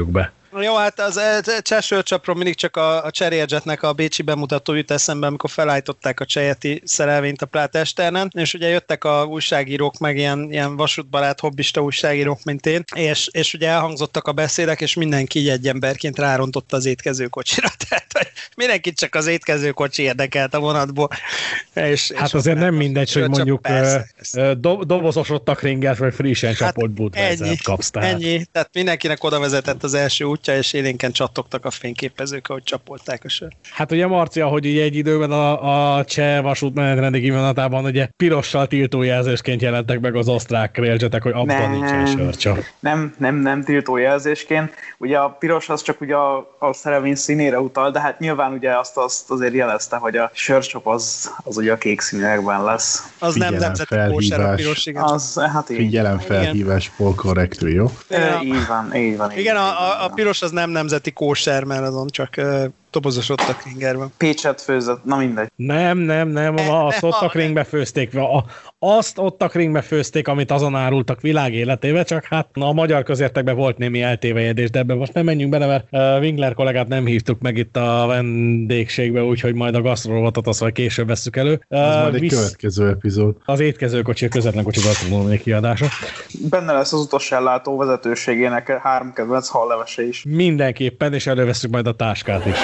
Jó, hát az Cseh-sörcsapról mindig csak a Cseréljetnek a bécsi bemutató jut eszembe, amikor felállították a cseheti szerelvényt a Plátesternen, és ugye jöttek a újságírók, meg ilyen vasútbarát hobbista újságírók, mint én, és ugye elhangzottak a beszédek, és mindenki így egy emberként rárontotta az étkezőkocsira. Tehát mindenkit csak az étkezőkocsi érdekelt a vonatból. Hát azért nem mindegy, hogy mondjuk dobozosodtak ringert, vagy frissen csapott Budweisert kapsz. Ennyi, tehát mindenkinek oda vezetett az első útja, és élénken csattogtak a fényképezők, ahogy csapolták a sört. Hát ugye Marci, ahogy ugye egy időben a cseh vasút menetrendi kívánatában ugye pirossal tiltójelzésként jelentek meg az osztrák railjetek, hogy abban nincsen sörcsa. Nem tiltójelzésként. Ugye a piros az csak ugye a szerelvény színére utal, de hát nyilván ugye azt azért jelezte, hogy a sörcsap az ugye a kék színekben lesz. Az nem nemzeti kóser a piros, igen. Figyelemfelhívás, polkorrektül, jó? Így van. Igen, a piros az nem nemzeti kóser, mert azon csak dobozosodtak ringerben. Pécset főzött, na mindegy. Nem, azt ott a ringbe főzték. Azt ott a ringbe főzték, amit azon árultak világ életébe, csak hát a magyar közértekben volt némi eltévejedés, de ebben most nem menjünk bele, mert Winkler kollégát nem hívtuk meg itt a vendégségbe, úgyhogy majd a gasztrorovatot azt majd később vesszük elő. Az majd egy következő epizód. Az étkezőkocsi, a közvetlen kocsi gasztronómiai kiadása. Benne lesz az utasellátó vezetőségének 3 kedvenc hallevese is. Mindenképpen, és elővesszük majd a táskát is.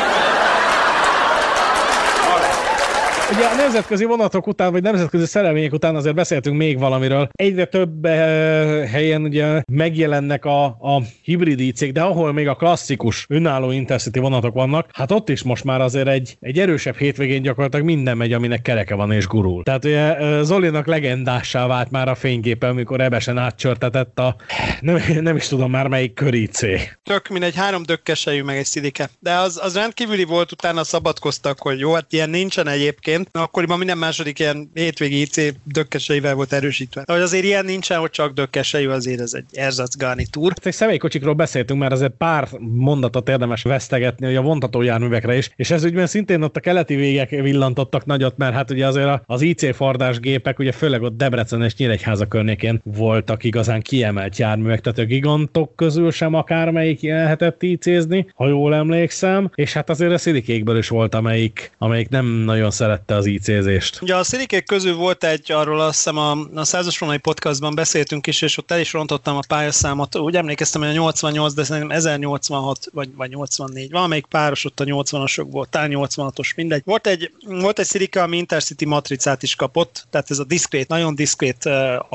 Ugye a nemzetközi vonatok után, vagy nemzetközi szerelvények után azért beszéltünk még valamiről. Egyre több helyen ugye megjelennek a hibrid IC-k, de ahol még a klasszikus önálló Intercity vonatok vannak, hát ott is most már azért egy erősebb hétvégén gyakorlatilag minden megy, aminek kereke van és gurul. Tehát ugye Zolinak legendássá vált már a fényképe, amikor ebesen átcsörtetett nem is tudom már melyik kör IC. Tök mindegy, 3 dökkesejű meg egy szidike. De az rendkívüli volt, utána szabadkoztak, hogy jó, hát ilyen nincsen egyébként. Akkoriban minden második ilyen hétvégi IC dökkeseivel volt erősítve. De hogy azért ilyen nincsen, hogy csak dökkesejű, azért ez egy ersatz garnitúr. Egy személykocsikról beszéltünk, mert azért pár mondatot érdemes vesztegetni, hogy a vontató járművekre is. És ez ügyben szintén ott a keleti végek villantottak nagyot, mert hát ugye azért az IC fardás gépek, ugye főleg ott Debrecen és Nyíregyháza környékén voltak igazán kiemelt járművek, tehát a gigantok közül sem akármelyik lehetett IC-zni, ha jól emlékszem, és hát azért a szilikékből is volt, amelyik nem nagyon szerette az IC-zést. Ugye a szilikék közül volt egy, arról azt hiszem a 100-as vonai podcastban beszéltünk is, és ott el is rontottam a pályaszámot. Úgy emlékeztem, hogy a 88, de szerintem 1086 vagy 84. Valamelyik páros ott a 80-asokból, talán 86-os, mindegy. Volt egy szilike, ami Intercity matricát is kapott, tehát ez a diszkrét, nagyon diszkrét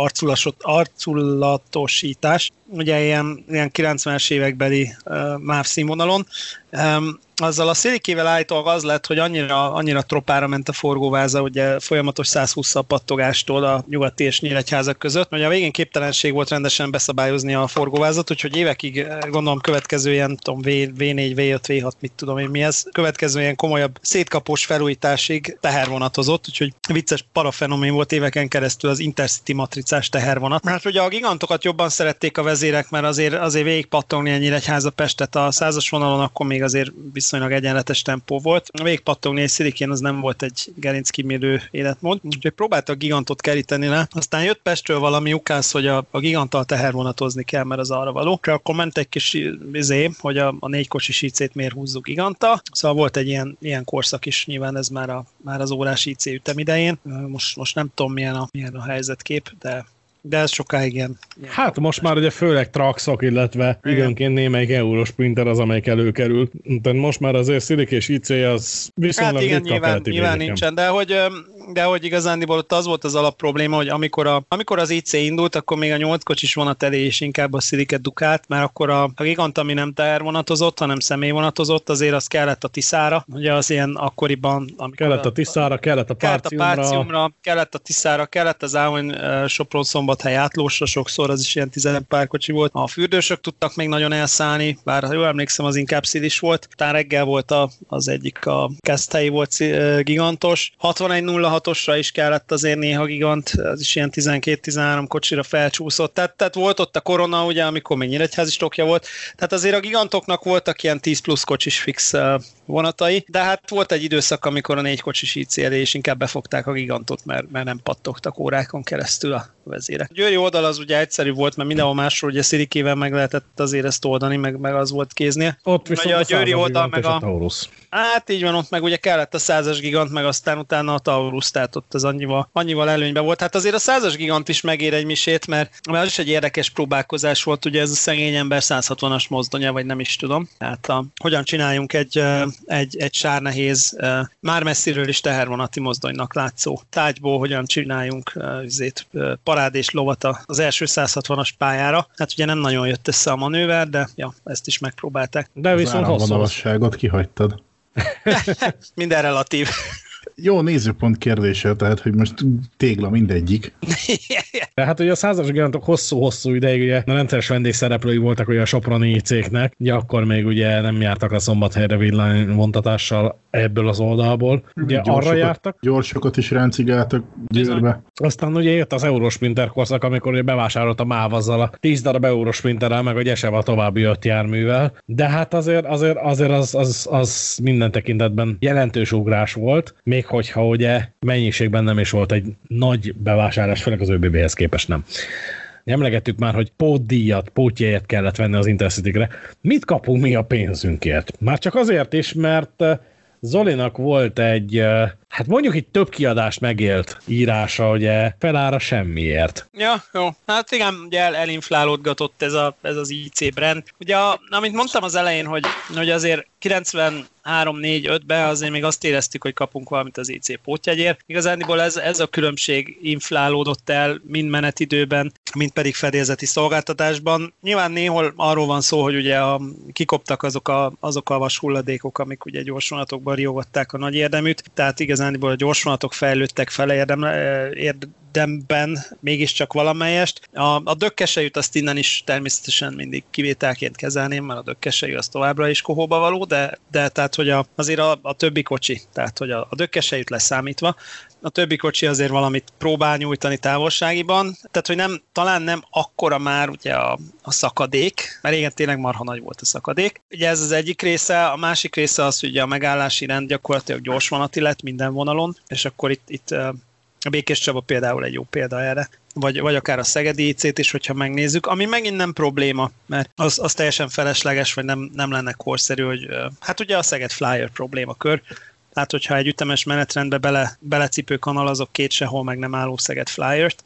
arculatosítás, ugye ilyen 90-es évekbeli MÁV színvonalon. Azzal a szilikével állítólag az lett, hogy annyira tropára ment a forgóváza, ugye folyamatos 120-szal pattogástól a nyugati és Nyíregyháza között, hogy a végén képtelenség volt rendesen beszabályozni a forgóvázat, úgyhogy évekig gondolom következő ilyen V4, V5, V6, mit tudom én mi ez, következő ilyen komolyabb szétkapós felújításig tehervonatozott, úgyhogy vicces parafenomén volt éveken keresztül az Intercity matricás tehervonat. Hát ugye a gigantokat jobban szerették a vezérek, mert azért végig pattogni a Nyíregyháza Pestet a 100-as vonalon, akkor még azért viszonylag egyenletes tempó volt. Végigpattogni egy szilikén az nem volt egy gerinckímélő életmód, úgyhogy próbáltak gigantot keríteni le. Aztán jött Pestről valami ukász, hogy a giganttal tehervonatozni kell, mert az arra való. És akkor ment egy kis hogy a 4 kocsis IC-t miért húzzuk giganttal. Szóval volt egy ilyen korszak is, nyilván ez már az órás IC ütem idején. Most nem tudom milyen a helyzetkép, de ez sokáig ilyen. Hát most már ugye főleg traxok, illetve időnként némelyik Eurosprinter az, amelyik előkerül. Tehát most már azért szilikés IC az viszonylag hát igen, nyilván nincsen, de hogy igazándiból ott az volt az alapprobléma, hogy amikor az IC indult, akkor még a 8 kocsis vonat elé is inkább a sziliket dukált, mert akkor a gigant, ami nem tehervonatozott, hanem személyvonatozott, azért az kellett a Tiszára. Ugye az ilyen akkoriban... Kellett a Tiszára, kellett a Párciumra. Kellett a Tiszára, kellett az Áhony Sopron-Szombathely átlósra, sokszor az is ilyen 10 pár kocsi volt. A fürdősök tudtak még nagyon elszállni, bár ha jól emlékszem, az inkább szilis volt. Tán reggel volt az egyik, a Keszthelyi volt gigantos. 6106-osra is kellett azért néha gigant, az is ilyen 12-13 kocsira felcsúszott. Tehát volt ott a korona, ugye, amikor még Nyíregyházi stokja volt. Tehát azért a gigantoknak voltak ilyen 10 plusz kocsis fix vonatai, de hát volt egy időszak, amikor a 4 kocsis IC elé is inkább befogták a gigantot, mert nem pattogtak órákon keresztül a vezérek. A győri oldal az ugye egyszerű volt, mert mindenhol máshol ugye szirikével meg lehetett azért ezt oldani, meg az volt kéznél. Ott viszont a győri oldal meg a Taurus. Hát így van, ott meg ugye kellett a 100-as gigant, meg aztán utána a Taurus, tehát ott az annyival előnyben volt. Hát azért a 100-as gigant is megér egy misét, mert az is egy érdekes próbálkozás volt, ugye ez a szegény ember 160-as mozdonya, vagy nem is tudom. Tehát hogyan csináljunk egy sárnehéz, már messziről is tehervonati mozdonynak látszó tárgyból, hogyan csináljunk parádés lovat az első 160-as pályára. Hát ugye nem nagyon jött össze a manőver, de ja, ezt is megpróbálták. De viszont hosszú. Kihagytad. Minden relatív. Jó nézőpont kérdése, tehát, hogy most tégla mindegyik. Tehát ugye a 100-as gigantok hosszú-hosszú ideig ugye a rendszeres vendégszereplői voltak ugye a soproni cégnek, ugye akkor még ugye nem jártak a Szombathelyre villanyvontatással ebből az oldalból. Ugye arra jártak. Gyorsokat is ráncigáltak Győrbe. Aztán ugye jött az Eurosprinter korszak, amikor ugye bevásárolt a MÁV azzal a 10 darab Eurosprinterrel, meg a Gyeseva további 5 járművel. De hát azért az minden tekintetben jelentős ugrás volt, még hogyha ugye mennyiségben nem is volt egy nagy bevásárlás, főleg az ÖBB-hez képest nem. Emlegettük már, hogy pótjegyet kellett venni az Intercity-kre. Mit kapunk mi a pénzünkért? Már csak azért is, mert Zolinak volt egy, hát mondjuk egy több kiadást megélt írása, ugye felára semmiért. Ja, jó. Hát igen, ugye elinflálódgatott ez az IC brand. Ugye, amit mondtam az elején, hogy azért 93-4-5-ben azért még azt éreztük, hogy kapunk valamit az IC pótjegyért. Igazániból ez a különbség inflálódott el mind menetidőben, mind pedig fedélzeti szolgáltatásban. Nyilván néhol arról van szó, hogy ugye kikoptak azok a vashulladékok, amik ugye gyorsvonatokban riogatták a nagy érdeműt, tehát igazániból a gyorsvonatok fejlődtek fele érdemben mégiscsak valamelyest. A dökkesejűt azt innen is természetesen mindig kivételként kezelném, mert a dökkesejű az továbbra is kohóba való, de tehát, hogy azért a többi kocsi, tehát, hogy a dökkesejűt leszámítva, a többi kocsi azért valamit próbál nyújtani távolságiban, tehát, hogy talán nem akkora már ugye a szakadék, mert régen tényleg marha nagy volt a szakadék. Ugye ez az egyik része, a másik része az, hogy a megállási rend gyakorlatilag gyorsvonati lett minden vonalon, és akkor itt a Békés Csaba például egy jó példa erre, vagy akár a Szegedi IC-t is, hogyha megnézzük, ami megint nem probléma, mert az teljesen felesleges, vagy nem lenne korszerű, hogy hát ugye a Szeged Flyer problémakör, tehát hogyha egy ütemes menetrendbe belecipő kanalazok két sehol meg nem álló Szeged Flyert,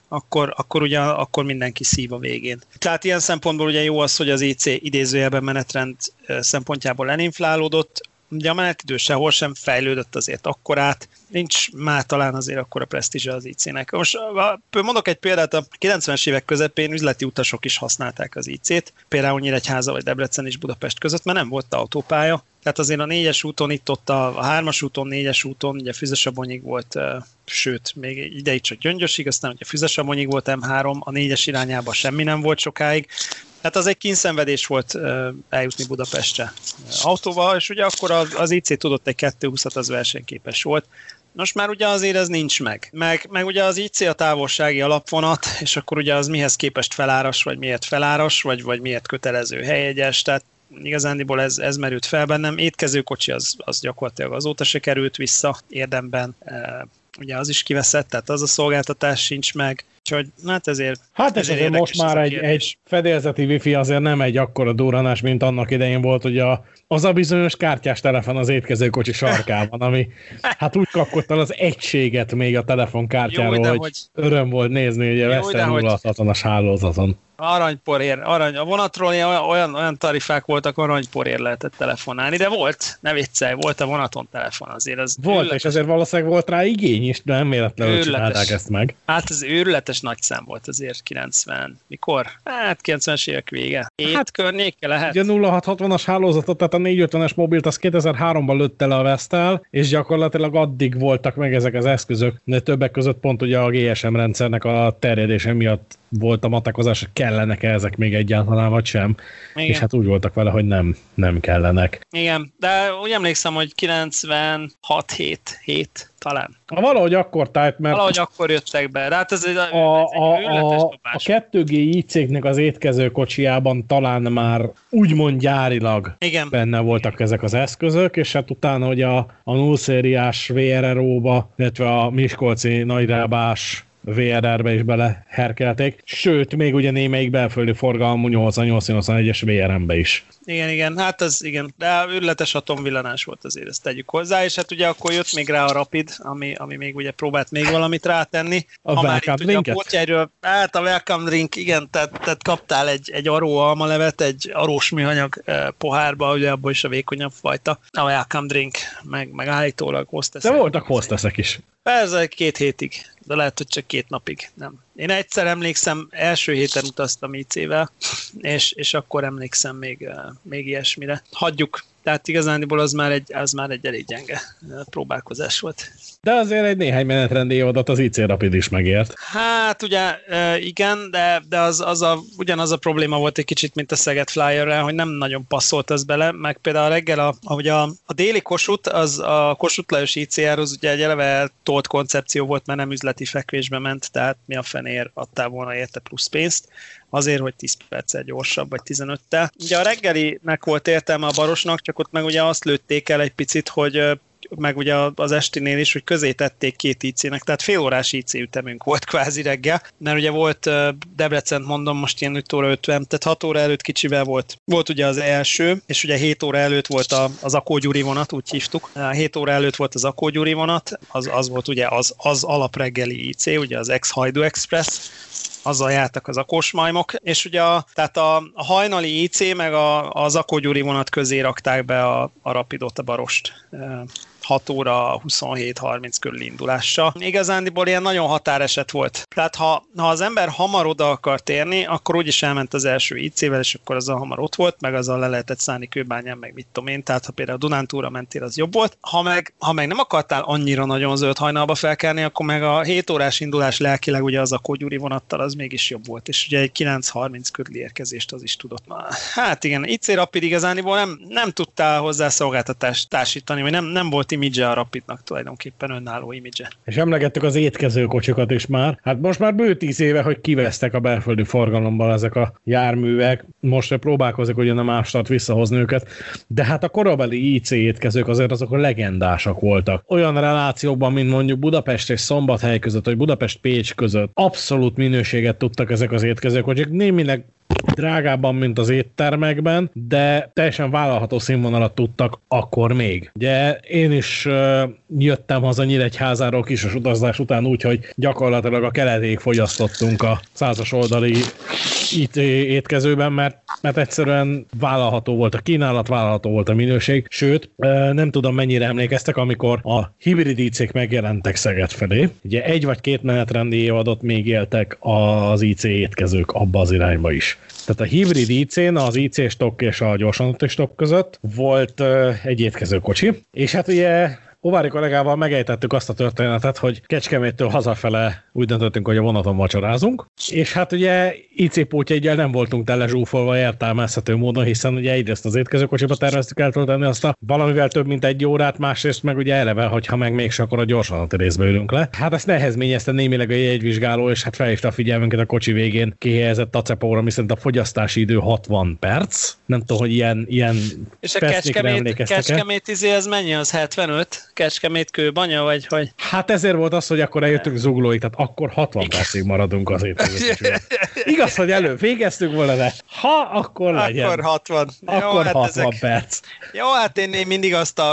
akkor mindenki szív a végén. Tehát ilyen szempontból ugye jó az, hogy az IC idézőjelben menetrend szempontjából elinflálódott, ugye a menetidő sehol sem fejlődött azért akkorát, nincs már talán azért akkora presztízse az IC-nek. Most mondok egy példát, a 90-es évek közepén üzleti utasok is használták az IC-t, például Nyíregyháza vagy Debrecen és Budapest között, mert nem volt autópálya, tehát azért a 4-es úton, itt-ott a 3-as úton, 4-es úton, ugye Füzesabonyig volt, sőt, még ideig csak Gyöngyösig, aztán ugye Füzesabonyig volt M3, a 4-es irányában semmi nem volt sokáig. Hát az egy kínszenvedés volt eljutni Budapestre autóval, és ugye akkor az IC tudott egy 220-at, az versenyképes volt. Most már ugye azért ez nincs meg. Meg ugye az IC a távolsági alapvonat, és akkor ugye az mihez képest feláras, vagy miért feláras, vagy miért kötelező helyjegyes, tehát igazándiból ez merült fel bennem. Étkezőkocsi az gyakorlatilag azóta se került vissza érdemben. Ugye az is kiveszett, tehát az a szolgáltatás sincs meg. Úgyhogy hát ezért most már egy fedélzeti wifi azért nem egy akkora durranás, mint annak idején volt, hogy az a bizonyos kártyás telefon az étkezőkocsi sarkában, ami hát úgy kapkodta az egységet még a telefonkártyáról, hogy öröm volt nézni, hogy a Veszter 06-as hálózaton. A vonatról olyan tarifák voltak, aranyporért lehetett telefonálni, de ne viccelj, volt a vonaton telefon azért. Az volt, őrületes. És ezért valószínűleg volt rá igény is, de nem véletlenül csinálták ezt meg. Hát ez őrületes nagy szám volt azért 90. Mikor? Hát 90-es évek vége. Környéke lehet. Ugye 0660-as hálózatot, tehát a 450-es mobilt az 2003-ban lőtte le a Vestel, és gyakorlatilag addig voltak meg ezek az eszközök, de többek között pont ugye a GSM rendszernek a terjedése miatt volt a matekozás, hogy kellenek-e ezek még egyáltalán, vagy sem. Igen. És hát úgy voltak vele, hogy nem kellenek. Igen, de úgy emlékszem, hogy 96-7 talán. Valahogy akkor tájt, mert... Valahogy akkor jöttek be. De hát ez egy a 2G IC-knek az étkező kocsijában talán már úgymond gyárilag benne voltak ezek az eszközök, és hát utána, hogy a 0-szériás VRRO-ba, illetve a miskolci nagyrábás VRR-be is beleherkelték, sőt, még ugye némelyik belföldi forgalmú 88-81-es VRM-be is. Igen, hát az igen, de őrületes atomvillanás volt azért, ezt tegyük hozzá, és hát ugye akkor jött még rá a Rapid, ami még ugye próbált még valamit rátenni. A welcome drinket? Hát a welcome drink, igen, tehát kaptál egy aró almalevet, egy arós műanyag pohárba, ugye abból is a vékonyabb fajta, a welcome drink, meg állítólag hosteszek. De voltak hosteszek is. Persze, 2 hétig, de lehet, hogy csak 2 napig, nem. Én egyszer emlékszem, első héten utaztam IC-vel, és akkor emlékszem még ilyesmire. Hagyjuk. Tehát igazániból az már egy elég gyenge próbálkozás volt. De azért egy néhány menetrendi adat az IC Rapid is megért. Hát ugye igen, de ugyanaz a probléma volt egy kicsit, mint a Szeged Flyer-rel, hogy nem nagyon passzolt az bele, meg például reggel, ahogy a déli Kossuth, az a Kossuth Lajos ICR, az ugye egy eleve eltolt koncepció volt, mert nem üzleti fekvésbe ment, tehát mi a fenér adtál volna érte plusz pénzt, azért, hogy 10 perccel gyorsabb, vagy 15-tel. Ugye a reggelinek volt értelme a Barosnak, csak ott meg ugye azt lőtték el egy picit, hogy meg ugye az estinél is, hogy közé tették 2 IC-nek, tehát félórás IC ütemünk volt kvázi reggel, mert ugye volt Debrecent, mondom most ilyen 5 óra 50, tehát 6 óra előtt kicsivel volt ugye az első, és ugye 7 óra előtt volt az Akó-Gyuri vonat, úgy hívtuk. 7 óra előtt volt az Akó-Gyuri vonat, az volt ugye az alapreggeli IC, ugye az ex-Hajdu Express, azzal jártak az akós majmok, és ugye tehát a hajnali IC meg az Akó-Gyuri vonat közé rakták be a Rapidot, a Barost. 6 óra 27-30 körül indulása. Igazándiból ilyen nagyon határeset volt. Tehát ha az ember hamar oda akart érni, akkor úgyis elment az első IC-vel, és akkor azzal hamar ott volt, meg azzal le lehetett szállni Kőbányán, meg mit tudom én. Tehát ha például a Dunántúra mentél, az jobb volt. Ha meg nem akartál annyira nagyon zöld hajnalba felkelni, akkor meg a 7 órás indulás lelkileg ugye az Akó-Gyuri vonattal az mégis jobb volt. És ugye egy 9:30 körüli érkezést az is tudott. Hát igen, IC Rapid igazániból nem tudtál hozzá szolgáltatást társítani, vagy nem volt image a Rapidnak tulajdonképpen önálló image. És emlegettük az étkezőkocsikat is már. Hát most már bő 10 éve, hogy kivesztek a belföldi forgalomban ezek a járművek. Most próbálkozik ugyan a Mávstart visszahozni őket, de hát a korabeli IC étkezők azért azok a legendásak voltak. Olyan relációkban, mint mondjuk Budapest és Szombathely között, vagy Budapest-Pécs között abszolút minőséget tudtak ezek az étkezőkocsik. Némileg drágábban, mint az éttermekben, de teljesen vállalható színvonalat tudtak akkor még. Ugye én is jöttem haza Nyíregyházáról kisos utazás után úgy, hogy gyakorlatilag a keletéig fogyasztottunk a 100-as oldali étkezőben, mert egyszerűen vállalható volt a kínálat, vállalható volt a minőség, sőt, nem tudom mennyire emlékeztek, amikor a hibrid IC-k megjelentek Szeged felé. Ugye 1 vagy 2 menetrendi évadot még éltek az IC étkezők abba az irányba is. Tehát a hibrid IC-n az IC stock és a gyorsanati stock között volt egy étkezőkocsi, és hát ugye Ovári kollégával megejtettük azt a történetet, hogy Kecskeméttől hazafele úgy döntöttünk, hogy a vonaton vacsorázunk, és hát ugye IC pótjeggyel nem voltunk telezsúfolva értelmezhető módon, hiszen ugye egyrészt az étkezőkocsiba terveztük eltölteni azt a valamivel több mint 1 órát, másrészt meg ugye eleve, hogyha meg mégse, akkor a gyorsanati részbe ülünk le. Hát ezt nehezményezte némileg a jegyvizsgáló, és hát felhívta a figyelmünket a kocsi végén kihelyezett acepóra, miszerint a fogyasztási idő 60 perc. Nem tudom, hogy ilyen és a Kecskemét ez mennyi? Az 75? Kecskemét Kőbanya, vagy hogy? Hát ezért volt az, hogy akkor eljöttünk Zuglóig, tehát akkor 60 percig maradunk az étkezőkocsiban. Igaz, hogy előbb végeztük volna, de akkor legyen. Akkor 60. Akkor jó, 60 perc. Jó, hát én mindig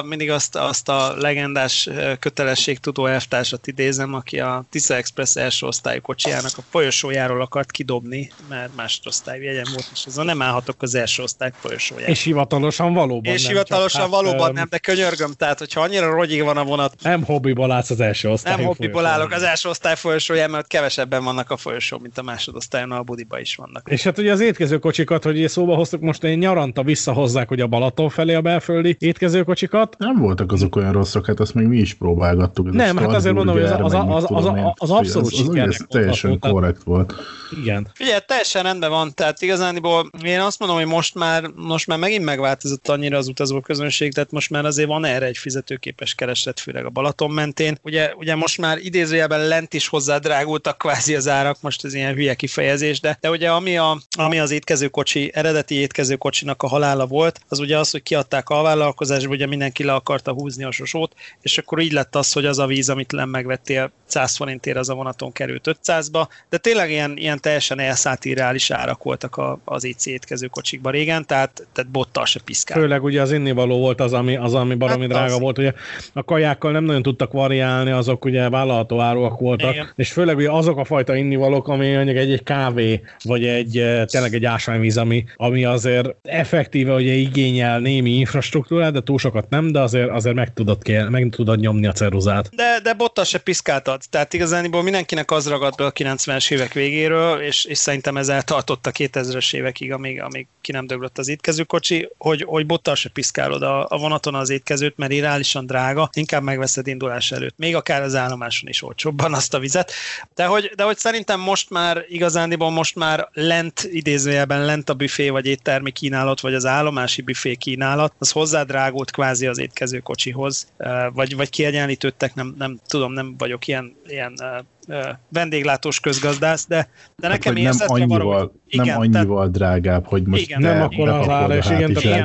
azt a legendás kötelességtudó elvtársat idézem, aki a Tisza Express első osztályú kocsijának a folyosójáról akart kidobni, mert másodosztályú jegyen volt, és azon nem állhatok az első osztály folyosójáról. És hivatalosan valóban nem. És hivatalosan valóban nem, de könyörgöm, tehát hogyha annyira rogyig van a vonat. Nem hobbiból állsz az első osztály. Nem hobbiból állok az első osztály folyosóján, mert kevesebben vannak a folyosó, mint a másodosztályon, a budiba is vannak. És hát ugye az étkezőkocsikat, hogy szóba hoztuk, most én nyaranta visszahozzák ugye a Balaton felé a belföldi étkezőkocsikat. Nem voltak azok olyan rosszak, hát azt még mi is próbálgattuk. Nem, hát azért mondom, hogy az abszolút sikernek ez teljesen korrekt volt. Igen. Figyelj, teljesen rendben van, tehát igazániból én azt mondom, hogy most már megint megváltozott annyira az utazóközönség, tehát most már azért van erre egy fizetőképes kereslet, főleg a Balaton mentén. Ugye most már idézőjelben lent is hozzá drágultak kvázi az árak, most ez ilyen hülye kifejezés, de ugye ami az eredeti étkezőkocsinak a halála volt, az ugye az, hogy kiadták a vállalkozásba, ugye mindenki le akarta húzni a sosót, és akkor így lett az, hogy az a víz, amit len megvettél 100 forintért, az a vonaton került 500-ba, de tényleg ilyen teljesen elszállt irreális árak voltak az EC étkezőkocsikban régen, tehát bottal se piszkál. Főleg ugye az innivaló volt az, ami baromi drága volt, ugye a kajákkal nem nagyon tudtak variálni, azok ugye vállalható áruak voltak, igen. És főleg ugye azok a fajta innivalók, ami mondjuk egy kávé, vagy tényleg egy ásványvíz, ami azért effektíve ugye igényel némi infrastruktúrát, de túl sokat nem, de azért meg tudod nyomni a ceruzát. De bottal se piszkáltad, tehát igazániból mindenkinek az ragadt be a 90-es évek végéről, és szerintem ez eltartott a 2000-es évekig, amíg ki nem döglött az étkezőkocsi, hogy bottal se piszkálod a vonaton az étkezőt, mert irreálisan drága, inkább megveszed indulás előtt. Még akár az állomáson is olcsóbban azt a vizet. De hogy szerintem most már idézőjelben lent a büfé, vagy éttermi kínálat, vagy az állomási büfé kínálat, az hozzádrágult kvázi az étkezőkocsihoz, vagy kiegyenlítődtek, nem tudom, nem vagyok ilyen vendéglátós közgazdász, de nekem érzetre való. Nem annyival drágább, hogy most igen, nem akkor az ára, és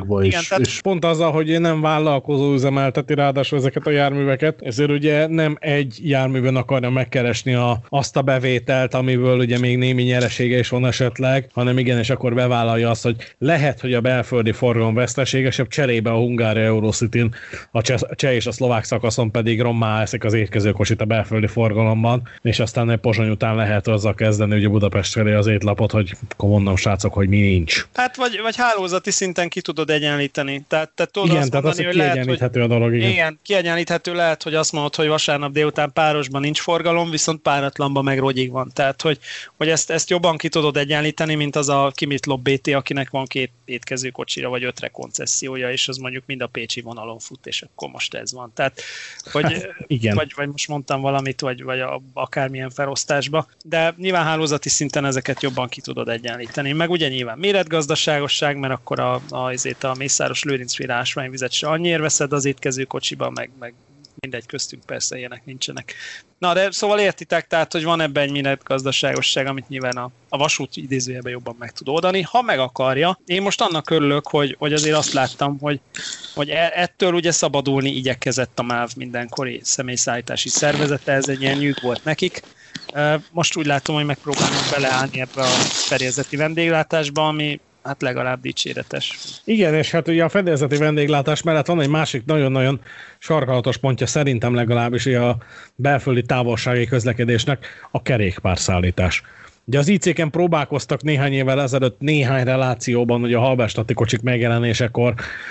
és pont azzal, hogy nem vállalkozó üzemelteti ráadásul ezeket a járműveket, ezért ugye nem egy járműben akarja megkeresni azt a bevételt, amiből ugye még némi nyeresége is van esetleg, hanem igen, és akkor bevállalja azt, hogy lehet, hogy a belföldi forgalom veszteségesebb, cserébe a Hungária Eurocityn, a cseh és a szlovák szakaszon pedig rommá eszik az étkezőkocsit a belföldi forgalomban, és aztán egy Pozsony után lehet azzal kezdeni ugye Budapest felé az étlapot, hogy akkor mondom, srácok, hogy mi nincs. Hát vagy hálózati szinten ki tudod egyenlíteni. Tehát tudod igen, azt tehát mondani, az, hogy kiegyenlíthető a dolog. Igen, kiegyenlíthető lehet, hogy azt mondod, hogy vasárnap délután Párosban nincs forgalom, viszont Páratlanban meg rogyig van. Tehát, hogy ezt jobban ki tudod egyenlíteni, mint az a Kimitlop BT, akinek van 2 étkezőkocsira vagy 5-re koncessziója, és az mondjuk mind a pécsi vonalon fut, és akkor most ez van. Tehát, hogy igen. Vagy most mondtam valamit, vagy akármilyen felosztásba, de nyilván hálózati szinten ezeket jobban ki tudod egyenlíteni. Meg ugye nyilván méretgazdaságosság, mert akkor a Mészáros Lőrincféle ásványvizet se annyiért veszed az étkezőkocsiba, meg mindegy, köztünk persze ilyenek nincsenek. Na, de szóval értitek, tehát, hogy van ebben egy méretgazdaságosság, amit nyilván a vasút idézőjében jobban meg tud oldani, ha meg akarja. Én most annak örülök, hogy azért azt láttam, hogy ettől ugye szabadulni igyekezett a MÁV mindenkori személyszállítási szervezete, ez egy ilyen nyűg volt nekik. Most úgy látom, hogy megpróbálunk beleállni ebbe a fedélzeti vendéglátásba, ami hát legalább dicséretes. Igen, és hát ugye a fedélzeti vendéglátás mellett van egy másik nagyon-nagyon sarkalatos pontja szerintem legalábbis a belföldi távolsági közlekedésnek, a kerékpárszállítás. Ugye az IC-ken próbálkoztak néhány évvel ezelőtt néhány relációban, ugye a halberstatti kocsik megjelenésekor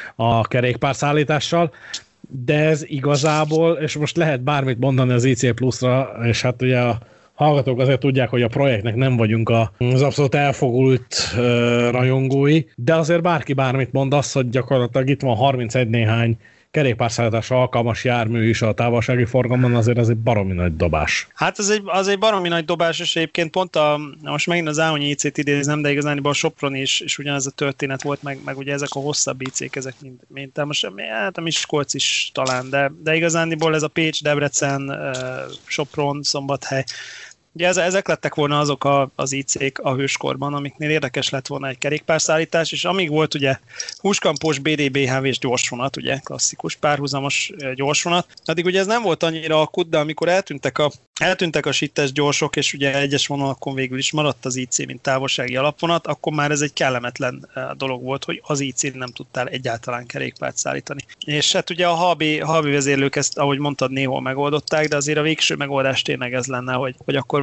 a kerékpárszállítással, de ez igazából, és most lehet bármit mondani az IC Plus-ra, és hát ugye a hallgatók azért tudják, hogy a projektnek nem vagyunk az abszolút elfogult rajongói, de azért bárki bármit mond, az, hogy gyakorlatilag itt van 31 néhány kerékpárszállításra alkalmas jármű is a távolsági forgalomban, azért ez egy baromi nagy dobás. Hát az egy baromi nagy dobás, és egyébként pont most megint az Áonyi IC-t idézem, de igazániból a Sopron is ugyanez a történet volt, meg ugye ezek a hosszabb IC-k, ezek mint most, hát a Miskolc is talán, de igazániból ez a Pécs, Debrecen, Sopron, Szombathely, ugye ezek lettek volna azok az IC-k a hőskorban, amiknél érdekes lett volna egy kerékpárszállítás, és amíg volt ugye húskampós BD-BHV-s gyorsvonat, ugye klasszikus párhuzamos gyorsvonat, addig ugye ez nem volt annyira akut, de amikor eltűntek a sittes gyorsok, és ugye egyes vonalakon végül is maradt az IC, mint távolsági alapvonat, akkor már ez egy kellemetlen dolog volt, hogy az IC-n nem tudtál egyáltalán kerékpárt szállítani. És hát ugye a halbi vezérlők ezt, ahogy mondtad, néhol megoldották, de azért a végső megoldás tényleg ez lenne, hogy akkor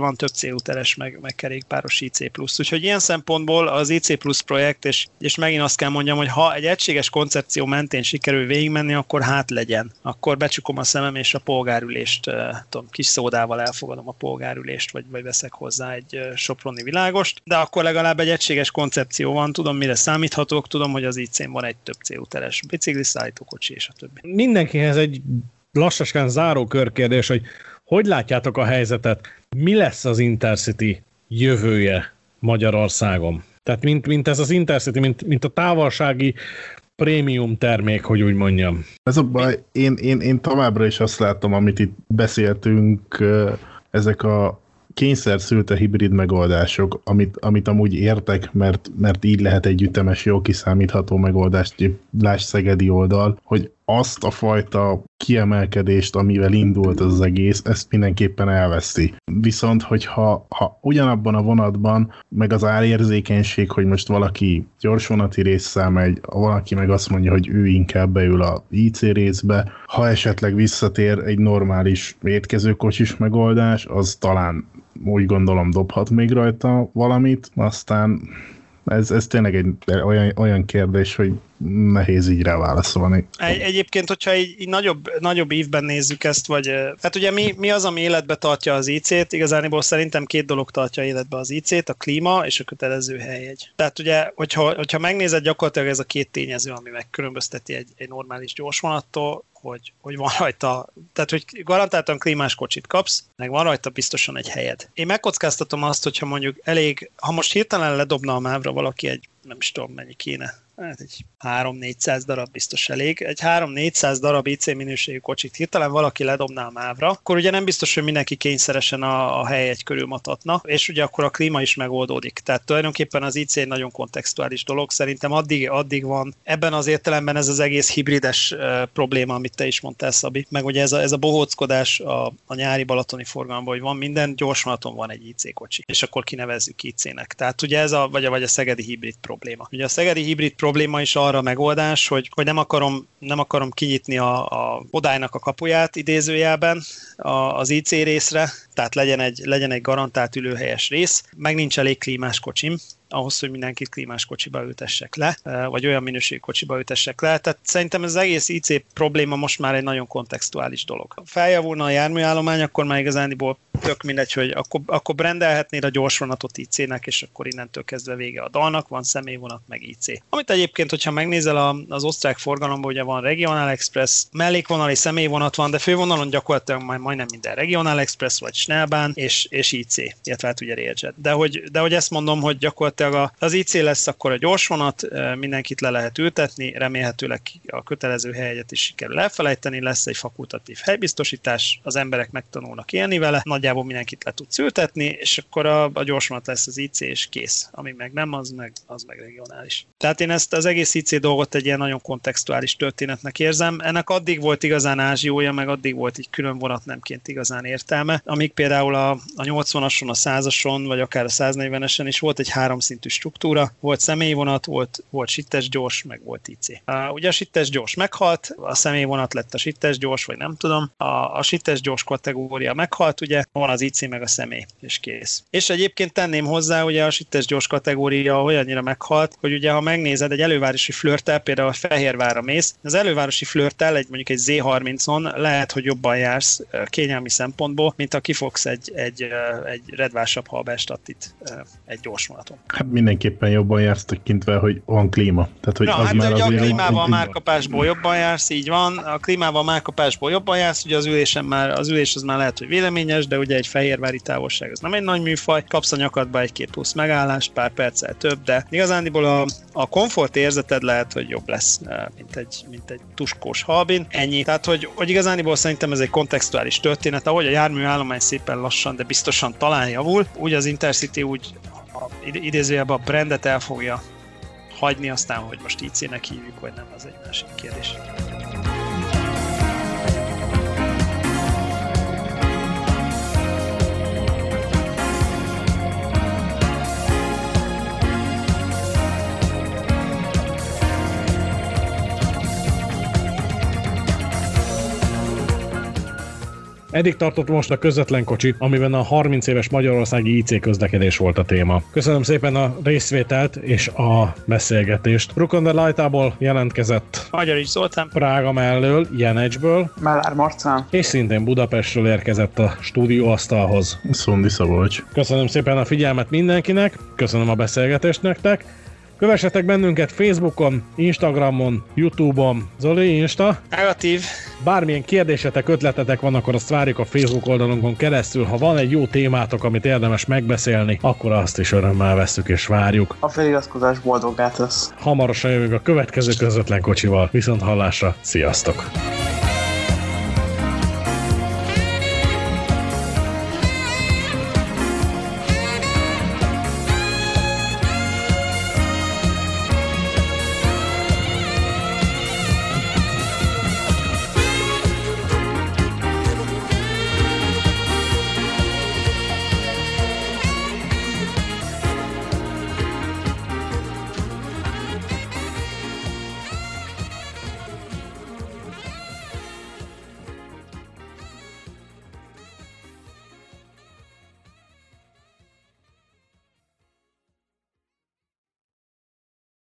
van több célúteres, meg kerékpáros IC+. Úgyhogy ilyen szempontból az IC+ projekt, és megint azt kell mondjam, hogy ha egy egységes koncepció mentén sikerül végigmenni, akkor hát legyen. Akkor becsukom a szemem, és a polgárülést, tudom, kis szódával elfogadom a polgárülést, vagy veszek hozzá egy soproni világost, de akkor legalább egy egységes koncepció van, tudom, mire számíthatok, tudom, hogy az IC-n van egy több célúteres bicikli, szállítókocsi és a többi. Mindenkihez egy lassaskán záró körkérdés, hogy látjátok a helyzetet? Mi lesz az Intercity jövője Magyarországon? Tehát mint ez az Intercity, mint a távolsági prémium termék, hogy úgy mondjam. Ez a baj, én továbbra is azt látom, amit itt beszéltünk, ezek a kényszer szülte hibrid megoldások, amit amúgy értek, mert így lehet egy ütemes, jó kiszámítható megoldást, lásd szegedi oldal, hogy azt a fajta kiemelkedést, amivel indult az egész, ezt mindenképpen elveszti. Viszont, hogyha ugyanabban a vonatban, meg az árérzékenység, hogy most valaki gyorsvonati résszel megy, valaki meg azt mondja, hogy ő inkább beül a IC részbe, ha esetleg visszatér egy normális étkezőkocsis megoldás, az talán úgy gondolom dobhat még rajta valamit, aztán ez tényleg egy olyan kérdés, hogy nehéz így rá válaszolni. Egyébként, hogyha így nagyobb ívben nézzük ezt, vagy hát ugye mi az, ami életbe tartja az IC-t? Igazániból szerintem 2 dolog tartja életbe az IC-t, a klíma és a kötelező helyjegy. Tehát ugye, hogyha megnézed, gyakorlatilag ez a 2 tényező, ami megkülönbözteti egy normális gyorsvonattól, hogy van rajta, tehát hogy garantáltan klímás kocsit kapsz, meg van rajta biztosan egy helyed. Én megkockáztatom azt, hogyha mondjuk ha most hirtelen ledobna a mávra valaki egy, nem is tudom mennyi kéne, hát egy 300-400 darab biztos elég. Egy 300-400 darab IC minőségű kocsit hirtelen valaki ledobná a mávra, akkor ugye nem biztos, hogy mindenki kényszeresen a helyjegy körül matatna, és ugye akkor a klíma is megoldódik. Tehát tulajdonképpen az IC egy nagyon kontextuális dolog. Szerintem addig van ebben az értelemben ez az egész hibrides probléma, amit te is mondtál, Szabi, meg ugye ez a bohóckodás a nyári balatoni forgalomban, hogy van minden, gyorsvonaton van egy IC kocsi, és akkor kinevezzük IC-nek. Tehát ugye ez vagy a szegedi hibrid probléma. Ugye a szegedi hibrid probléma is arra a megoldás, hogy nem akarom kinyitni a Kodálynak a kapuját idézőjelben az IC részre, tehát legyen egy garantált ülőhelyes rész, meg nincs elég klímás kocsim, ahhoz, hogy mindenkit klímás kocsiba ültessek le, vagy olyan minőségű kocsiba ültessek le. Tehát szerintem ez az egész IC probléma most már egy nagyon kontextuális dolog. Ha feljavulna a járműállomány, akkor már igazániból tök mindegy, hogy akkor brendelhetnéd a gyorsvonatot IC-nek, és akkor innentől kezdve vége a dalnak, van személyvonat, meg IC. Amit egyébként, hogyha megnézel az osztrák forgalomban, ugye van Regional Express, mellékvonali személyvonat van, de fővonalon gyakorlatilag majdnem minden Regional Express, vagy Schnellbahn, és IC, illetve hát ugye Railjet. De hogy ezt mondom, hogy gyakorlatilag az IC lesz akkor a gyorsvonat, mindenkit le lehet ültetni, remélhetőleg a kötelező helyet is sikerül elfelejteni, lesz egy fakultatív helybiztosítás, az emberek megtanulnak élni vele, nagyjából mindenkit le tudsz ültetni, és akkor a gyorsvonat lesz az IC, és kész. Ami meg nem, az meg regionális. Tehát én ezt az egész IC dolgot egy ilyen nagyon kontextuális történetnek érzem. Ennek addig volt igazán ázsiója, meg addig volt így külön vonatnemként igazán értelme, amíg például a 80-ason, a 100-ason, vagy akár a 140-esen is volt egy 3 szintű struktúra, volt személyvonat, volt sittes gyors, meg volt IC. Ugye a sittes gyors meghalt, a személyvonat lett a sittes gyors, vagy nem tudom, a sittes gyors kategória meghalt, ugye van az IC meg a személy, és kész. És egyébként tenném hozzá, ugye a sittes gyors kategória olyannyira meghalt, hogy ugye ha megnézed egy elővárosi flörttel, például a Fehérvárra mész, az elővárosi flörttel mondjuk egy Z30-on lehet, hogy jobban jársz kényelmi szempontból, mint ha kifogsz egy Redvársabb Halberstadtit egy gyors vonaton. Hát mindenképpen jobban jársz tekintve, hogy van klíma. Tehát, hogy az hát már ugye a klímával márkapásból jobban jársz, így van. A klímával márkapásból jobban jársz, ugye az ülés az már lehet, hogy véleményes, de ugye egy fehérvári távolság az nem egy nagy műfaj, kapsz a nyakadba 1-2 plusz megállást, pár perccel több, de igazándiból a komfort érzeted lehet, hogy jobb lesz, mint egy tuskós halbin. Ennyi. Tehát, hogy igazániból szerintem ez egy kontextuális történet, ahogy a járműállomány szépen lassan, de biztosan talán javul, úgy az Intercity úgy idézőjelben a brandet el fogja hagyni, aztán, hogy most IC-nek hívjuk, vagy nem, az egy másik kérdés. Eddig tartott most a közvetlen kocsi, amiben a 30 éves magyarországi IC közlekedés volt a téma. Köszönöm szépen a részvételt és a beszélgetést. Rukonder Lajtából jelentkezett Magyarics Zoltán, Prága mellől, Jenecsből, Mellár Marcán, és szintén Budapestről érkezett a stúdióasztalhoz. Szondi Szabolcs. Köszönöm szépen a figyelmet mindenkinek, köszönöm a beszélgetést nektek. Kövessetek bennünket Facebookon, Instagramon, YouTube-on. Zoli, Insta? negatív. Bármilyen kérdésetek, ötletetek van, akkor azt várjuk a Facebook oldalunkon keresztül. Ha van egy jó témátok, amit érdemes megbeszélni, akkor azt is örömmel vesszük és várjuk. a feliratkozás boldoggá tesz. Hamarosan jövünk a következő közvetlen kocsival. Viszont hallásra, sziasztok!